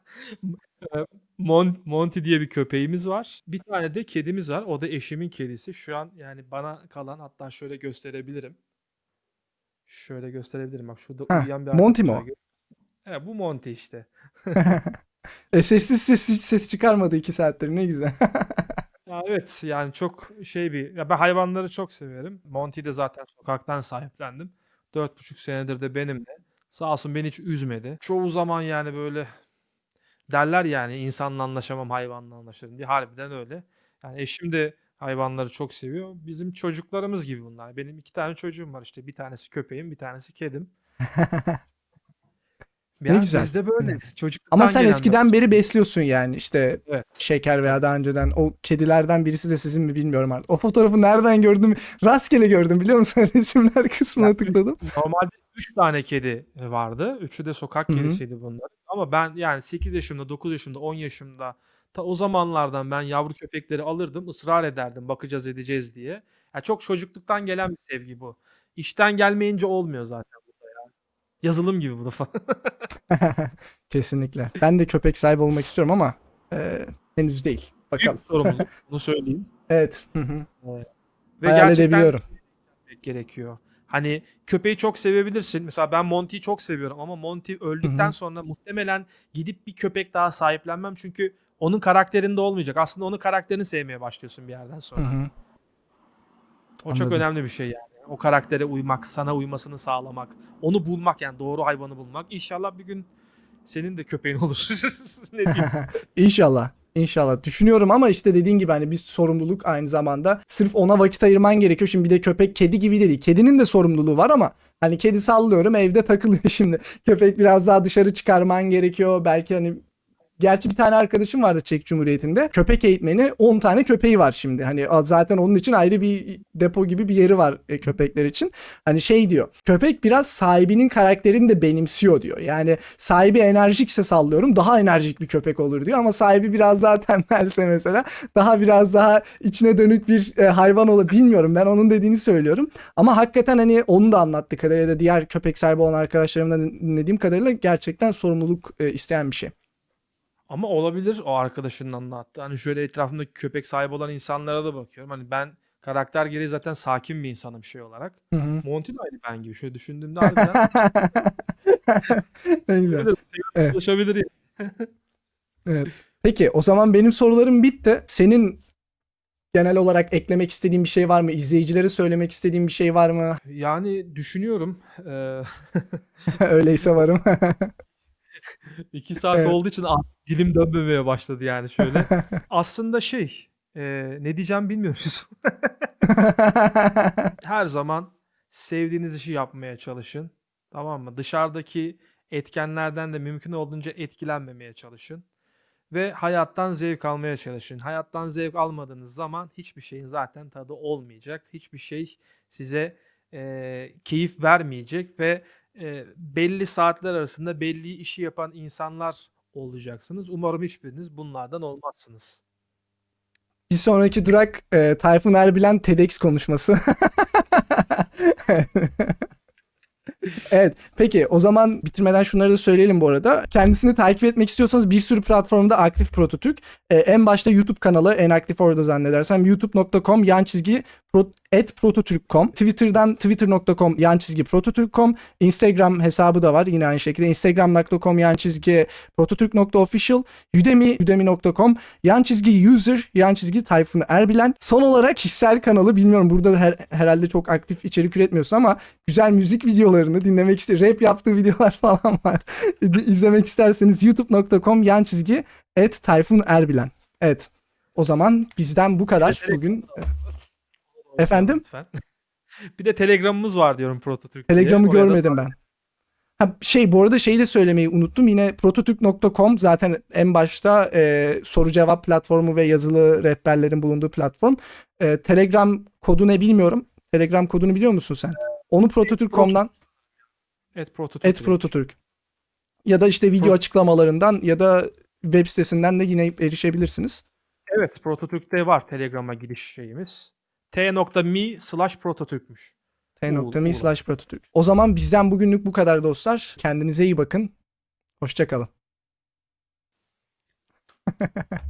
Monty diye bir köpeğimiz var. Bir tane de kedimiz var. O da eşimin kedisi. Şu an yani bana kalan, hatta şöyle gösterebilirim. Şöyle gösterebilirim. Bak şurada Ha, uyuyan bir Monty arkadaş var. Mo. Evet, bu Monty işte. Sessiz sessiz ses çıkarmadı 2 saattir, ne güzel. Ya evet, yani çok şey bir, ya ben hayvanları çok severim. Monty'yi de zaten sokaktan sahiplendim. 4,5 senedir de benimle. Sağ olsun, beni hiç üzmedi. Çoğu zaman yani böyle derler yani, insanla anlaşamam hayvanla anlaşırım diye. Harbiden öyle. Yani eşim de hayvanları çok seviyor. Bizim çocuklarımız gibi bunlar. Benim 2 tane çocuğum var işte. Bir tanesi köpeğim, bir tanesi kedim. Ne Yani güzel. bizde Ne böyle. güzel. Ama Çocukluktan sen gelen bir eskiden beri alışkanlık. besliyorsun yani, işte Evet. Şeker, veya Evet. daha önceden o kedilerden birisi de sizin mi bilmiyorum artık. O fotoğrafı nereden gördüm? Rastgele gördüm, biliyor musun? Resimler Ya kısmına tıkladım. normalde 3 tane kedi vardı. Üçü de sokak Hı hı. kedisiydi bunlar. Ama ben yani 8 yaşımda, 9 yaşımda, 10 yaşımda, ta o zamanlardan ben yavru köpekleri alırdım, ısrar ederdim bakacağız edeceğiz diye. Ya çok çocukluktan gelen bir sevgi bu. İşten gelmeyince olmuyor zaten bu da ya. Yazılım gibi bu da falan. Kesinlikle. Ben de köpek sahibi olmak istiyorum ama henüz değil. Büyük Bakalım. bir sorumluluk, bunu söyleyeyim. Evet. Hı hı. Eee, ve Hayal gerçekten edebiliyorum. gerekiyor. Hani köpeği çok sevebilirsin. Mesela ben Monty'yi çok seviyorum ama Monty Hı öldükten hı. sonra muhtemelen gidip bir köpek daha sahiplenmem. Çünkü onun karakterinde olmayacak. Aslında onun karakterini sevmeye başlıyorsun bir yerden Hı sonra. hı. O çok Anladım. önemli bir şey yani. O karaktere uymak, sana uymasını sağlamak, onu bulmak, yani doğru hayvanı bulmak. İnşallah bir gün senin de köpeğin olur. Ne diyeyim? İnşallah. İnşallah. Düşünüyorum ama işte dediğin gibi, hani bir sorumluluk aynı zamanda. Sırf ona vakit ayırman gerekiyor. Şimdi bir de köpek kedi gibi de değil. Kedinin de sorumluluğu var ama hani kedi sallıyorum evde takılıyor şimdi. Köpek biraz daha dışarı çıkarman gerekiyor. Belki hani Gerçi bir tane arkadaşım vardı Çek Cumhuriyeti'nde. Köpek eğitmeni, 10 tane köpeği var şimdi. Hani zaten onun için ayrı bir depo gibi bir yeri var köpekler için. Hani şey diyor. Köpek biraz sahibinin karakterini de benimsiyor diyor. Yani sahibi enerjikse sallıyorum daha enerjik bir köpek olur diyor. Ama sahibi biraz daha tembelse mesela biraz daha içine dönük bir hayvan olur. Bilmiyorum, ben onun dediğini söylüyorum. Ama hakikaten hani onu da anlattığı kadarıyla da diğer köpek sahibi olan arkadaşlarımdan dinlediğim kadarıyla gerçekten sorumluluk isteyen bir şey. Ama olabilir o arkadaşının anlattı. Hani şöyle etrafımdaki köpek sahibi olan insanlara da bakıyorum. Hani ben karakter gereği zaten sakin bir insanım şey olarak. Hı hı. Monty de aynı ben gibi. Şöyle düşündüğümde harbiden Ne güzel. olabilir, Evet, çalışabilir yani. evet. Peki o zaman benim sorularım bitti. Senin genel olarak eklemek istediğin bir şey var mı? İzleyicilere söylemek istediğin bir şey var mı? Yani düşünüyorum. Öyleyse varım. 2 saat Evet. olduğu için dilim dönmemeye başladı yani şöyle. Aslında ne diyeceğim bilmiyoruz. Her zaman sevdiğiniz işi yapmaya çalışın. Tamam mı? Dışarıdaki etkenlerden de mümkün olduğunca etkilenmemeye çalışın. Ve hayattan zevk almaya çalışın. Hayattan zevk almadığınız zaman hiçbir şeyin zaten tadı olmayacak. Hiçbir şey size keyif vermeyecek ve belli saatler arasında belli işi yapan insanlar olacaksınız. Umarım hiçbiriniz bunlardan olmazsınız. Bir sonraki durak Tayfun Erbilen TEDx konuşması. Evet. Peki o zaman bitirmeden şunları da söyleyelim bu arada. Kendisini takip etmek istiyorsanız bir sürü platformda aktif Prototürk. En başta YouTube kanalı, en aktif orada zannedersem. youtube.com @prototürk.com, Twitter'dan twitter.com /prototürk.com, Instagram hesabı da var yine aynı şekilde. Instagram.com /prototürk.official, udemy.com /user Tayfun Erbilen. Son olarak kişisel kanalı, bilmiyorum burada herhalde çok aktif içerik üretmiyorsun ama güzel müzik videolarını dinlemek rap yaptığı videolar falan var. İzlemek isterseniz youtube.com /Tayfun Erbilen. Evet. O zaman bizden bu kadar bugün. Unutmayalım Efendim? lütfen. Bir de Telegram'ımız var diyorum Prototürk diye. Telegram'ı Oraya da görmedim ben. Ha, bu arada şeyi de söylemeyi unuttum. Yine prototürk.com zaten en başta soru cevap platformu ve yazılı rehberlerin bulunduğu platform. Telegram kodu ne bilmiyorum. Telegram kodunu biliyor musun sen? Onu prototürk.com'dan Prototürk direkt. @prototürk ya da işte video Pro- açıklamalarından ya da web sitesinden de yine erişebilirsiniz. evet, Prototürk'te var Telegram'a giriş şeyimiz. t.me/prototürkmüş. t.me Uğur'la. /prototürk. O zaman bizden bugünlük bu kadar dostlar. Kendinize iyi bakın. Hoşça kalın.